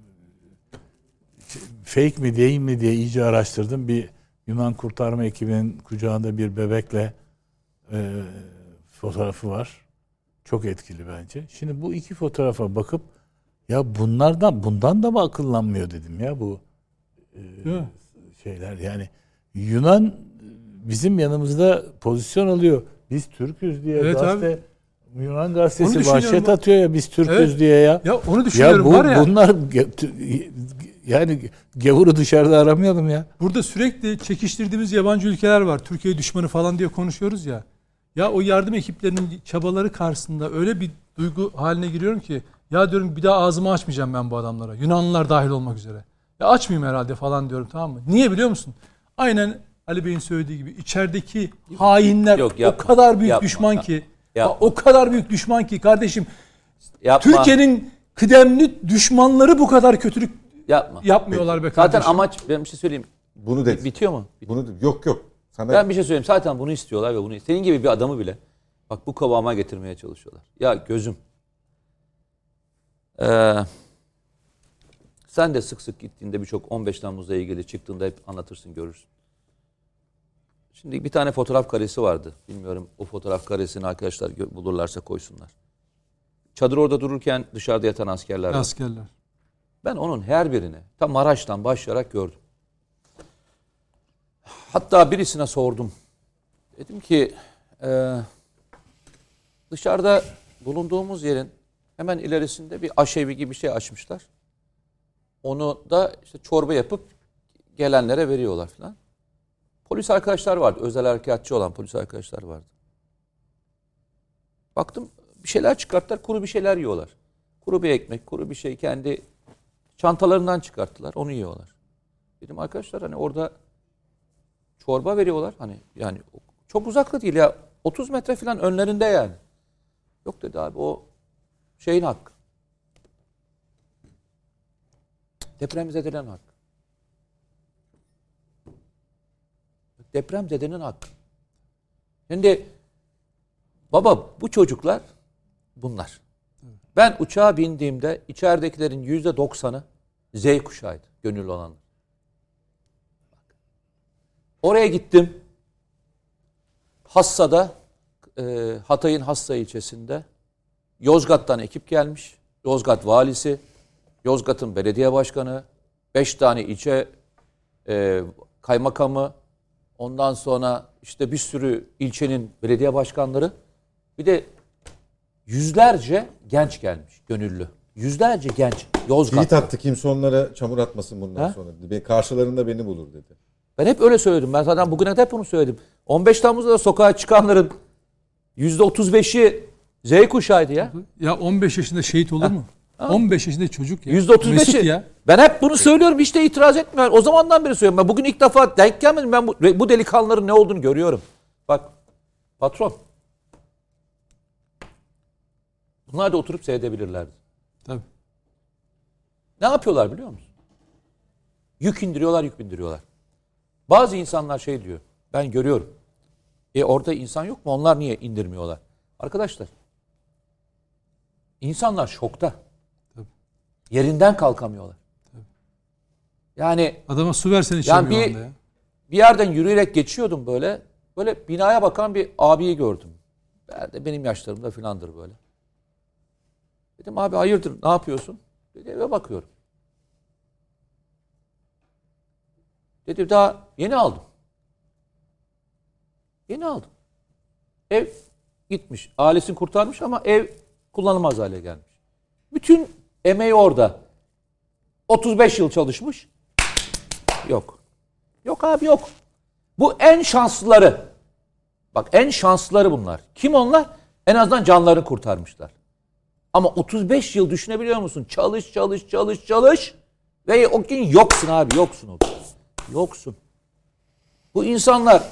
fake mi değil mi diye iyice araştırdım. Bir Yunan kurtarma ekibinin kucağında bir bebekle fotoğrafı var. Çok etkili bence. Şimdi bu iki fotoğrafa bakıp ya bundan da mı akıllanmıyor dedim ya bu şeyler. Yani Yunan bizim yanımızda pozisyon alıyor. Biz Türk'üz diye evet gazete abi. Yunan gazetesi manşet atıyor ya biz Türk'üz diye ya. Ya onu düşünüyorum ya var ya. Bunlar yani gavuru dışarıda aramayalım ya. Burada sürekli çekiştirdiğimiz yabancı ülkeler var. Türkiye düşmanı falan diye konuşuyoruz ya. Ya o yardım ekiplerinin çabaları karşısında öyle bir duygu haline giriyorum ki ya diyorum bir daha ağzımı açmayacağım ben bu adamlara. Yunanlılar dahil olmak üzere. Ya açmayayım herhalde falan diyorum tamam mı? Niye biliyor musun? Aynen Ali Bey'in söylediği gibi içerideki hainler o kadar büyük düşman ki. O kadar büyük düşman ki kardeşim. Türkiye'nin kıdemli düşmanları bu kadar kötülük yapmıyorlar be kardeşim. Zaten amaç ben bir şey söyleyeyim. Bunu dedi. Bitiyor mu? Yok. Ben bir şey söyleyeyim. Zaten bunu istiyorlar ve bunu senin gibi bir adamı bile bak bu kıvama getirmeye çalışıyorlar. Ya gözüm. Sen de sık sık gittiğinde birçok 15 Temmuz'la ilgili çıktığında hep anlatırsın, görürsün. Şimdi bir tane fotoğraf karesi vardı. Bilmiyorum o fotoğraf karesini arkadaşlar bulurlarsa koysunlar. Çadır orada dururken dışarıda yatan askerler var. Ben onun her birini tam Maraş'tan başlayarak gördüm. Hatta birisine sordum. Dedim ki dışarıda bulunduğumuz yerin hemen ilerisinde bir aşevi gibi bir şey açmışlar. Onu da işte çorba yapıp gelenlere veriyorlar falan. Polis arkadaşlar vardı. Özel harekatçı olan polis arkadaşlar vardı. Baktım bir şeyler çıkarttılar. Kuru bir şeyler yiyorlar. Kuru bir ekmek, kuru bir şey kendi çantalarından çıkarttılar. Onu yiyorlar. Dedim arkadaşlar hani orada çorba veriyorlar. Hani yani çok uzakta değil ya. 30 metre falan önlerinde yani. Yok dedi abi o şeyin hakkı. Depremzedelerin hakkı. Depremzedenin hakkı. Şimdi baba bu çocuklar bunlar. Ben uçağa bindiğimde içeridekilerin %90'ı Z kuşağıydı. Gönüllü olanlar. Oraya gittim. Hassa'da Hatay'ın Hassa ilçesinde Yozgat'tan ekip gelmiş. Yozgat valisi, Yozgat'ın belediye başkanı, 5 tane ilçe kaymakamı, ondan sonra işte bir sürü ilçenin belediye başkanları, bir de yüzlerce genç gelmiş, gönüllü. Yüzlerce genç Yozgat'ta. Tweet attı kimse onlara çamur atmasın bundan sonra. Karşılarında beni bulur dedi. Ben hep öyle söyledim. Ben zaten bugüne de hep bunu söyledim. 15 Temmuz'da da sokağa çıkanların %35'i Z kuşağıydı ya. Ya 15 yaşında şehit olur mu? 15 yaşında çocuk ya. %35'i. Ya. Ben hep bunu söylüyorum. Hiç de itiraz etmiyorum. O zamandan beri söylüyorum. Ben bugün ilk defa denk gelmedim. Ben bu delikanlıların ne olduğunu görüyorum. Bak patron. Bunlar da oturup seyredebilirlerdi. Tabii. Ne yapıyorlar biliyor musun? Yük indiriyorlar, yük bindiriyorlar. Bazı insanlar şey diyor. Ben görüyorum. Orada insan yok mu? Onlar niye indirmiyorlar? Arkadaşlar. İnsanlar şokta. Tabii. Yerinden kalkamıyorlar. Tabii. Yani adama su versen içemiyor yani anda ya. Bir yerden yürüyerek geçiyordum böyle. Böyle binaya bakan bir abiyi gördüm. Benim yaşlarımda filandır böyle. Dedim abi hayırdır ne yapıyorsun? Dedi eve bakıyorum. Dedim daha yeni aldım. Yeni aldım. Ev gitmiş. Ailesini kurtarmış ama ev kullanılmaz hale gelmiş. Bütün emeği orada. 35 yıl çalışmış. Yok. Yok abi yok. Bu en şanslıları. Bak en şanslıları bunlar. Kim onlar? En azından canlarını kurtarmışlar. Ama 35 yıl düşünebiliyor musun? Çalış. Ve o gün yoksun abi. Yoksun o gün. Yoksun. Bu insanlar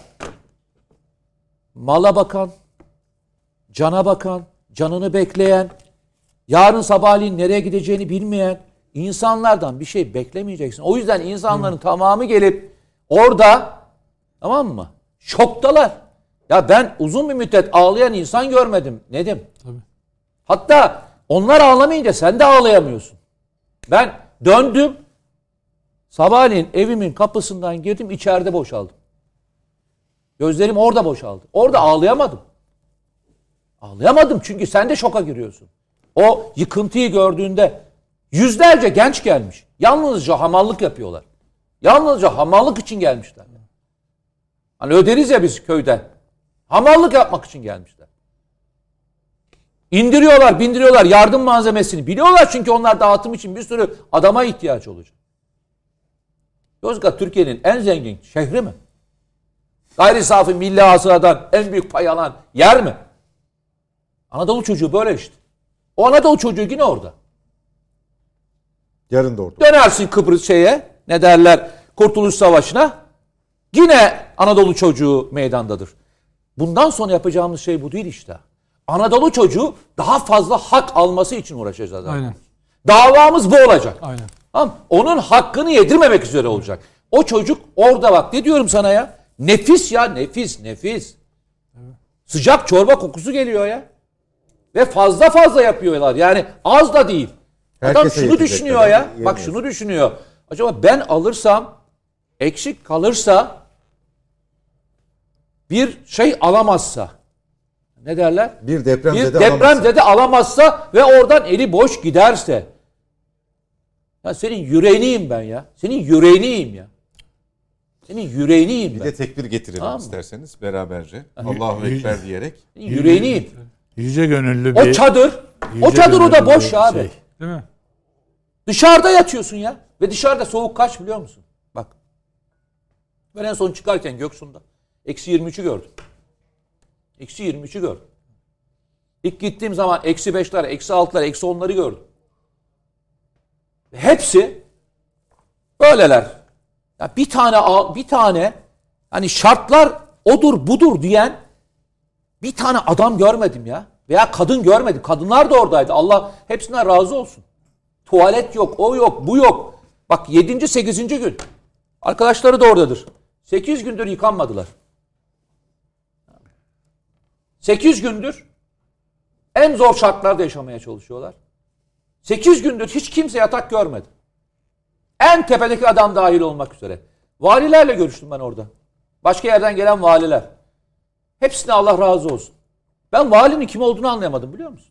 mala bakan, cana bakan, canını bekleyen, yarın sabahleyin nereye gideceğini bilmeyen insanlardan bir şey beklemeyeceksin. O yüzden insanların tamamı gelip orada, tamam mı? Şoktalar. Ya ben uzun bir müddet ağlayan insan görmedim. Nedim? Tabii. Hatta onlar ağlamayınca sen de ağlayamıyorsun. Ben döndüm. Sabahleyin evimin kapısından girdim, içeride boşaldım. Gözlerim orada boşaldı. Orada ağlayamadım. Ağlayamadım çünkü sen de şoka giriyorsun. O yıkıntıyı gördüğünde yüzlerce genç gelmiş. Yalnızca hamallık yapıyorlar. Yalnızca hamallık için gelmişler. Hani öderiz ya biz köyde. Hamallık yapmak için gelmişler. İndiriyorlar, bindiriyorlar yardım malzemesini. Biliyorlar çünkü onlar dağıtım için bir sürü adama ihtiyaç olacak. Yozgat Türkiye'nin en zengin şehri mi? Gayri safi milli hasıladan en büyük pay alan yer mi? Anadolu çocuğu böyle işte. O Anadolu çocuğu yine orada. Yarın da orada. Dönersin Kıbrıs şeye, ne derler, Kurtuluş Savaşı'na. Yine Anadolu çocuğu meydandadır. Bundan sonra yapacağımız şey bu değil işte. Anadolu çocuğu daha fazla hak alması için uğraşacağız. Aynen. Davamız bu olacak. Aynen. Tamam. Onun hakkını yedirmemek üzere olacak. O çocuk orada bak ne diyorum sana ya. Nefis ya nefis. Evet. Sıcak çorba kokusu geliyor ya. Ve fazla yapıyorlar. Yani az da değil. Adam Herkese şunu düşünüyor ya. yiyemiyoruz. Bak şunu düşünüyor. Acaba ben alırsam eksik kalırsa bir şey alamazsa ne derler? Bir depremzede Bir depremzede alamazsa ve oradan eli boş giderse. Ya senin yüreğini yiyeyim ben ya. Senin yüreğini yiyeyim ya. Senin yüreğini yiyeyim Bir ben. de tekbir getirelim Tamam mı? isterseniz beraberce. Allahu Ekber diyerek. Senin yüreğini yiyeyim. Yüce gönüllü bir... O çadır yüce o da gönüllü boş bir abi. Değil mi? Dışarıda yatıyorsun ya. Ve dışarıda soğuk kaç biliyor musun? Bak. Ben en son çıkarken Göksu'nda -23'ü gördüm. -23'ü gördüm. İlk gittiğim zaman -5'ler, -6'lar, -10'ları gördüm. Hepsi böyleler. Ya bir tane hani şartlar odur budur diyen bir tane adam görmedim ya. Veya kadın görmedim. Kadınlar da oradaydı. Allah hepsinden razı olsun. Tuvalet yok, o yok, bu yok. Bak 7. 8. gün. Arkadaşları da oradadır. 8 gündür yıkanmadılar. 8 gündür en zor şartlarda yaşamaya çalışıyorlar. 8 gündür hiç kimse yatak görmedi. En tepedeki adam dahil olmak üzere. Valilerle görüştüm ben orada. Başka yerden gelen valiler. Hepsine Allah razı olsun. Ben valinin kim olduğunu anlayamadım biliyor musun?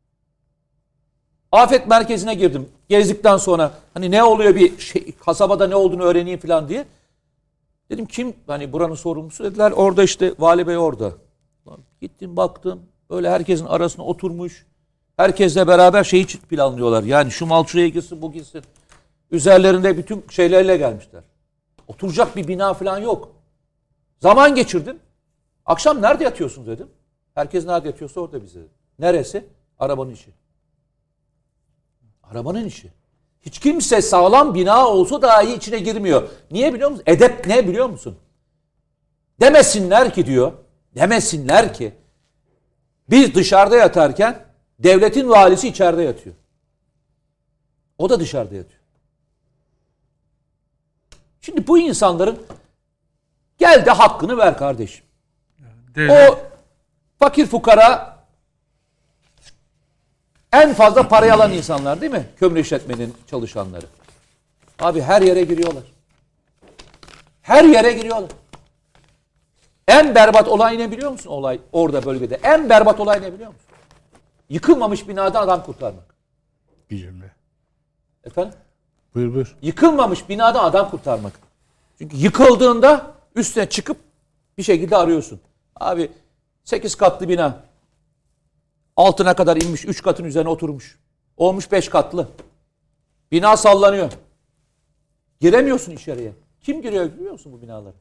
Afet merkezine girdim. Gezdikten sonra hani ne oluyor kasabada ne olduğunu öğreneyim falan diye. Dedim kim hani buranın sorumlusu dediler. Orada işte vali bey orada. Gittim baktım. Öyle herkesin arasına oturmuş. Herkesle beraber şeyi planlıyorlar. Yani şu mal şuraya gitsin bu gitsin. Üzerlerinde bütün şeylerle gelmişler. Oturacak bir bina falan yok. Zaman geçirdim. Akşam nerede yatıyorsunuz dedim. Herkes nerede yatıyorsa orada bize dedi. Neresi? Arabanın içi. Arabanın içi. Hiç kimse sağlam bina olsa dahi içine girmiyor. Niye biliyor musun? Edep ne biliyor musun? Demesinler ki diyor. Demesinler ki biz dışarıda yatarken devletin valisi içeride yatıyor. O da dışarıda yatıyor. Şimdi bu insanların gel de hakkını ver kardeşim. O fakir fukara en fazla parayı alan insanlar değil mi? Kömür işletmenin çalışanları. Abi her yere giriyorlar. Her yere giriyorlar. En berbat olay ne biliyor musun? Olay orada bölgede. En berbat olay ne biliyor musun? Yıkılmamış binadan adam kurtarmak. Bir cümle. Efendim? Buyur. Yıkılmamış binadan adam kurtarmak. Çünkü yıkıldığında üstüne çıkıp bir şekilde arıyorsun. Abi 8 katlı bina. Altına kadar inmiş. 3 katın üzerine oturmuş. Olmuş 5 katlı. Bina sallanıyor. Giremiyorsun içeriye. Kim giriyor biliyor musun bu binalara?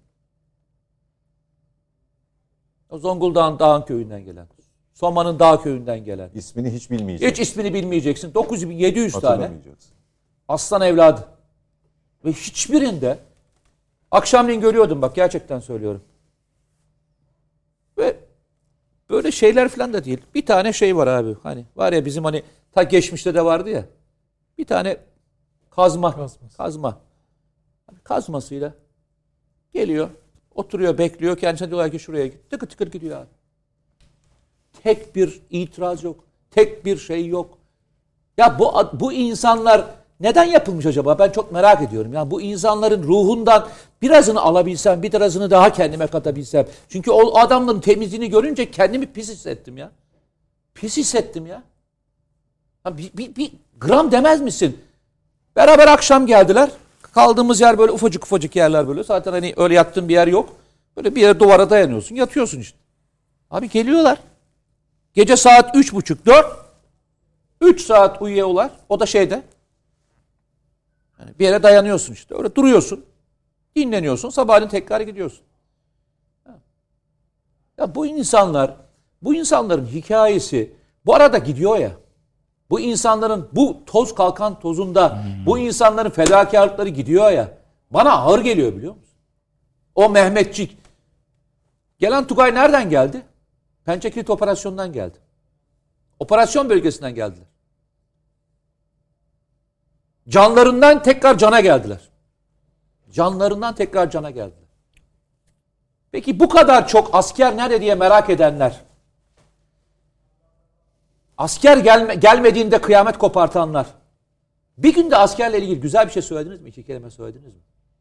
O Zonguldak'ın Dağın köyünden gelen. Soma'nın Dağ köyünden gelen. İsmini hiç bilmeyeceksin. Hiç ismini bilmeyeceksin. 9700 tane. Aslan evladı. Ve hiçbirinde akşamleyin görüyordum bak gerçekten söylüyorum. Ve böyle şeyler falan da değil. Bir tane şey var abi. Hani var ya bizim hani ta geçmişte de vardı ya. Bir tane kazma. Kazmasıyla geliyor. Oturuyor, bekliyor. Kendisine diyorlar ki şuraya git. Tıkır tıkır gidiyor abi. Tek bir itiraz yok. Tek bir şey yok. Ya bu insanlar neden yapılmış acaba? Ben çok merak ediyorum. Yani bu insanların ruhundan birazını alabilsem, birazını daha kendime katabilsem. Çünkü o adamların temizliğini görünce kendimi pis hissettim ya. Pis hissettim ya. Bir gram demez misin? Beraber akşam geldiler. Kaldığımız yer böyle ufacık yerler böyle. Zaten hani öyle yattığın bir yer yok. Böyle bir yere duvara dayanıyorsun. Yatıyorsun işte. Abi geliyorlar. Gece saat 3.30-4. 3 saat uyuyorlar. O da şeyde. Yani bir yere dayanıyorsun işte. Öyle duruyorsun. Dinleniyorsun. Sabahleyin tekrar gidiyorsun. Ya bu insanların hikayesi bu arada gidiyor ya. Bu insanların bu toz kalkan tozunda bu insanların fedakarlıkları gidiyor ya. Bana ağır geliyor biliyor musun? O Mehmetçik. Gelen Tugay nereden geldi? Pençekilit operasyonundan geldi. Operasyon bölgesinden geldiler. Canlarından tekrar cana geldiler. Peki bu kadar çok asker nerede diye merak edenler, asker gelmediğinde kıyamet kopartanlar, bir günde askerle ilgili güzel bir şey söylediniz mi? 2 kelime söylediniz mi?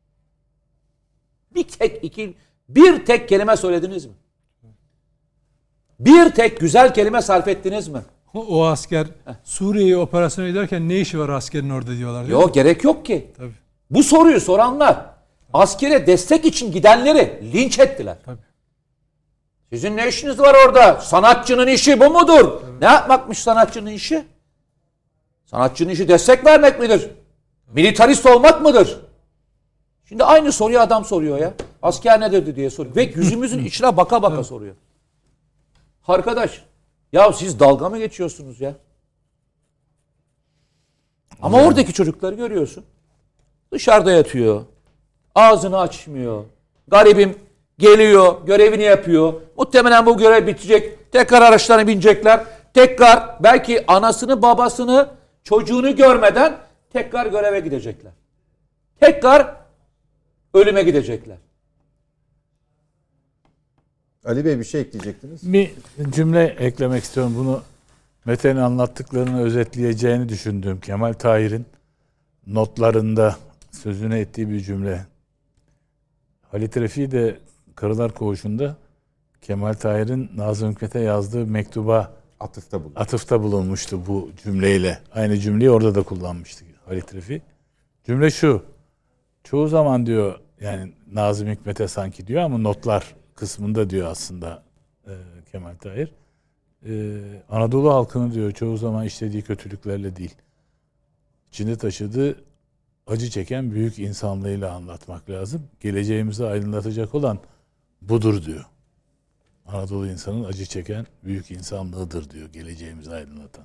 Bir tek kelime söylediniz mi? Bir tek güzel kelime sarf ettiniz mi? O asker Suriye'ye operasyon ederken ne işi var askerin orada diyorlar. Yok gerek yok ki. Tabii. Bu soruyu soranlar askere destek için gidenleri linç ettiler. Tabii. Sizin ne işiniz var orada? Sanatçının işi bu mudur? Tabii. Ne yapmakmış sanatçının işi? Sanatçının işi destek vermek midir? Militarist olmak mıdır? Şimdi aynı soruyu adam soruyor ya. Asker ne dedi diye soruyor. Ve yüzümüzün içine baka baka soruyor. Arkadaş Ya siz dalga mı geçiyorsunuz ya? Ama oradaki çocukları görüyorsun. Dışarıda yatıyor. Ağzını açmıyor. Garibim geliyor, görevini yapıyor. Muhtemelen bu görev bitecek. Tekrar araçlarına binecekler. Tekrar belki anasını, babasını, çocuğunu görmeden tekrar göreve gidecekler. Tekrar ölüme gidecekler. Ali Bey bir şey ekleyecektiniz. Bir cümle eklemek istiyorum. Bunu Mete'nin anlattıklarını özetleyeceğini düşündüğüm Kemal Tahir'in notlarında sözünü ettiği bir cümle. Halit Refi de Karılar Koğuşu'nda Kemal Tahir'in Nazım Hikmet'e yazdığı mektuba atıfta bulunmuştu bu cümleyle. Aynı cümleyi orada da kullanmıştı Halit Refi. Cümle şu. Çoğu zaman diyor, yani Nazım Hikmet'e sanki diyor ama notlar kısmında diyor aslında Kemal Tahir. Anadolu halkını diyor çoğu zaman işlediği kötülüklerle değil, içinde taşıdığı acı çeken büyük insanlığıyla anlatmak lazım. Geleceğimizi aydınlatacak olan budur diyor. Anadolu insanın acı çeken büyük insanlığıdır diyor, geleceğimizi aydınlatan.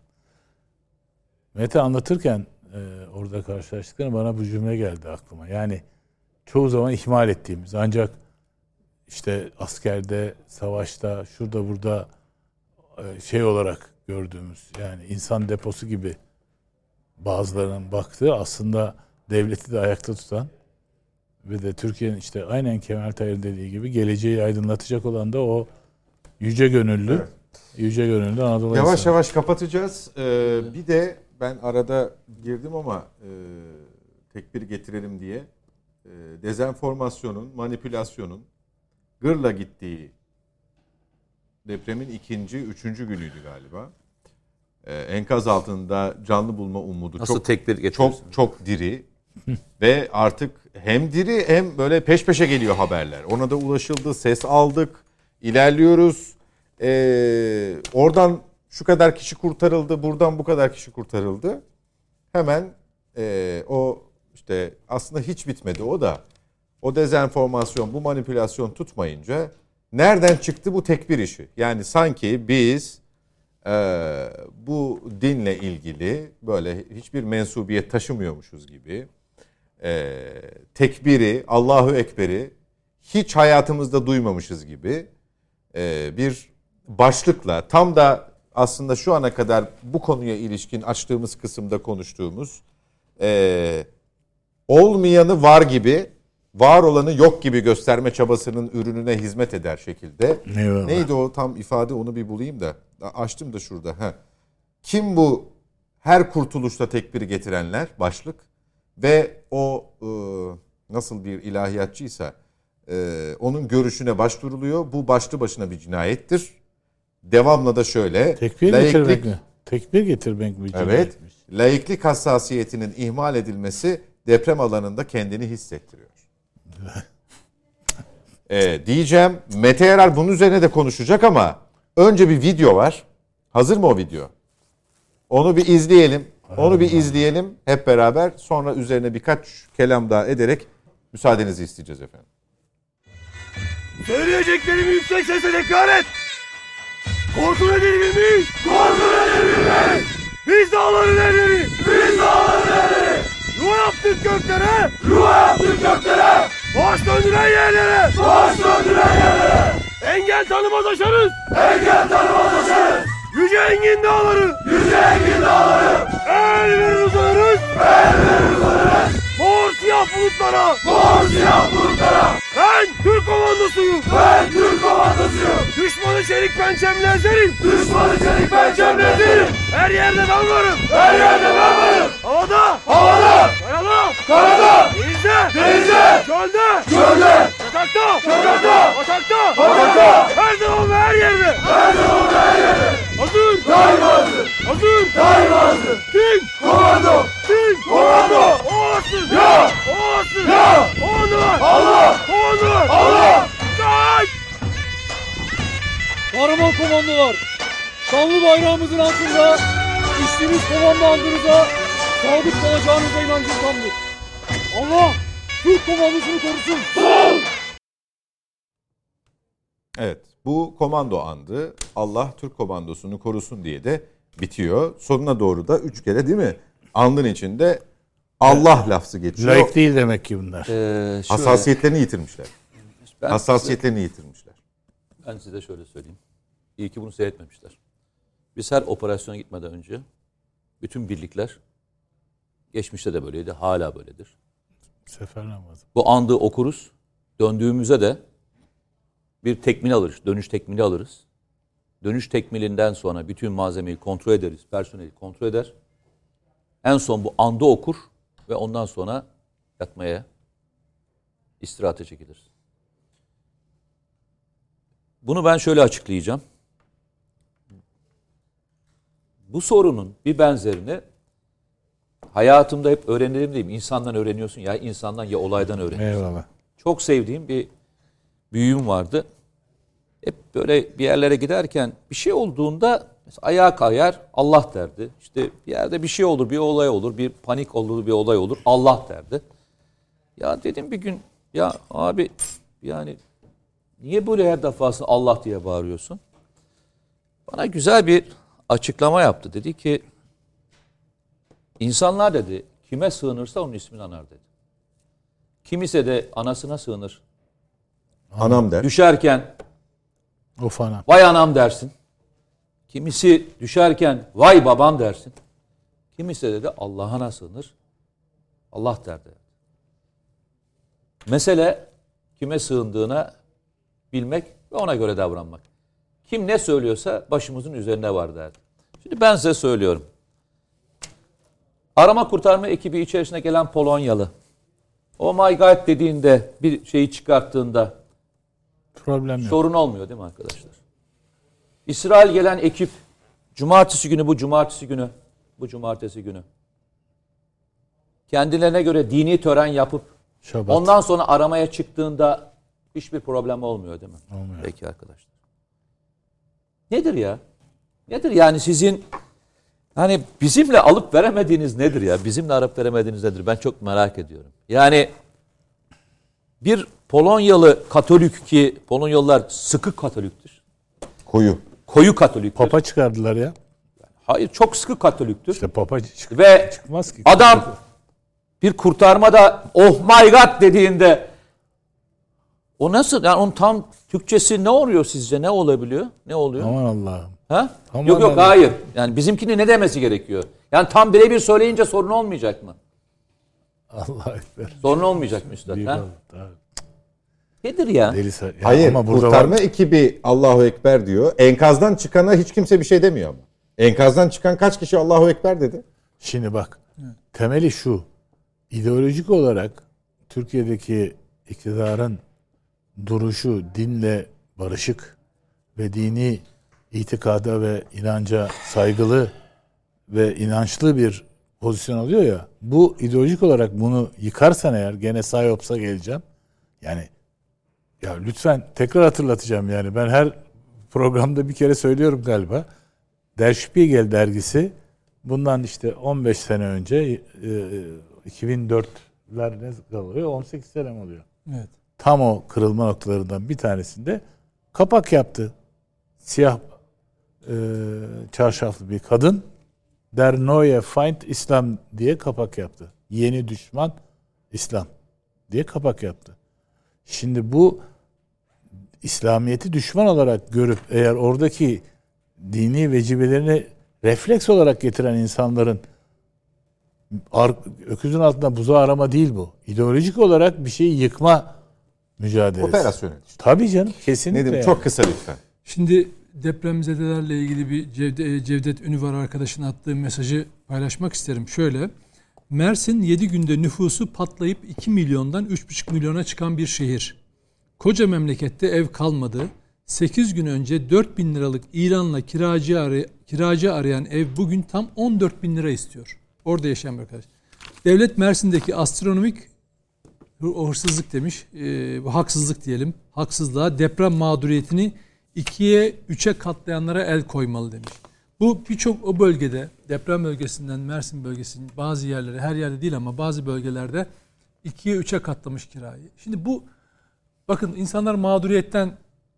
Mete anlatırken orada karşılaştıklarım bana bu cümle geldi aklıma. Yani çoğu zaman ihmal ettiğimiz, ancak işte askerde, savaşta, şurada burada şey olarak gördüğümüz, yani insan deposu gibi bazılarının baktığı, aslında devleti de ayakta tutan ve de Türkiye'nin işte aynen Kemal Tahir'in dediği gibi geleceği aydınlatacak olan da o yüce gönüllü, evet. Yüce gönüllü Anadolu Yavaş insanı. yavaş kapatacağız. Bir de ben arada girdim ama tekbir getirelim diye dezenformasyonun, manipülasyonun gırla gittiği depremin 2. 3. günüydü galiba. Enkaz altında canlı bulma umudu nasıl tekbir getiriyorsun? Çok diri ve artık hem diri hem böyle peş peşe geliyor haberler. Ona da ulaşıldı, ses aldık, ilerliyoruz. Oradan şu kadar kişi kurtarıldı, buradan bu kadar kişi kurtarıldı. Hemen o işte aslında hiç bitmedi o da. O dezenformasyon, bu manipülasyon tutmayınca nereden çıktı bu tekbir işi? Yani sanki biz bu dinle ilgili böyle hiçbir mensubiyet taşımıyormuşuz gibi tekbiri, Allahu Ekber'i hiç hayatımızda duymamışız gibi bir başlıkla, tam da aslında şu ana kadar bu konuya ilişkin açtığımız kısımda konuştuğumuz olmayanı var gibi, var olanı yok gibi gösterme çabasının ürününe hizmet eder şekilde. Eyvallah. Neydi o tam ifade, onu bir bulayım da. Açtım da şurada. Kim bu her kurtuluşta tekbiri getirenler başlık ve o nasıl bir ilahiyatçıysa onun görüşüne başvuruluyor. Bu başlı başına bir cinayettir. Devamla da şöyle. Tekbir getirmek mi? Tekbir getirmek mi? Evet. Laiklik hassasiyetinin ihmal edilmesi deprem alanında kendini hissettiriyor. Diyeceğim. Mete Yarar bunun üzerine de konuşacak ama önce bir video var. Hazır mı o video? Onu bir izleyelim. Onu bir izleyelim hep beraber. Sonra üzerine birkaç kelam daha ederek müsaadenizi isteyeceğiz efendim. Söyleyeceklerimi yüksek sesle tekrar et. Korkun edilmemiş. Korkun edilmemiş. Biz dağların erleri. Biz dağların erleri. Yuva yaptık göklere. Yuva yaptık göklere. Baş döndüren yerlere. Baş döndüren yerlere. Engel tanımaz aşarız. Engel tanımaz aşarız. Yüce engin dağları. Yüce engin dağları. El verir uzanırız. El verir uzanırız. Mor siyah bulutlara. Mor siyah bulutlara. Ben Türk komandosuyum. Ben Türk komandosuyum. Düşmanı çelik pençemle ezerim. Düşmanı çelik pençemle ezerim. Her yerde ben varım. Her yerde ben varım. Havada. Havada. Karada. Karada. Denizde. Denizde. Çölde. Çölde. Yatakta. Yatakta. Atakta. Atakta. Her zaman ve her yerde. Her zaman ve her yerde. Hazır. Daima hazır. Hazır. Daima hazır. Kim? Komando. Kim? Komando. O asıl. Ya. O asıl. Ya. O anılar. Allah. O anılar. Allah. Kaç. Kahraman komandolar, şanlı bayrağımızın altında içtiğimiz komando andınıza sadık kalacağınıza inancım tamdır. Allah Türk komandosunu korusun. Sol! Evet, bu komando andı. Allah Türk komandosunu korusun diye de bitiyor. Sonuna doğru da 3 kere değil mi? Andın içinde Allah lafzı geçiyor. Layık değil demek ki bunlar. Hassasiyetlerini yitirmişler. Ben Hassasiyetlerini yitirmişler. Ben size şöyle söyleyeyim. İyi ki bunu seyretmemişler. Biz her operasyona gitmeden önce bütün birlikler, geçmişte de böyleydi, hala böyledir. Sefer namazı. Bu andı okuruz. Döndüğümüzde de bir tekmil alırız. Dönüş tekmili alırız. Dönüş tekmilinden sonra bütün malzemeyi kontrol ederiz. Personeli kontrol eder. En son bu andı okur ve ondan sonra yatmaya, istirahate çekiliriz. Bunu ben şöyle açıklayacağım. Bu sorunun bir benzerini hayatımda hep öğrenirim diyeyim. İnsandan öğreniyorsun ya insandan ya olaydan öğreniyorsun. Eyvallah. Çok sevdiğim bir büyüğüm vardı. Hep böyle bir yerlere giderken bir şey olduğunda ayağa kayar Allah derdi. İşte bir yerde bir şey olur, bir olay olur, bir panik olur, bir olay olur. Allah derdi. Ya dedim bir gün ya abi yani niye böyle her defasında Allah diye bağırıyorsun? Bana güzel bir açıklama yaptı. Dedi ki insanlar dedi kime sığınırsa onun ismini anar dedi. Kimisi de anasına sığınır. Anam der. Düşerken Of anam. vay anam dersin. Kimisi düşerken vay babam dersin. Kimisi de Allah'ına sığınır. Allah der dedi. Mesele kime sığındığına bilmek ve ona göre davranmak. Kim ne söylüyorsa başımızın üzerine var derdi. Şimdi ben size söylüyorum. Arama kurtarma ekibi içerisine gelen Polonyalı oh my god dediğinde bir şeyi çıkarttığında Problem yok. sorun olmuyor değil mi arkadaşlar? İsrail gelen ekip cumartesi günü bu cumartesi günü kendilerine göre dini tören yapıp Şabat. ondan sonra aramaya çıktığında hiçbir problem olmuyor değil mi? Olmuyor. Peki arkadaşlar. Nedir ya? Nedir yani sizin hani bizimle alıp veremediğiniz nedir ya? Bizimle alıp veremediğiniz nedir? Ben çok merak ediyorum. Yani bir Polonyalı Katolik ki Polonyalılar sıkı Katoliktir. Koyu Katoliktir. Papa çıkardılar ya. Hayır çok sıkı Katoliktir. İşte papa Ve çıkmaz ki. adam bir kurtarmada oh my god dediğinde o nasıl? Yani onun tam Türkçesi ne oluyor sizce? Ne olabiliyor? Ne oluyor? Aman Allah'ım. Ha? Aman Yok Allah'ım. hayır. Yani bizimkini ne demesi gerekiyor? Yani tam birebir söyleyince sorun olmayacak mı? Allah ekber. Sorun olmayacak mı üstad? Büyük Ha? Allah. Nedir ya? Delisi. Ya Hayır, ama burada kurtarma var. ekibi Allahu Ekber diyor. Enkazdan çıkana hiç kimse bir şey demiyor ama. Enkazdan çıkan kaç kişi Allahu Ekber dedi? Şimdi bak. Temeli şu. İdeolojik olarak Türkiye'deki iktidarın duruşu dinle barışık ve dini itikada ve inanca saygılı ve inançlı bir pozisyon alıyor ya. Bu ideolojik olarak bunu yıkarsan eğer gene PSYOPS'a geleceğim. Yani ya lütfen tekrar hatırlatacağım yani. Ben her programda bir kere söylüyorum galiba. Der Spiegel dergisi bundan işte 15 sene önce 2004'ler ne kalıyor? 18 sene mi oluyor? Evet. Tam o kırılma noktalarından bir tanesinde kapak yaptı. Siyah çarşaflı bir kadın Der Neue Feind İslam diye kapak yaptı. Yeni düşman İslam diye kapak yaptı. Şimdi bu İslamiyet'i düşman olarak görüp eğer oradaki dini vecibelerini refleks olarak getiren insanların öküzün altında buzağı arama değil bu. İdeolojik olarak bir şeyi yıkma mücadelesi. Operasyonel işte. Tabii canım kesinlikle. Nedim yani. çok kısa lütfen. Şimdi depremzedelerle ilgili bir Cevdet Ünüvar arkadaşın attığı mesajı paylaşmak isterim. Şöyle, Mersin 7 günde nüfusu patlayıp 2 milyondan 3,5 milyona çıkan bir şehir. Koca memlekette ev kalmadı. 8 gün önce 4 bin liralık ilanla kiracı arayan ev bugün tam 14 bin lira istiyor. Orada yaşayan bir arkadaş. Devlet Mersin'deki astronomik hırsızlık demiş, bu haksızlık diyelim. Haksızlığa deprem mağduriyetini 2'ye 3'e katlayanlara el koymalı demiş. Bu birçok o bölgede deprem bölgesinden Mersin bölgesinin bazı yerleri her yerde değil ama bazı bölgelerde 2'ye 3'e katlamış kirayı. Şimdi bu bakın insanlar mağduriyetten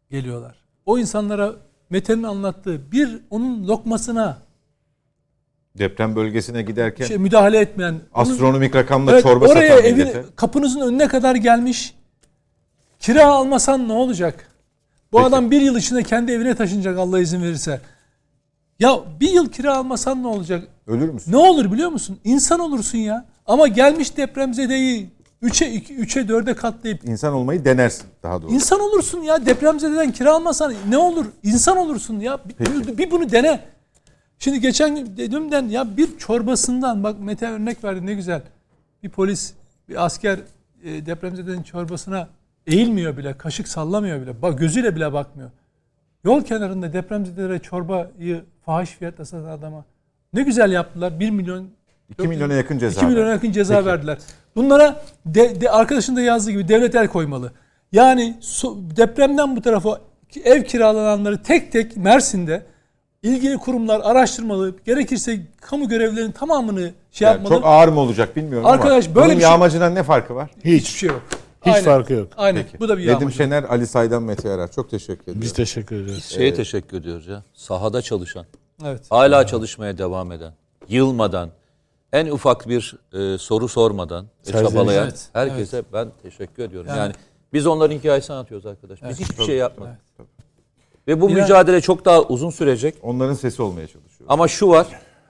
geliyorlar. O insanlara Mete'nin anlattığı bir onun lokmasına Deprem bölgesine giderken müdahale etmeyen, astronomik rakamla evet, çorba oraya satan millete. kapınızın önüne kadar gelmiş. Kira almasan ne olacak? Bu Peki. adam bir yıl içinde kendi evine taşınacak Allah izin verirse. Ya bir yıl kira almasan ne olacak? Ölür müsün? Ne olur biliyor musun? İnsan olursun ya. Ama gelmiş depremzedeyi 3'e 4'e katlayıp İnsan olmayı denersin daha doğrusu. İnsan olursun ya. Depremzededen kira almasan ne olur? İnsan olursun ya. Bir bunu dene. Şimdi geçen gün dediğimden ya bir çorbasından bak Mete örnek verdi ne güzel. Bir polis, bir asker depremzedelerin çorbasına eğilmiyor bile, kaşık sallamıyor bile. Bak gözüyle bile bakmıyor. Yol kenarında depremzedelere çorbayı fahiş fiyatla satan adama ne güzel yaptılar. 1 milyon 2 milyona yakın ceza. 2 milyona yakın ceza verdiler. Bunlara arkadaşın da yazdığı gibi devlet el koymalı. Yani depremden bu tarafa ev kiralananları tek tek Mersin'de ilgili kurumlar araştırmalı. Gerekirse kamu görevlilerinin tamamını yapmalı. Çok ağır mı olacak bilmiyorum Arkadaş, ama böyle bunun bir şey- yağmacıdan ne farkı var? Hiçbir şey yok. Hiç Aynen. farkı yok. Aynen. Peki. Bu da bir Nedim yağmacı. Şener, Ali Saydam, Mete Yarar. Çok teşekkür ediyorum. Biz teşekkür ederiz. Şeye teşekkür ediyoruz ya. Sahada çalışan, Evet. hala çalışmaya devam eden, yılmadan, en ufak bir soru sormadan çabalayan Evet, herkese ben teşekkür ediyorum. Yani- Yani biz onların hikayesini anlatıyoruz arkadaş. Biz hiçbir şey yapmadık. Evet. Ve bu İnan- mücadele çok daha uzun sürecek. Onların sesi olmaya çalışıyoruz. Ama şu var.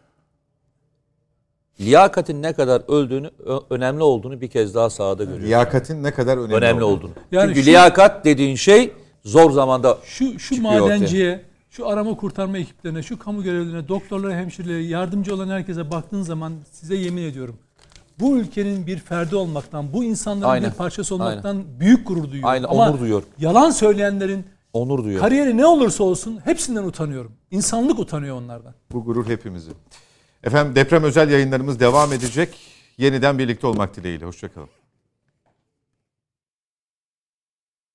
Liyakatin ne kadar önemli olduğunu bir kez daha sahada görüyoruz. Liyakatin ne kadar Önemli olduğunu. Yani Çünkü şu- liyakat dediğin şey zor zamanda Şu çıkıyor madenciye, şu arama kurtarma ekiplerine, şu kamu görevlilerine, doktorlara, hemşirelere, yardımcı olan herkese baktığın zaman size yemin ediyorum. Bu ülkenin bir ferdi olmaktan, bu insanların Aynen. bir parçası olmaktan büyük gurur duyuyorum. Aynen, Ama onur duyuyorum. yalan söyleyenlerin onur duyuyor. kariyeri ne olursa olsun hepsinden utanıyorum. İnsanlık utanıyor onlardan. Bu gurur hepimizin. Efendim deprem özel yayınlarımız devam edecek. Yeniden birlikte olmak dileğiyle. Hoşça kalın.